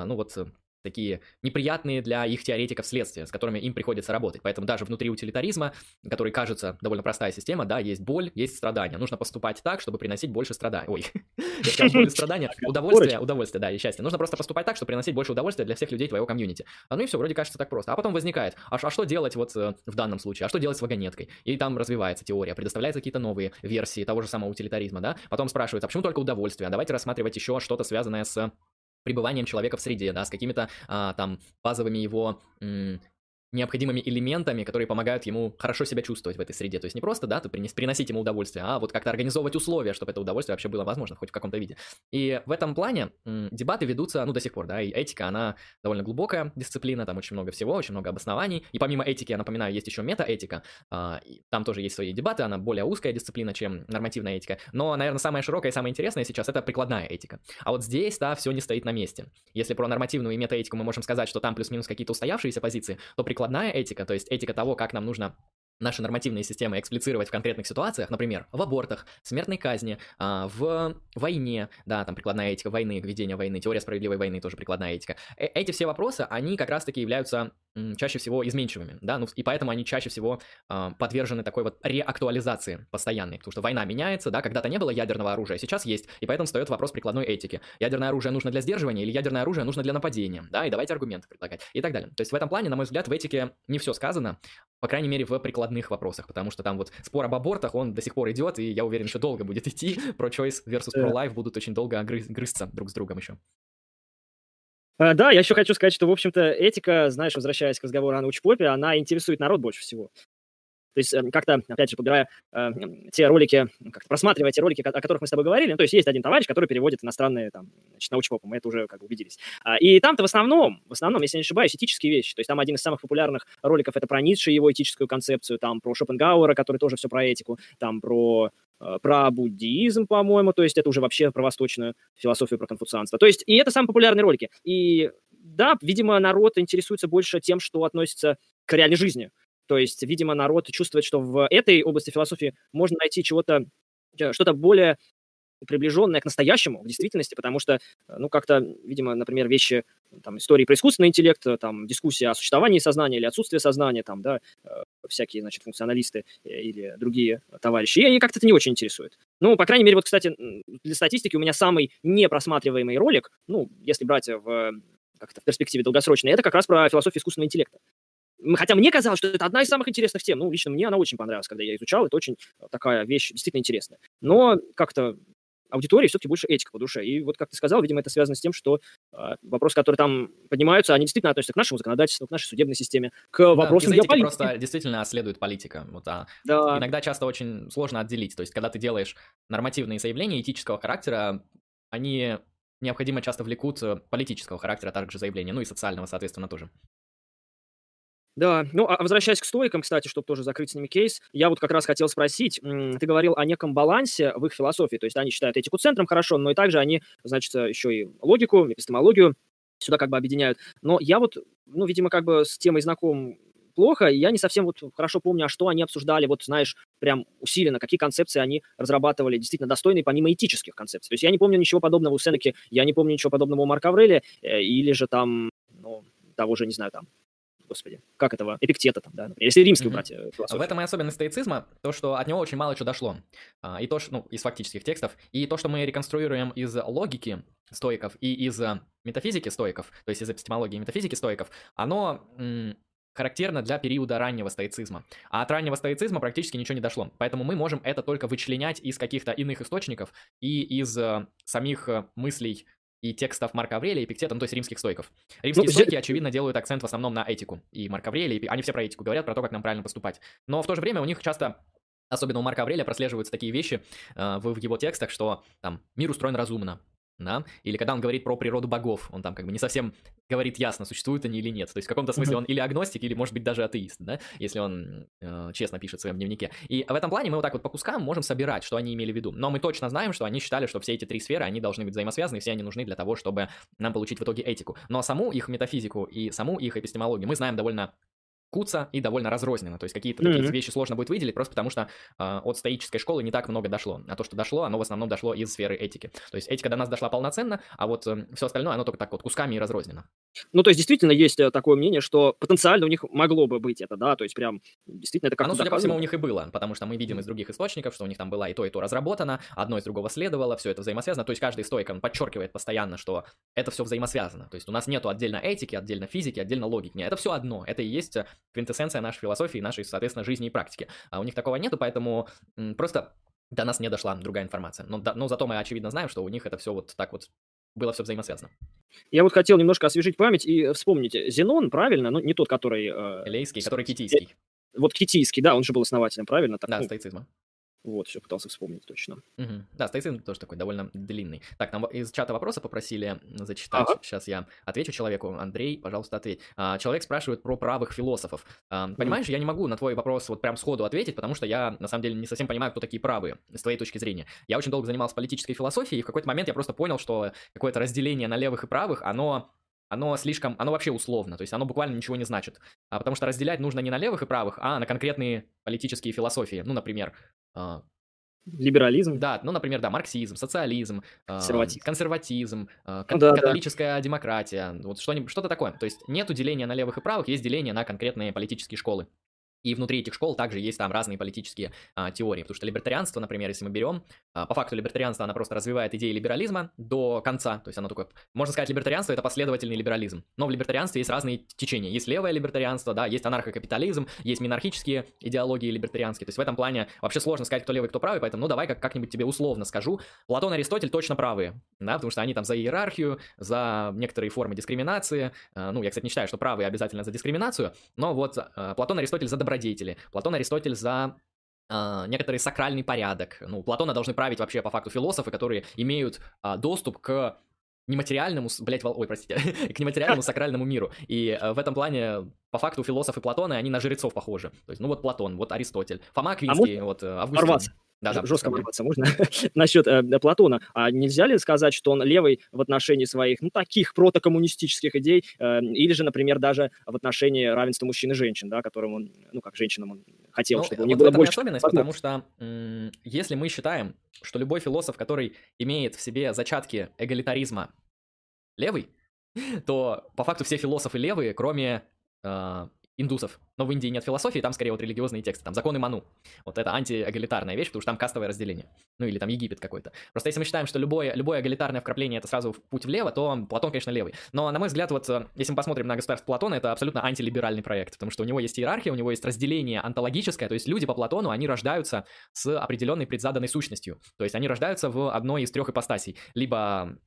такие неприятные для их теоретиков следствия, с которыми им приходится работать. Поэтому даже внутри утилитаризма, который кажется довольно простая система, да, есть боль, есть страдания. Нужно поступать так, чтобы приносить больше страданий. Ой, я сказал, боль и страдания. Удовольствие, да, и счастье. Нужно просто поступать так, чтобы приносить больше удовольствия для всех людей твоего комьюнити. Ну и все, вроде кажется так просто. А потом возникает, а что делать вот в данном случае? А что делать с вагонеткой? И там развивается теория, предоставляются какие-то новые версии того же самого утилитаризма, да? Потом спрашивают, а почему только удовольствие? Давайте рассматривать еще что-то связанное с пребыванием человека в среде, да, с какими-то там базовыми его необходимыми элементами, которые помогают ему хорошо себя чувствовать в этой среде. То есть не просто, да, приносить ему удовольствие, а вот как-то организовывать условия, чтобы это удовольствие вообще было возможно, хоть в каком-то виде. И в этом плане дебаты ведутся, до сих пор, да, и этика, она довольно глубокая дисциплина, там очень много всего, очень много обоснований. И помимо этики, я напоминаю, есть еще метаэтика, там тоже есть свои дебаты, она более узкая дисциплина, чем нормативная этика. Но, наверное, самая широкая и самая интересная сейчас — это прикладная этика. А вот здесь, да, все не стоит на месте. Если про нормативную и метаэтику мы можем сказать, что там плюс-минус какие-то устоявшиеся позиции, то прикладная этика, то есть этика того, как нам нужно наши нормативные системы эксплицировать в конкретных ситуациях, например, в абортах, смертной казни, в войне, да, там прикладная этика войны, ведение войны, теория справедливой войны, тоже прикладная этика. Эти все вопросы, они как раз-таки являются чаще всего изменчивыми, да, и поэтому они чаще всего подвержены такой вот реактуализации постоянной, потому что война меняется, да, когда-то не было ядерного оружия, сейчас есть, и поэтому встает вопрос прикладной этики. Ядерное оружие нужно для сдерживания или ядерное оружие нужно для нападения, да, и давайте аргументы предлагать, и так далее. То есть в этом плане, на мой взгляд, в этике не все сказано, по крайней мере, в прикладных вопросах, потому что там вот спор об абортах, он до сих пор идет, и я уверен, что долго будет идти. Pro-choice versus pro-life будут очень долго грызться друг с другом еще. Да, я еще хочу сказать, что, в общем-то, этика, знаешь, возвращаясь к разговору о научпопе, она интересует народ больше всего. То есть как-то, опять же, подбирая те ролики, как-то просматривая те ролики, о которых мы с тобой говорили, ну, то есть есть один товарищ, который переводит иностранные там, значит, научпопы, мы это уже как бы убедились. И там-то в основном, если я не ошибаюсь, этические вещи. То есть там один из самых популярных роликов это про Ницше, его этическую концепцию, там про Шопенгауэра, который тоже все про этику, там про буддизм, по-моему, то есть это уже вообще про восточную философию, про конфуцианство. То есть и это самые популярные ролики. И да, видимо, народ интересуется больше тем, что относится к реальной жизни. То есть, видимо, народ чувствует, что в этой области философии можно найти что-то более приближенное к настоящему, к действительности, потому что, ну, как-то, видимо, например, вещи, там, истории про искусственный интеллект, там, дискуссия о существовании сознания или отсутствии сознания, там, да, всякие, значит, функционалисты или другие товарищи, и они как-то это не очень интересуют. Ну, по крайней мере, вот, кстати, для статистики у меня самый непросматриваемый ролик, ну, если брать как-то в перспективе долгосрочной, это как раз про философию искусственного интеллекта. Хотя мне казалось, что это одна из самых интересных тем. Ну, лично мне она очень понравилась, когда я изучал. Это очень такая вещь действительно интересная. Но как-то аудитории все-таки больше этика по душе. И вот, как ты сказал, видимо, это связано с тем, что вопросы, которые там поднимаются, они действительно относятся к нашему законодательству, к нашей судебной системе, к Да, вопросам без этики геополитики. просто действительно следует политика. Вот, Да, иногда часто очень сложно отделить. То есть, когда ты делаешь нормативные заявления этического характера, они необходимо часто влекут политического характера, а также заявления, ну и социального, соответственно, тоже. да. Ну, а возвращаясь к стоикам, кстати, чтобы тоже закрыть с ними кейс, я вот как раз хотел спросить, ты говорил о неком балансе в их философии, то есть они считают этику центром хорошо, но и также они, значит, еще и логику, эпистемологию сюда как бы объединяют. Но я вот, ну, видимо, как бы с темой знаком плохо, и я не совсем вот хорошо помню, а что они обсуждали, вот, знаешь, прям усиленно, какие концепции они разрабатывали, действительно достойные, помимо этических концепций. То есть я не помню ничего подобного у Сенеки, я не помню ничего подобного у Марка Аврелия, или же там, ну, того же, не знаю, там, господи, как этого, Эпиктета там, да, например, если римский Мгм. убрать В философию. этом и особенность стоицизма, то, что от него очень мало чего дошло. И то, что, ну, из фактических текстов, и то, что мы реконструируем из логики стоиков и из метафизики стоиков, то есть из эпистемологии и метафизики стоиков, оно характерно для периода раннего стоицизма. А от раннего стоицизма практически ничего не дошло. Поэтому мы можем это только вычленять из каких-то иных источников и из самих мыслей и текстов Марка Аврелия и Эпиктета, ну, то есть римских стоиков. Ну, Римские стойки, очевидно, делают акцент в основном на этику. И Марк Аврелий, они все про этику говорят, про то, как нам правильно поступать. Но в то же время у них часто, особенно у Марка Аврелия, прослеживаются такие вещи в его текстах, что там мир устроен разумно, да, или когда он говорит про природу богов, он там как бы не совсем говорит ясно, существуют они или нет. То есть в каком-то смысле он или агностик, или, может быть, даже атеист, да, если он честно пишет в своем дневнике. И в этом плане мы вот так вот по кускам можем собирать, что они имели в виду. Но мы точно знаем, что они считали, что все эти три сферы, они должны быть взаимосвязаны, и все они нужны для того, чтобы нам получить в итоге этику. Но саму их метафизику и саму их эпистемологию мы знаем довольно куца и довольно разрозненно. То есть какие-то такие вещи сложно будет выделить, просто потому что от стоической школы не так много дошло. А то, что дошло, оно в основном дошло из сферы этики. То есть этика до нас дошла полноценно, а вот все остальное, оно только так вот кусками и разрознено. Ну, то есть действительно есть такое мнение, что потенциально у них могло бы быть это, да, то есть прям действительно это как-то Оно, судя по всему, у доказано. них и было, потому что мы видим из других источников, что у них там было и то разработано, одно из другого следовало, все это взаимосвязано. То есть каждый стоик, он подчеркивает постоянно, что это все взаимосвязано. То есть у нас нету отдельно этики, отдельно физики, отдельно логики. Нет, это все одно. Это и есть квинтэссенция нашей философии, нашей, соответственно, жизни и практики. А у них такого нету, поэтому просто до нас не дошла другая информация. Но зато мы, очевидно, знаем, что у них это все вот так вот было все взаимосвязано. Я вот хотел немножко освежить память и вспомнить. Зенон, правильно? Ну, не тот, который... Элейский, который китийский. Вот китийский, да, он же был основателем, правильно? Так, Да, ну, стоицизма. вот, все пытался вспомнить точно. Да, стоицизм тоже такой довольно длинный. Так, нам из чата вопросы попросили зачитать. Ага. Сейчас я отвечу человеку. Андрей, пожалуйста, ответь. Человек спрашивает про правых философов. Понимаешь, я не могу на твой вопрос вот прям сходу ответить, потому что я, на самом деле, не совсем понимаю, кто такие правые, с твоей точки зрения. Я очень долго занимался политической философией, и в какой-то момент я просто понял, что какое-то разделение на левых и правых, оно вообще условно, то есть оно буквально ничего не значит. Потому что разделять нужно не на левых и правых, а на конкретные политические философии. Ну, например, Либерализм, да, ну, например, да, марксизм, социализм, консерватизм. консерватизм, Ну да, да. католическая демократия, вот что-то такое. То есть нету деления на левых и правых, есть деление на конкретные политические школы. И внутри этих школ также есть там разные политические теории, потому что либертарианство, например, если мы берем, по факту либертарианство, оно просто развивает идеи либерализма до конца, то есть оно такое, можно сказать, либертарианство это последовательный либерализм, но в либертарианстве есть разные течения, есть левое либертарианство, да, есть анархокапитализм, есть монархические идеологии либертарианские, то есть в этом плане вообще сложно сказать, кто левый, кто правый, поэтому, ну, давай как-нибудь тебе условно скажу, Платон и Аристотель точно правые, да, потому что они там за иерархию, за некоторые формы дискриминации, ну, я, кстати, не считаю, что правые обязательно за дискриминацию, но вот Платон и Аристотель за добродетели, Платон и Аристотель за некоторый сакральный порядок. Ну, у Платона должны править вообще по факту философы, которые имеют доступ к нематериальному, ой, простите, к нематериальному сакральному миру. И в этом плане, по факту, философы Платона, они на жрецов похожи. То есть, ну вот Платон, вот Аристотель, Фома Аквинский, вот Августин. Да, жестко ворваться можно насчет Платона. А нельзя ли сказать, что он левый в отношении своих, ну, таких протокоммунистических идей, или же, например, даже в отношении равенства мужчин и женщин, да, которым он, ну, как женщинам он хотел, чтобы у них было больше... особенность, потому что если мы считаем, что любой философ, который имеет в себе зачатки эгалитаризма, левый, то по факту все философы левые, кроме индусов. Но в Индии нет философии, там скорее вот религиозные тексты, там законы Ману. Вот это антиэгалитарная вещь, потому что там кастовое разделение. Ну или там Египет какой-то. Просто если мы считаем, что любое эгалитарное вкрапление это сразу путь влево, то Платон, конечно, левый. Но, на мой взгляд, вот если мы посмотрим на государство Платона, это абсолютно антилиберальный проект, потому что у него есть иерархия, у него есть разделение онтологическое, то есть люди по Платону, они рождаются с определенной предзаданной сущностью. То есть они рождаются в одной из трех ипостасей. Либо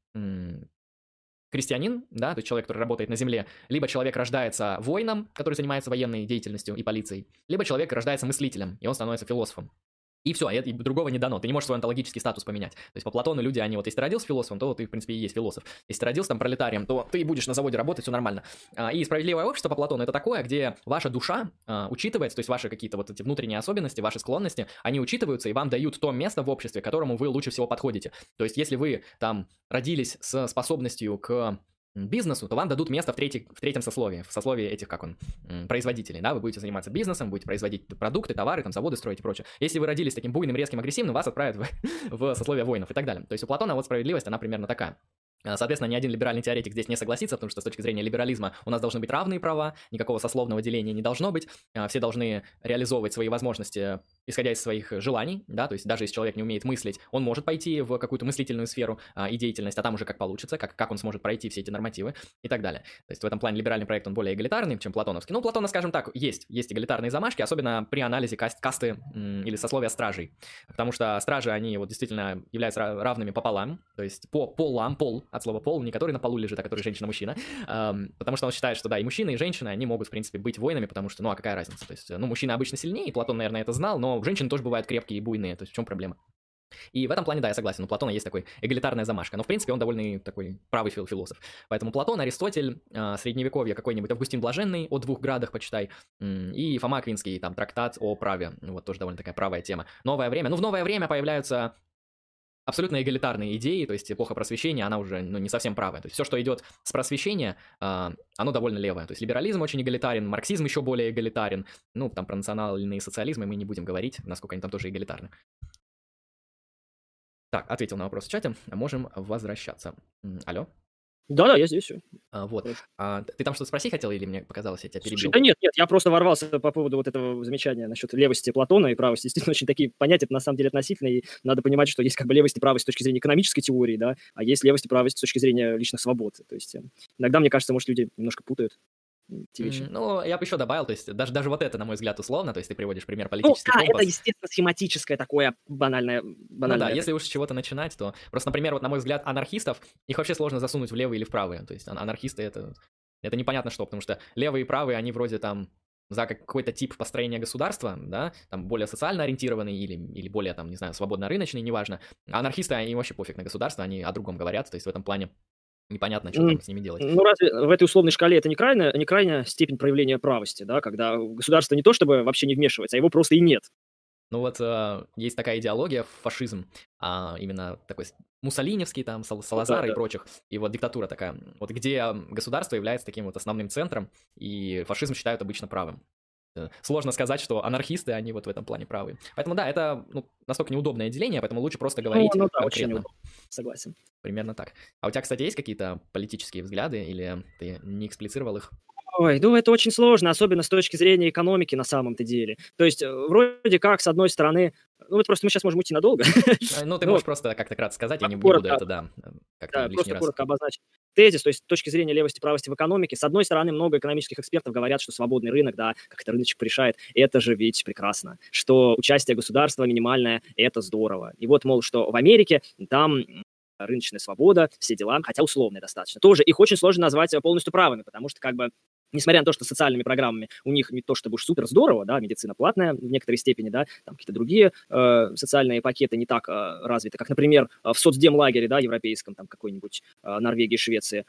крестьянин, да, то есть человек, который работает на земле, либо человек рождается воином, который занимается военной деятельностью и полицией, либо человек рождается мыслителем, и он становится философом. И все, и другого не дано. Ты не можешь свой онтологический статус поменять. То есть по Платону люди, они вот, если ты родился философом, то ты, в принципе, и есть философ. Если ты родился там пролетарием, то ты будешь на заводе работать, все нормально. И справедливое общество по Платону это такое, где ваша душа учитывается, то есть ваши какие-то вот эти внутренние особенности, ваши склонности, они учитываются и вам дают то место в обществе, к которому вы лучше всего подходите. То есть если вы там родились с способностью к бизнесу, то вам дадут место в третьем сословии, в сословии этих, производителей, да, вы будете заниматься бизнесом, будете производить продукты, товары, там, заводы строить и прочее. Если вы родились таким буйным, резким, агрессивным, вас отправят в сословие воинов и так далее. То есть у Платона вот справедливость, она примерно такая. Соответственно, ни один либеральный теоретик здесь не согласится, потому что с точки зрения либерализма у нас должны быть равные права, никакого сословного деления не должно быть, все должны реализовывать свои возможности, исходя из своих желаний, да, то есть даже если человек не умеет мыслить, он может пойти в какую-то мыслительную сферу и деятельность, а там уже как получится, как он сможет пройти все эти нормативы и так далее. То есть в этом плане либеральный проект, он более эгалитарный, чем платоновский. Ну, у Платона, скажем так, есть эгалитарные замашки, особенно при анализе касты или сословия стражей, потому что стражи, они вот действительно являются равными пополам, то есть по полам, пол, от слова пол, не который на полу лежит, а который женщина-мужчина, потому что он считает, что да, и мужчины, и женщины, они могут, в принципе, быть воинами, потому что, ну, а какая разница, то есть, ну, мужчина обычно сильнее, и Платон, наверное, это знал, но женщины тоже бывают крепкие и буйные, то есть в чем проблема? И в этом плане, да, я согласен, у Платона есть такой эгалитарная замашка, но, в принципе, он довольно такой правый философ. Поэтому Платон, Аристотель, Средневековье какой-нибудь Августин Блаженный о 2 градах, почитай, и Фома Аквинский, там, трактат о праве, вот тоже довольно такая правая тема. Новое время, ну, в новое время появляются абсолютно эгалитарные идеи, то есть эпоха просвещения, она уже не совсем правая. То есть все, что идет с просвещения, оно довольно левое. То есть либерализм очень эгалитарен, марксизм еще более эгалитарен. Ну, там про национальные социализмы мы не будем говорить, насколько они там тоже эгалитарны. Так, ответил на вопрос в чате, можем возвращаться. Алло? Да, я здесь. Вот. Ты там что-то спросить хотел или мне показалось, я тебя перебил? Слушай, да нет, я просто ворвался по поводу вот этого замечания насчет левости Платона и правости. Действительно, очень такие понятия, это на самом деле относительно, и надо понимать, что есть как бы левость и правость с точки зрения экономической теории, да, а есть левость и правость с точки зрения личных свобод. То есть иногда, мне кажется, может, люди немножко путают эти вещи. Ну, я бы еще добавил, то есть даже вот это, на мой взгляд, условно, то есть ты приводишь пример политический компас. Это, естественно, схематическое такое банальное. Ну да, если уж с чего-то начинать, то просто, например, вот на мой взгляд, анархистов, их вообще сложно засунуть в левые или в правые, то есть анархисты это непонятно что, потому что левые и правые, они вроде там за какой-то тип построения государства, да, там более социально ориентированный или более там, не знаю, свободно-рыночный, неважно, а анархисты, им вообще пофиг на государство, они о другом говорят, то есть в этом плане непонятно, что там с ними делать. Ну, разве в этой условной шкале это не крайняя степень проявления правости, да, когда государство не то чтобы вообще не вмешивается, а его просто и нет. Ну вот есть такая идеология, фашизм, именно такой муссолиневский, там, Салазар и прочих, и вот диктатура такая, вот где государство является таким вот основным центром, и фашизм считают обычно правым. Сложно сказать, что анархисты, они вот в этом плане правы. Поэтому да, это настолько неудобное деление, поэтому лучше просто говорить конкретно. Очень неудобно. Согласен. Примерно так. А у тебя, кстати, есть какие-то политические взгляды, или ты не эксплицировал их? Ой, ну это очень сложно, особенно с точки зрения экономики на самом-то деле. То есть, вроде как, с одной стороны, ну вот просто мы сейчас можем уйти надолго, Ну, ты но можешь просто как-то кратко сказать, я не буду коротко, это, да, как-то да, лишний просто раз. коротко обозначить тезис. То есть с точки зрения левости, правости в экономике, с одной стороны, много экономических экспертов говорят, что свободный рынок, да, как это рыночек порешает, это же ведь прекрасно, что участие государства минимальное, это здорово. И вот, мол, что в Америке там рыночная свобода, все дела, хотя условные достаточно. Тоже их очень сложно назвать полностью правыми, потому что как бы несмотря на то, что с социальными программами у них не то чтобы уж супер здорово, да, медицина платная в некоторой степени, да, там какие-то другие социальные пакеты не так развиты, как, например, в соцдемлагере, да, европейском, там какой-нибудь Норвегии, Швеции.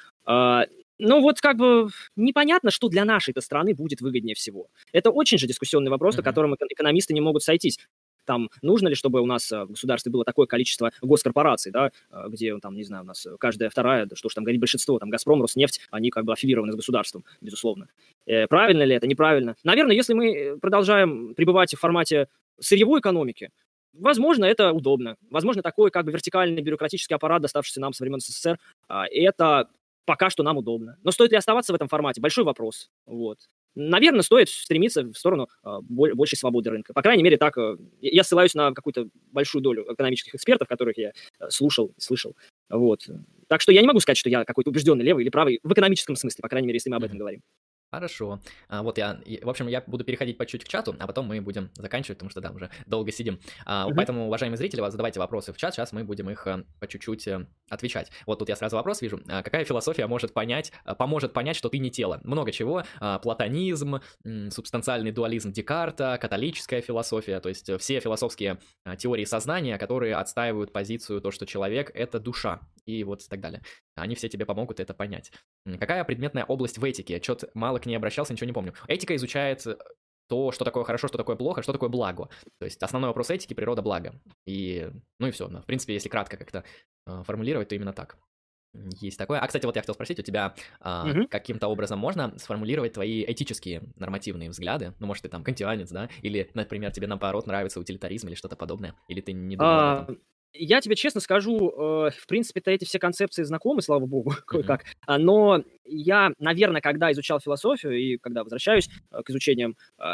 Ну вот как бы непонятно, что для нашей-то страны будет выгоднее всего. Это очень же дискуссионный вопрос, на Мгм. котором экономисты не могут сойтись. Там нужно ли, чтобы у нас в государстве было такое количество госкорпораций, да, где там, не знаю, у нас каждая вторая, да что ж там говорить, большинство, там Газпром, Роснефть, они как бы аффилированы с государством, безусловно. Правильно ли это, неправильно? Наверное, если мы продолжаем пребывать в формате сырьевой экономики, возможно, это удобно. Возможно, такой как бы вертикальный бюрократический аппарат, доставшийся нам со времен СССР, это пока что нам удобно. Но стоит ли оставаться в этом формате? Большой вопрос. Вот. Наверное, стоит стремиться в сторону большей свободы рынка. По крайней мере, так я ссылаюсь на какую-то большую долю экономических экспертов, которых я слушал и слышал. Вот. Так что я не могу сказать, что я какой-то убежденный левый или правый в экономическом смысле, по крайней мере, если мы об этом Мгм. говорим. Хорошо. Вот в общем, я буду переходить по чуть к чату, а потом мы будем заканчивать, потому что, да, уже долго сидим. Мгм. Поэтому, уважаемые зрители, задавайте вопросы в чат, сейчас мы будем их по чуть-чуть отвечать. Вот тут я сразу вопрос вижу. Какая философия поможет понять, что ты не тело? Много чего. Платонизм, субстанциальный дуализм Декарта, католическая философия, то есть все философские теории сознания, которые отстаивают позицию то, что человек — это душа, и вот так далее. Они все тебе помогут это понять. Какая предметная область в этике? Чё-то мало к ней обращался, ничего не помню. Этика изучает то, что такое хорошо, что такое плохо, что такое благо. То есть основной вопрос этики — природа блага. Ну и все. В принципе, если кратко как-то формулировать, то именно так. Есть такое. Кстати, вот я хотел спросить у тебя, Мгм. каким-то образом можно сформулировать твои этические нормативные взгляды? Ну, может, ты там кантианец, да? Или, например, тебе наоборот нравится утилитаризм или что-то подобное? Или ты не думал об этом? А, я тебе честно скажу, в принципе-то эти все концепции знакомы, слава богу, Мгм. кое-как. Но я, наверное, когда изучал философию и когда возвращаюсь к изучениям,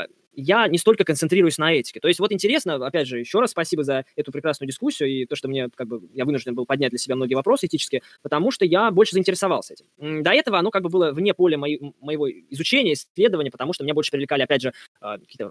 я не столько концентрируюсь на этике. То есть вот интересно, опять же, еще раз спасибо за эту прекрасную дискуссию и то, что мне как бы я вынужден был поднять для себя многие вопросы этические, потому что я больше заинтересовался этим. До этого оно как бы было вне поля моего изучения, исследования, потому что меня больше привлекали, опять же, какие-то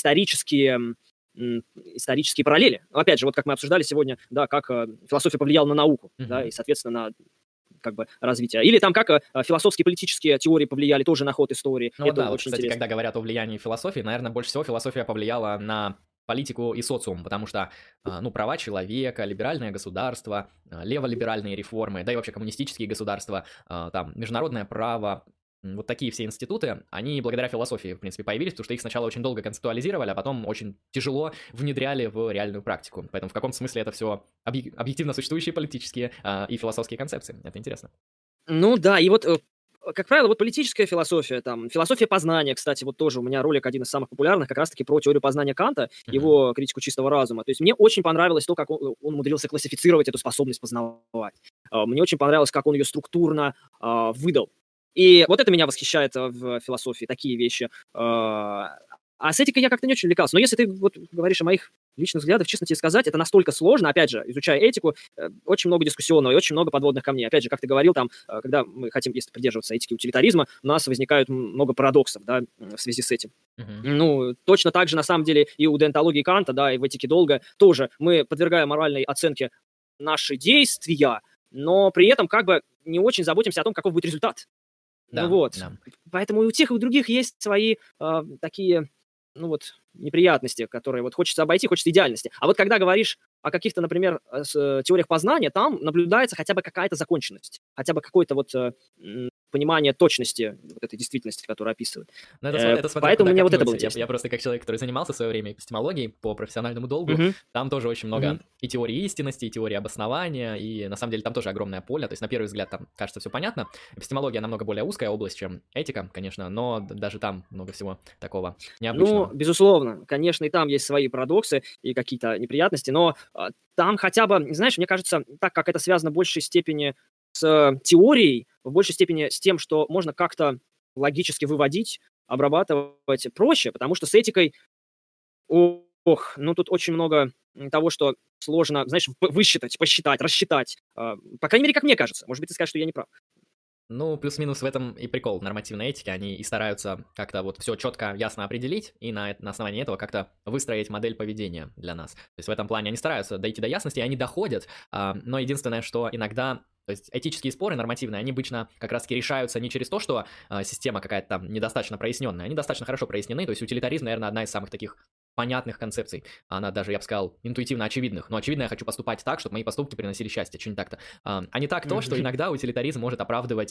исторические параллели. Но опять же, вот как мы обсуждали сегодня, да, как философия повлияла на науку, да, Мгм. и, соответственно, на как бы развитие. Или там как философские политические теории повлияли тоже на ход истории. Ну вот Это да, вот, очень кстати, интересно. когда говорят о влиянии философии, наверное, больше всего философия повлияла на политику и социум, потому что, ну, права человека, либеральное государство, леволиберальные реформы, да и вообще коммунистические государства, там, международное право, вот такие все институты, они благодаря философии, в принципе, появились, потому что их сначала очень долго концептуализировали, а потом очень тяжело внедряли в реальную практику. Поэтому в каком-то смысле это все объективно существующие политические и философские концепции. Это интересно. Ну да, и вот, как правило, вот политическая философия, там, философия познания, кстати, вот тоже у меня ролик один из самых популярных, как раз-таки про теорию познания Канта, Мгм. его критику чистого разума. То есть мне очень понравилось то, как он умудрился классифицировать эту способность познавать. Мне очень понравилось, как он ее структурно выдал. И вот это меня восхищает в философии, такие вещи. А с этикой я как-то не очень увлекался. Но если ты вот говоришь о моих личных взглядах, честно тебе сказать, это настолько сложно, опять же, изучая этику, очень много дискуссионного и очень много подводных камней. Опять же, как ты говорил, там, когда мы хотим, если придерживаться этики утилитаризма, у нас возникают много парадоксов, да, в связи с этим. Мгм. Ну, точно так же, на самом деле, и у деонтологии Канта, да, и в этике долга тоже мы подвергаем моральной оценке наши действия, но при этом как бы не очень заботимся о том, каков будет результат. Ну Да, вот. да. Поэтому и у тех, и у других есть свои такие, ну вот, неприятности, которые вот хочется обойти, хочется идеальности. А вот когда говоришь о каких-то, например, теориях познания, там наблюдается хотя бы какая-то законченность, хотя бы какое-то вот понимание точности вот этой действительности, которую описывают. Ну, это смотря Поэтому куда мне вот это было копнуть. Я интересно. просто как человек, который занимался в свое время эпистемологией по профессиональному долгу, Мгм, там тоже очень мгм. много и теории истинности, и теории обоснования, и на самом деле там тоже огромное поле. То есть на первый взгляд там кажется все понятно. Эпистемология намного более узкая область, чем этика, конечно, но даже там много всего такого Ну, необычного. безусловно, конечно, и там есть свои парадоксы и какие-то неприятности, но там хотя бы, знаешь, мне кажется, так как это связано в большей степени с теорией, в большей степени с тем, что можно как-то логически выводить, обрабатывать проще, потому что с этикой, ну тут очень много того, что сложно, знаешь, высчитать, посчитать, рассчитать. По крайней мере, как мне кажется. Может быть, ты скажешь, что я не прав. Ну, плюс-минус в этом и прикол нормативной этики. Они и стараются как-то вот все четко, ясно определить, и на основании этого как-то выстроить модель поведения для нас. То есть в этом плане они стараются дойти до ясности, и они доходят, но единственное, что иногда... То есть этические споры нормативные, они обычно как раз-таки решаются не через то, что система какая-то там недостаточно проясненная, они достаточно хорошо прояснены, то есть утилитаризм, наверное, одна из самых таких понятных концепций, она даже, я бы сказал, интуитивно очевидных, но очевидно, я хочу поступать так, чтобы мои поступки приносили счастье, что не так-то. А не так то, что иногда утилитаризм может оправдывать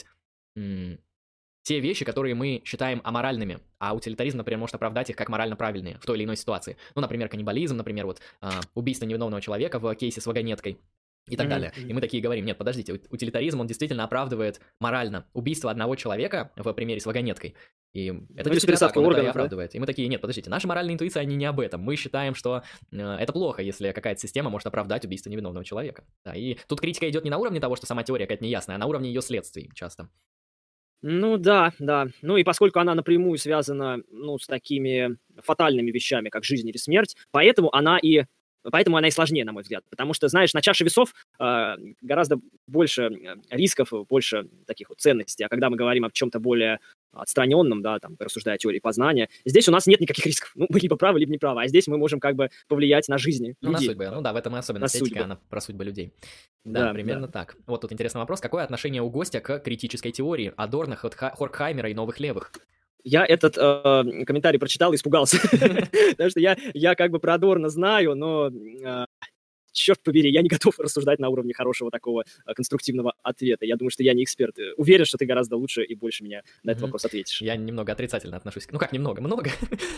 те вещи, которые мы считаем аморальными, а утилитаризм, например, может оправдать их как морально правильные в той или иной ситуации. Ну, например, каннибализм, например, вот убийство невиновного человека в кейсе с вагонеткой. И так далее. И мы такие говорим, нет, подождите, утилитаризм, он действительно оправдывает морально убийство одного человека в примере с вагонеткой. И это действительно так, он это и оправдывает. И мы такие, нет, подождите, наши моральные интуиции, они не об этом. Мы считаем, что это плохо, если какая-то система может оправдать убийство невиновного человека. Да, и тут критика идет не на уровне того, что сама теория какая-то неясная, а на уровне ее следствий часто. Ну да, да. Ну и поскольку она напрямую связана, ну, с такими фатальными вещами, как жизнь или смерть, поэтому она и сложнее, на мой взгляд. Потому что, знаешь, на чаше весов гораздо больше рисков, больше таких вот ценностей. А когда мы говорим о чем-то более отстраненном, да, там, рассуждая о теории познания, здесь у нас нет никаких рисков. Ну, мы либо правы, либо неправы. А здесь мы можем как бы повлиять на жизни людей. Ну, на судьбы. Ну да, в этом и особенность этики, она про судьбы людей. Да, примерно так. Вот тут интересный вопрос. Какое отношение у гостя к критической теории Адорно, Хоркхаймера и новых левых? Я этот комментарий прочитал и испугался. Потому что я как бы про Адорно знаю, но черт побери, я не готов рассуждать на уровне хорошего такого конструктивного ответа. Я думаю, что я не эксперт. Уверен, что ты гораздо лучше и больше меня на этот вопрос ответишь. Я немного отрицательно отношусь. Ну как немного? Много.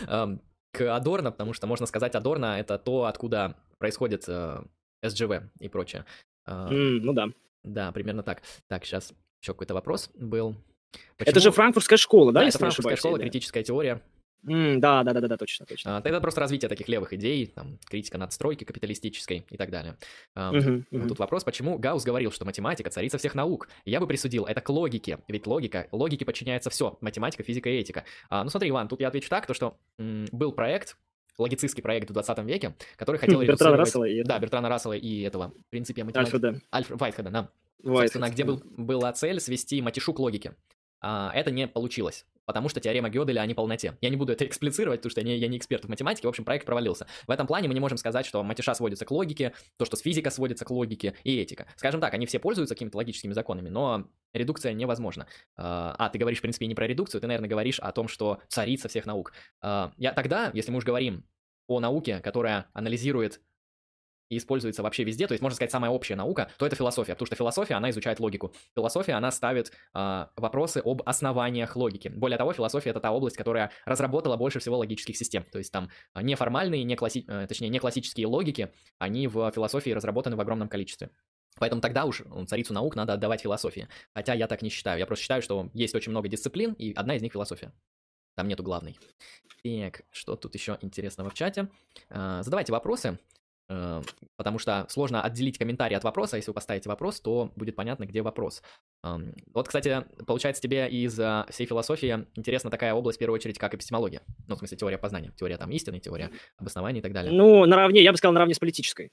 К Адорно, потому что, можно сказать, Адорно — это то, откуда происходит СЖВ и прочее. Ну да. Да, примерно так. Так, сейчас еще какой-то вопрос был. Это же франкфуртская школа, да? Да, это франкфуртская школа, критическая теория. Да, точно. Это просто развитие таких левых идей, там, критика надстройки капиталистической и так далее. Тут вопрос, почему Гаусс говорил, что математика царица всех наук? Я бы присудил это к логике, ведь логике подчиняется все, математика, физика и этика. Ну смотри, Иван, тут я отвечу так, то что был проект, логицистский проект в 20 веке, который хотел редуцировать... Бертрана Рассела и этого, в принципе, математика... Вайтхеда, да. Собственно, где была цель свести матишу к логике. Это не получилось, потому что теорема Гёделя о неполноте. Я не буду это эксплицировать, потому что я не эксперт в математике, в общем, проект провалился. В этом плане мы не можем сказать, что матиша сводится к логике, то, что физика сводится к логике и этика. Скажем так, они все пользуются какими-то логическими законами, но редукция невозможна. Ты говоришь, в принципе, не про редукцию, ты, наверное, говоришь о том, что царица всех наук. Тогда, если мы уж говорим о науке, которая анализирует и используется вообще везде, то есть, можно сказать, самая общая наука, то это философия, потому что философия, она изучает логику. Философия, она ставит вопросы об основаниях логики. Более того, философия — это та область, которая разработала больше всего логических систем. То есть там неформальные, не классические логики, они в философии разработаны в огромном количестве. Поэтому тогда уж царицу наук надо отдавать философии. Хотя я так не считаю. Я просто считаю, что есть очень много дисциплин, и одна из них философия. Там нету главной. Так, что тут еще интересного в чате? Задавайте вопросы. Потому что сложно отделить комментарий от вопроса. Если вы поставите вопрос, то будет понятно, где вопрос. Вот, кстати, получается, тебе из всей философии интересна такая область, в первую очередь, как эпистемология. Ну, в смысле, теория познания. Теория там истины, теория обоснования и так далее. Ну, я бы сказал, наравне с политической.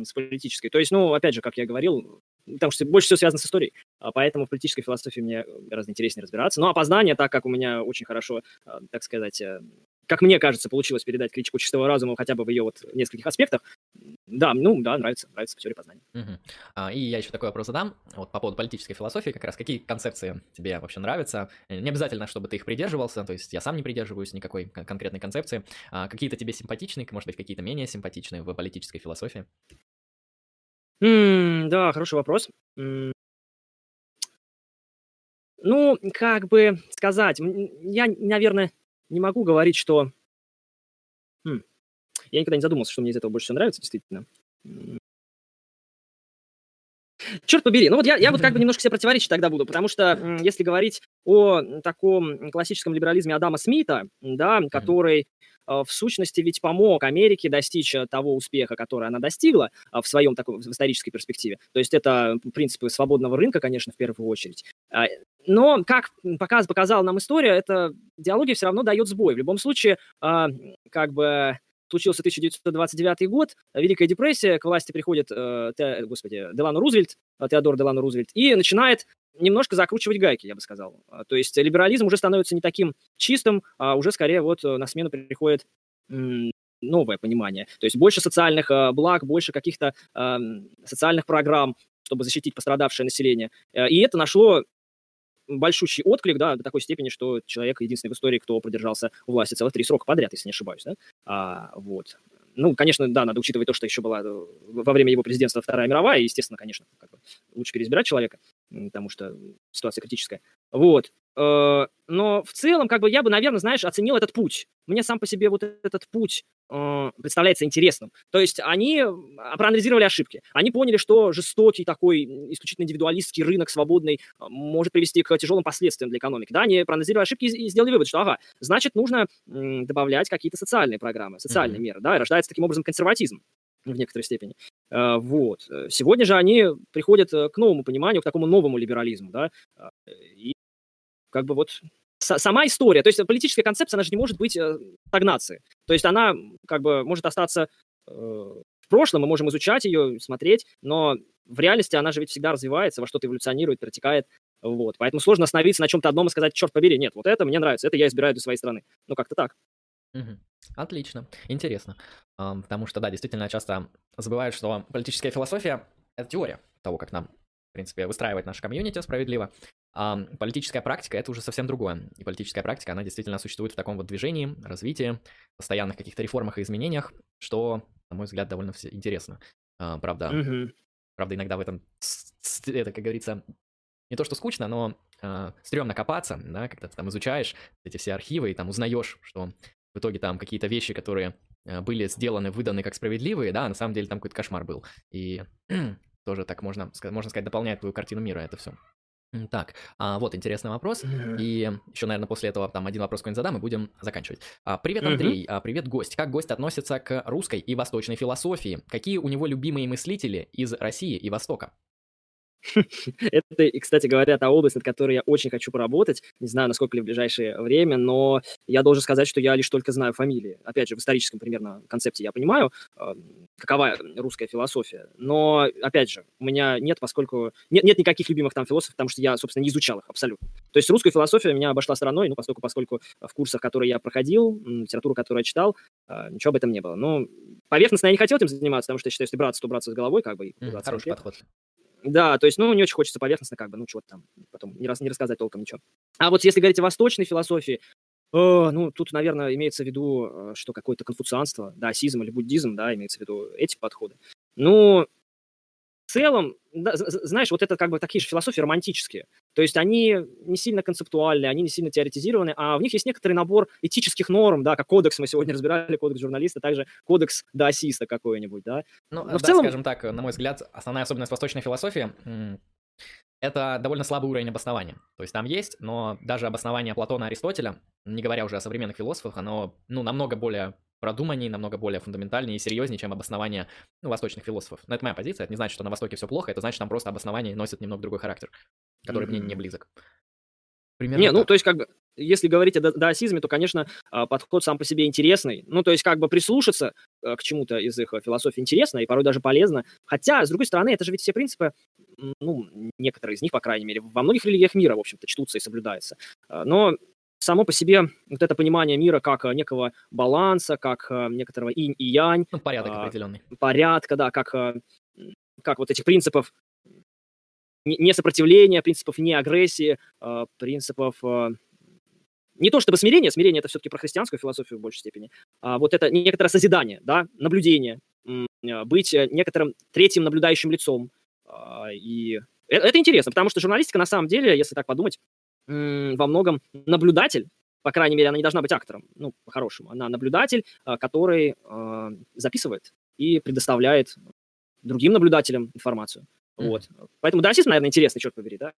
То есть, опять же, как я говорил, потому что больше всего связано с историей. Поэтому в политической философии мне гораздо интереснее разбираться. Но познание, так как у меня очень хорошо, так сказать, как мне кажется, получилось передать критику чистого разума хотя бы в ее вот нескольких аспектах. Да, нравится по теории познания. И я еще такой вопрос задам, вот по поводу политической философии, как раз какие концепции тебе вообще нравятся? Не обязательно, чтобы ты их придерживался, то есть я сам не придерживаюсь никакой конкретной концепции. Какие-то тебе симпатичны, может быть, какие-то менее симпатичные в политической философии? Да, хороший вопрос. Ну, как бы сказать, я, наверное, не могу говорить, что... Я никогда не задумывался, что мне из этого больше всего нравится, действительно. Черт побери. Ну вот я вот как бы немножко себе противоречить тогда буду, потому что если говорить о таком классическом либерализме Адама Смита, да, который в сущности ведь помог Америке достичь того успеха, который она достигла в своем таком в исторической перспективе. То есть это принципы свободного рынка, конечно, в первую очередь. Но, как показала нам история, эта идеология все равно дает сбой. В любом случае, как бы случился 1929 год, Великая депрессия, к власти приходит, Делано Рузвельт, Теодор Делано Рузвельт, и начинает немножко закручивать гайки, я бы сказал. То есть либерализм уже становится не таким чистым, а уже скорее вот на смену приходит новое понимание. То есть больше социальных благ, больше каких-то социальных программ, чтобы защитить пострадавшее население. И это нашло большущий отклик, да, до такой степени, что человек единственный в истории, кто продержался у власти целых 3 срока подряд, если не ошибаюсь, да. Вот. Ну, конечно, да, надо учитывать то, что еще была во время его президентства Вторая мировая, и, естественно, конечно, как бы лучше переизбирать человека, потому что ситуация критическая. Вот. Но в целом, как бы я бы, наверное, знаешь, оценил этот путь. Мне сам по себе вот этот путь представляется интересным. То есть они проанализировали ошибки. Они поняли, что жестокий такой исключительно индивидуалистский рынок свободный может привести к тяжелым последствиям для экономики. Да, они проанализировали ошибки и сделали вывод, что, ага, значит, нужно добавлять какие-то социальные программы, социальные меры, да, и рождается таким образом консерватизм в некоторой степени. Вот. Сегодня же они приходят к новому пониманию, к такому новому либерализму, да, и как бы вот сама история, то есть политическая концепция, она же не может быть стагнацией. То есть она как бы может остаться в прошлом, мы можем изучать ее, смотреть, но в реальности она же ведь всегда развивается, во что-то эволюционирует, протекает. Вот. Поэтому сложно остановиться на чем-то одном и сказать, черт побери, нет, вот это мне нравится, это я избираю для своей страны. Ну, как-то так. Отлично, интересно. Потому что, да, действительно часто забывают, что политическая философия — это теория того, как нам, в принципе, выстраивать наше комьюнити справедливо. Политическая практика — это уже совсем другое. И политическая практика, она действительно существует в таком вот движении, развитии, постоянных каких-то реформах и изменениях, что, на мой взгляд, довольно интересно. Правда, иногда в этом, это, как говорится, не то что скучно, но стрёмно копаться, да, когда ты там изучаешь эти все архивы и там узнаешь, что в итоге там какие-то вещи, которые были сделаны, выданы как справедливые, да, на самом деле там какой-то кошмар был. И тоже так можно сказать, дополняет твою картину мира это все. Так, вот интересный вопрос. И еще, наверное, после этого там один вопрос какой-нибудь задам и будем заканчивать. Привет, Андрей. Привет, гость. Как гость относится к русской и восточной философии? Какие у него любимые мыслители из России и Востока? Это, и, кстати говоря, та область, над которой я очень хочу поработать. Не знаю, насколько ли в ближайшее время, но я должен сказать, что я лишь только знаю фамилии. Опять же, в историческом примерно концепте я понимаю, какова русская философия. Но, опять же, у меня нет, поскольку... Нет никаких любимых там философов, потому что я, собственно, не изучал их абсолютно. То есть русская философия меня обошла стороной, ну, поскольку в курсах, которые я проходил, литературу, которую я читал, ничего об этом не было. Но поверхностно я не хотел этим заниматься, потому что я считаю, если браться, то браться с головой, как бы. Хороший подход. Да, то есть, ну, не очень хочется поверхностно, как бы, ну, чего-то там, потом не рассказать толком ничего. А вот если говорить о восточной философии, ну, тут, наверное, имеется в виду, что какое-то конфуцианство, даосизм или буддизм, да, имеется в виду эти подходы. Ну, в целом, да, знаешь, вот это как бы такие же философии романтические. То есть они не сильно концептуальные, они не сильно теоретизированы, а в них есть некоторый набор этических норм, да, как кодекс мы сегодня разбирали, кодекс журналиста, также кодекс даосиста какой-нибудь, да. Ну, Но да, в целом... скажем так, на мой взгляд, основная особенность восточной философии это довольно слабый уровень обоснования. То есть там есть, но даже обоснование Платона и Аристотеля, не говоря уже о современных философах, оно, ну, намного более продуманнее, намного более фундаментальнее и серьезнее, чем обоснование, ну, восточных философов. Но это моя позиция, это не значит, что на Востоке все плохо, это значит, там просто обоснование носит немного другой характер, который мне не близок. Примерно Не, ну, так. то есть, как бы, если говорить о даосизме, то, конечно, подход сам по себе интересный. Ну, то есть, как бы прислушаться к чему-то из их философии интересно и порой даже полезно. Хотя, с другой стороны, это же ведь все принципы, ну, некоторые из них, по крайней мере, во многих религиях мира, в общем-то, чтутся и соблюдаются. Но само по себе вот это понимание мира как некого баланса, как некоторого инь и янь. Ну, порядок определенный. Порядка, да, как вот этих принципов не сопротивления, принципов не агрессии, принципов не то чтобы смирение это все-таки про христианскую философию в большей степени, а вот это некоторое созидание, да, наблюдение, быть некоторым третьим наблюдающим лицом. И это интересно, потому что журналистика на самом деле, если так подумать, во многом наблюдатель, по крайней мере, она не должна быть актором, ну, по-хорошему, она наблюдатель, который записывает и предоставляет другим наблюдателям информацию. Вот. Поэтому даосизм, наверное, интересный, черт побери, да?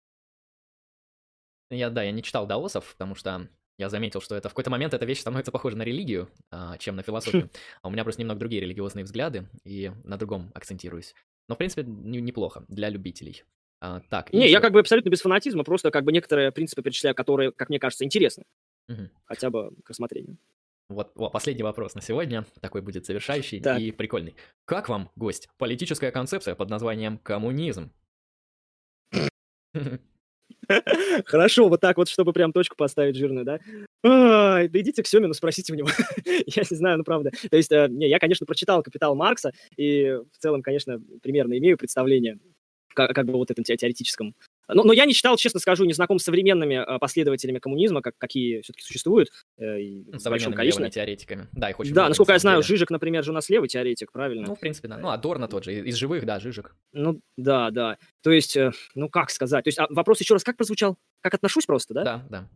Я не читал даосов, потому что я заметил, что это в какой-то момент эта вещь становится похожа на религию, чем на философию. А у меня просто немного другие религиозные взгляды, и на другом акцентируюсь. Но, в принципе, неплохо для любителей. Так, и Не, я еще... как бы абсолютно без фанатизма, просто как бы некоторые принципы перечисляю, которые, как мне кажется, интересны, хотя бы к рассмотрению. Вот, последний вопрос на сегодня, такой будет завершающий Так. и прикольный. Как вам, гость, политическая концепция под названием коммунизм? Хорошо, вот так вот, чтобы прям точку поставить жирную, да? Ай, да идите к Семину, спросите у него. Я не знаю, ну правда. То есть, не, я, конечно, прочитал «Капитал» Маркса, и в целом, конечно, примерно имею представление как бы вот этом теоретическом. Но я не читал, честно скажу, не знаком с современными последователями коммунизма, какие все-таки существуют, и в большом Современными количестве. левыми теоретиками. Да, их очень Да, много, на насколько я самом знаю, деле. Жижик, например, же у нас левый теоретик, правильно? Ну, в принципе, да. Ну, Адорно тот же, из живых, да, Жижик. Ну, да, да. То есть, ну, как сказать? То есть, вопрос еще раз как прозвучал? Как отношусь просто, да? Да, да.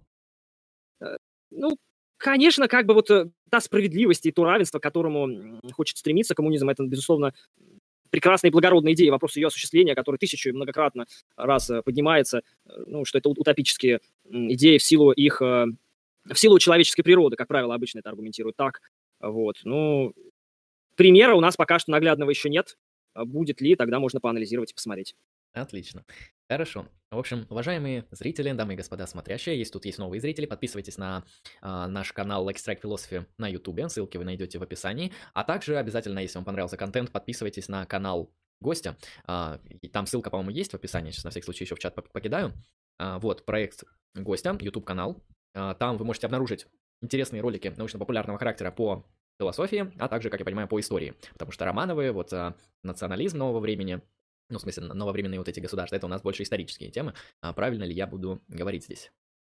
Ну, конечно, как бы вот та справедливость и то равенство, к которому хочет стремиться коммунизм, это, безусловно, прекрасная и благородная идея. Вопрос ее осуществления, который тысячу и многократно раз поднимается, ну, что это утопические идеи в силу их, в силу человеческой природы, как правило, обычно это аргументируют так. Вот, ну, примера у нас пока что наглядного еще нет. Будет ли, тогда можно поанализировать и посмотреть. Отлично. Хорошо. В общем, уважаемые зрители, дамы и господа смотрящие, есть новые зрители, подписывайтесь на наш канал Like Strike Philosophy на YouTube, ссылки вы найдете в описании, а также обязательно, если вам понравился контент, подписывайтесь на канал гостя, и там ссылка, по-моему, есть в описании, сейчас на всякий случай еще в чат покидаю. Вот, проект гостя, YouTube-канал, там вы можете обнаружить интересные ролики научно-популярного характера по философии, а также, как я понимаю, по истории, потому что Романовы, вот национализм нового времени, ну, в смысле, нововременные вот эти государства, это у нас больше исторические темы. Правильно ли я буду говорить здесь?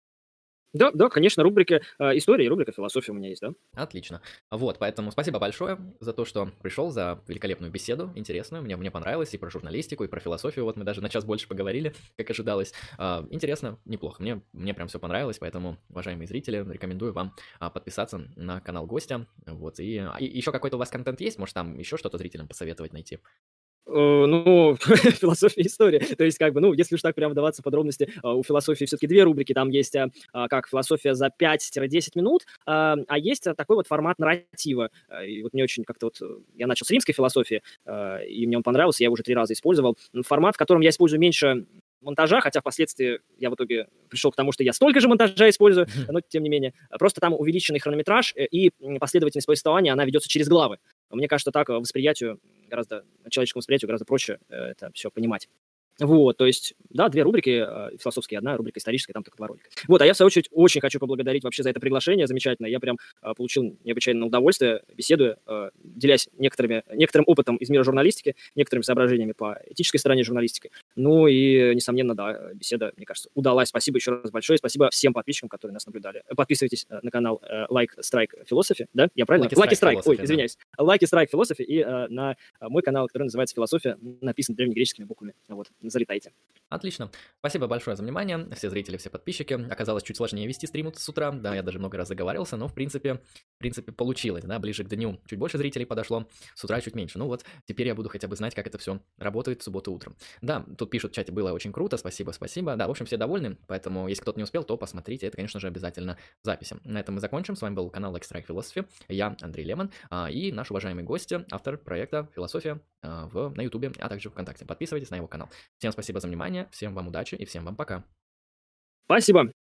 Да, да, конечно, рубрика история и рубрика философия у меня есть, да. Отлично. Вот, поэтому спасибо большое за то, что пришел, за великолепную беседу, интересную. Мне понравилось и про журналистику, и про философию. Вот мы даже на час больше поговорили, как ожидалось. Интересно, неплохо. Мне прям все понравилось, поэтому, уважаемые зрители, рекомендую вам подписаться на канал гостя. Вот, и еще какой-то у вас контент есть? Может, там еще что-то зрителям посоветовать найти? Ну, философия и история. То есть, как бы, ну, если уж так прям вдаваться в подробности, у философии все-таки две рубрики. Там есть как философия за 5-10 минут, а есть такой вот формат нарратива. И вот мне очень как-то вот... Я начал с римской философии, и мне он понравился, я его уже 3 раза использовал. Формат, в котором я использую меньше монтажа, хотя впоследствии я в итоге пришел к тому, что я столько же монтажа использую, но тем не менее. Просто там увеличенный хронометраж и последовательность повествования, она ведется через главы. Мне кажется, так восприятию человеческому восприятию гораздо проще это все понимать. Вот, то есть, да, 2 рубрики философские, 1 рубрика историческая, там только 2 ролика. Вот, а я, в свою очередь, очень хочу поблагодарить вообще за это приглашение замечательное. Я прям получил необычайное удовольствие, беседуя, делясь некоторым опытом из мира журналистики, некоторыми соображениями по этической стороне журналистики. Ну и, несомненно, да, беседа, мне кажется, удалась. Спасибо еще раз большое. Спасибо всем подписчикам, которые нас наблюдали. Подписывайтесь на канал Like Strike Philosophy, да? Я правильно? Lucky Strike Philosophy, извиняюсь. Lucky Strike Philosophy и на мой канал, который называется «Философия», написан древнегреческими буквами. Вот. Залетайте. Отлично. Спасибо большое за внимание. Все зрители, все подписчики. Оказалось чуть сложнее вести стрим с утра. Да, я даже много раз заговаривался, но в принципе получилось. Да, ближе к дню чуть больше зрителей подошло, с утра чуть меньше. Ну вот, теперь я буду хотя бы знать, как это все работает в субботу утром. Да, тут пишут в чате, было очень круто, спасибо. Да, в общем, все довольны, поэтому если кто-то не успел, то посмотрите. Это, конечно же, обязательно в записи. На этом мы закончим. С вами был канал Like Strike Philosophy. Я Андрей Лемон и наш уважаемый гость, автор проекта «Философия» на YouTube, а также ВКонтакте. Подписывайтесь на его канал. Всем спасибо за внимание, всем вам удачи и всем вам пока. Спасибо.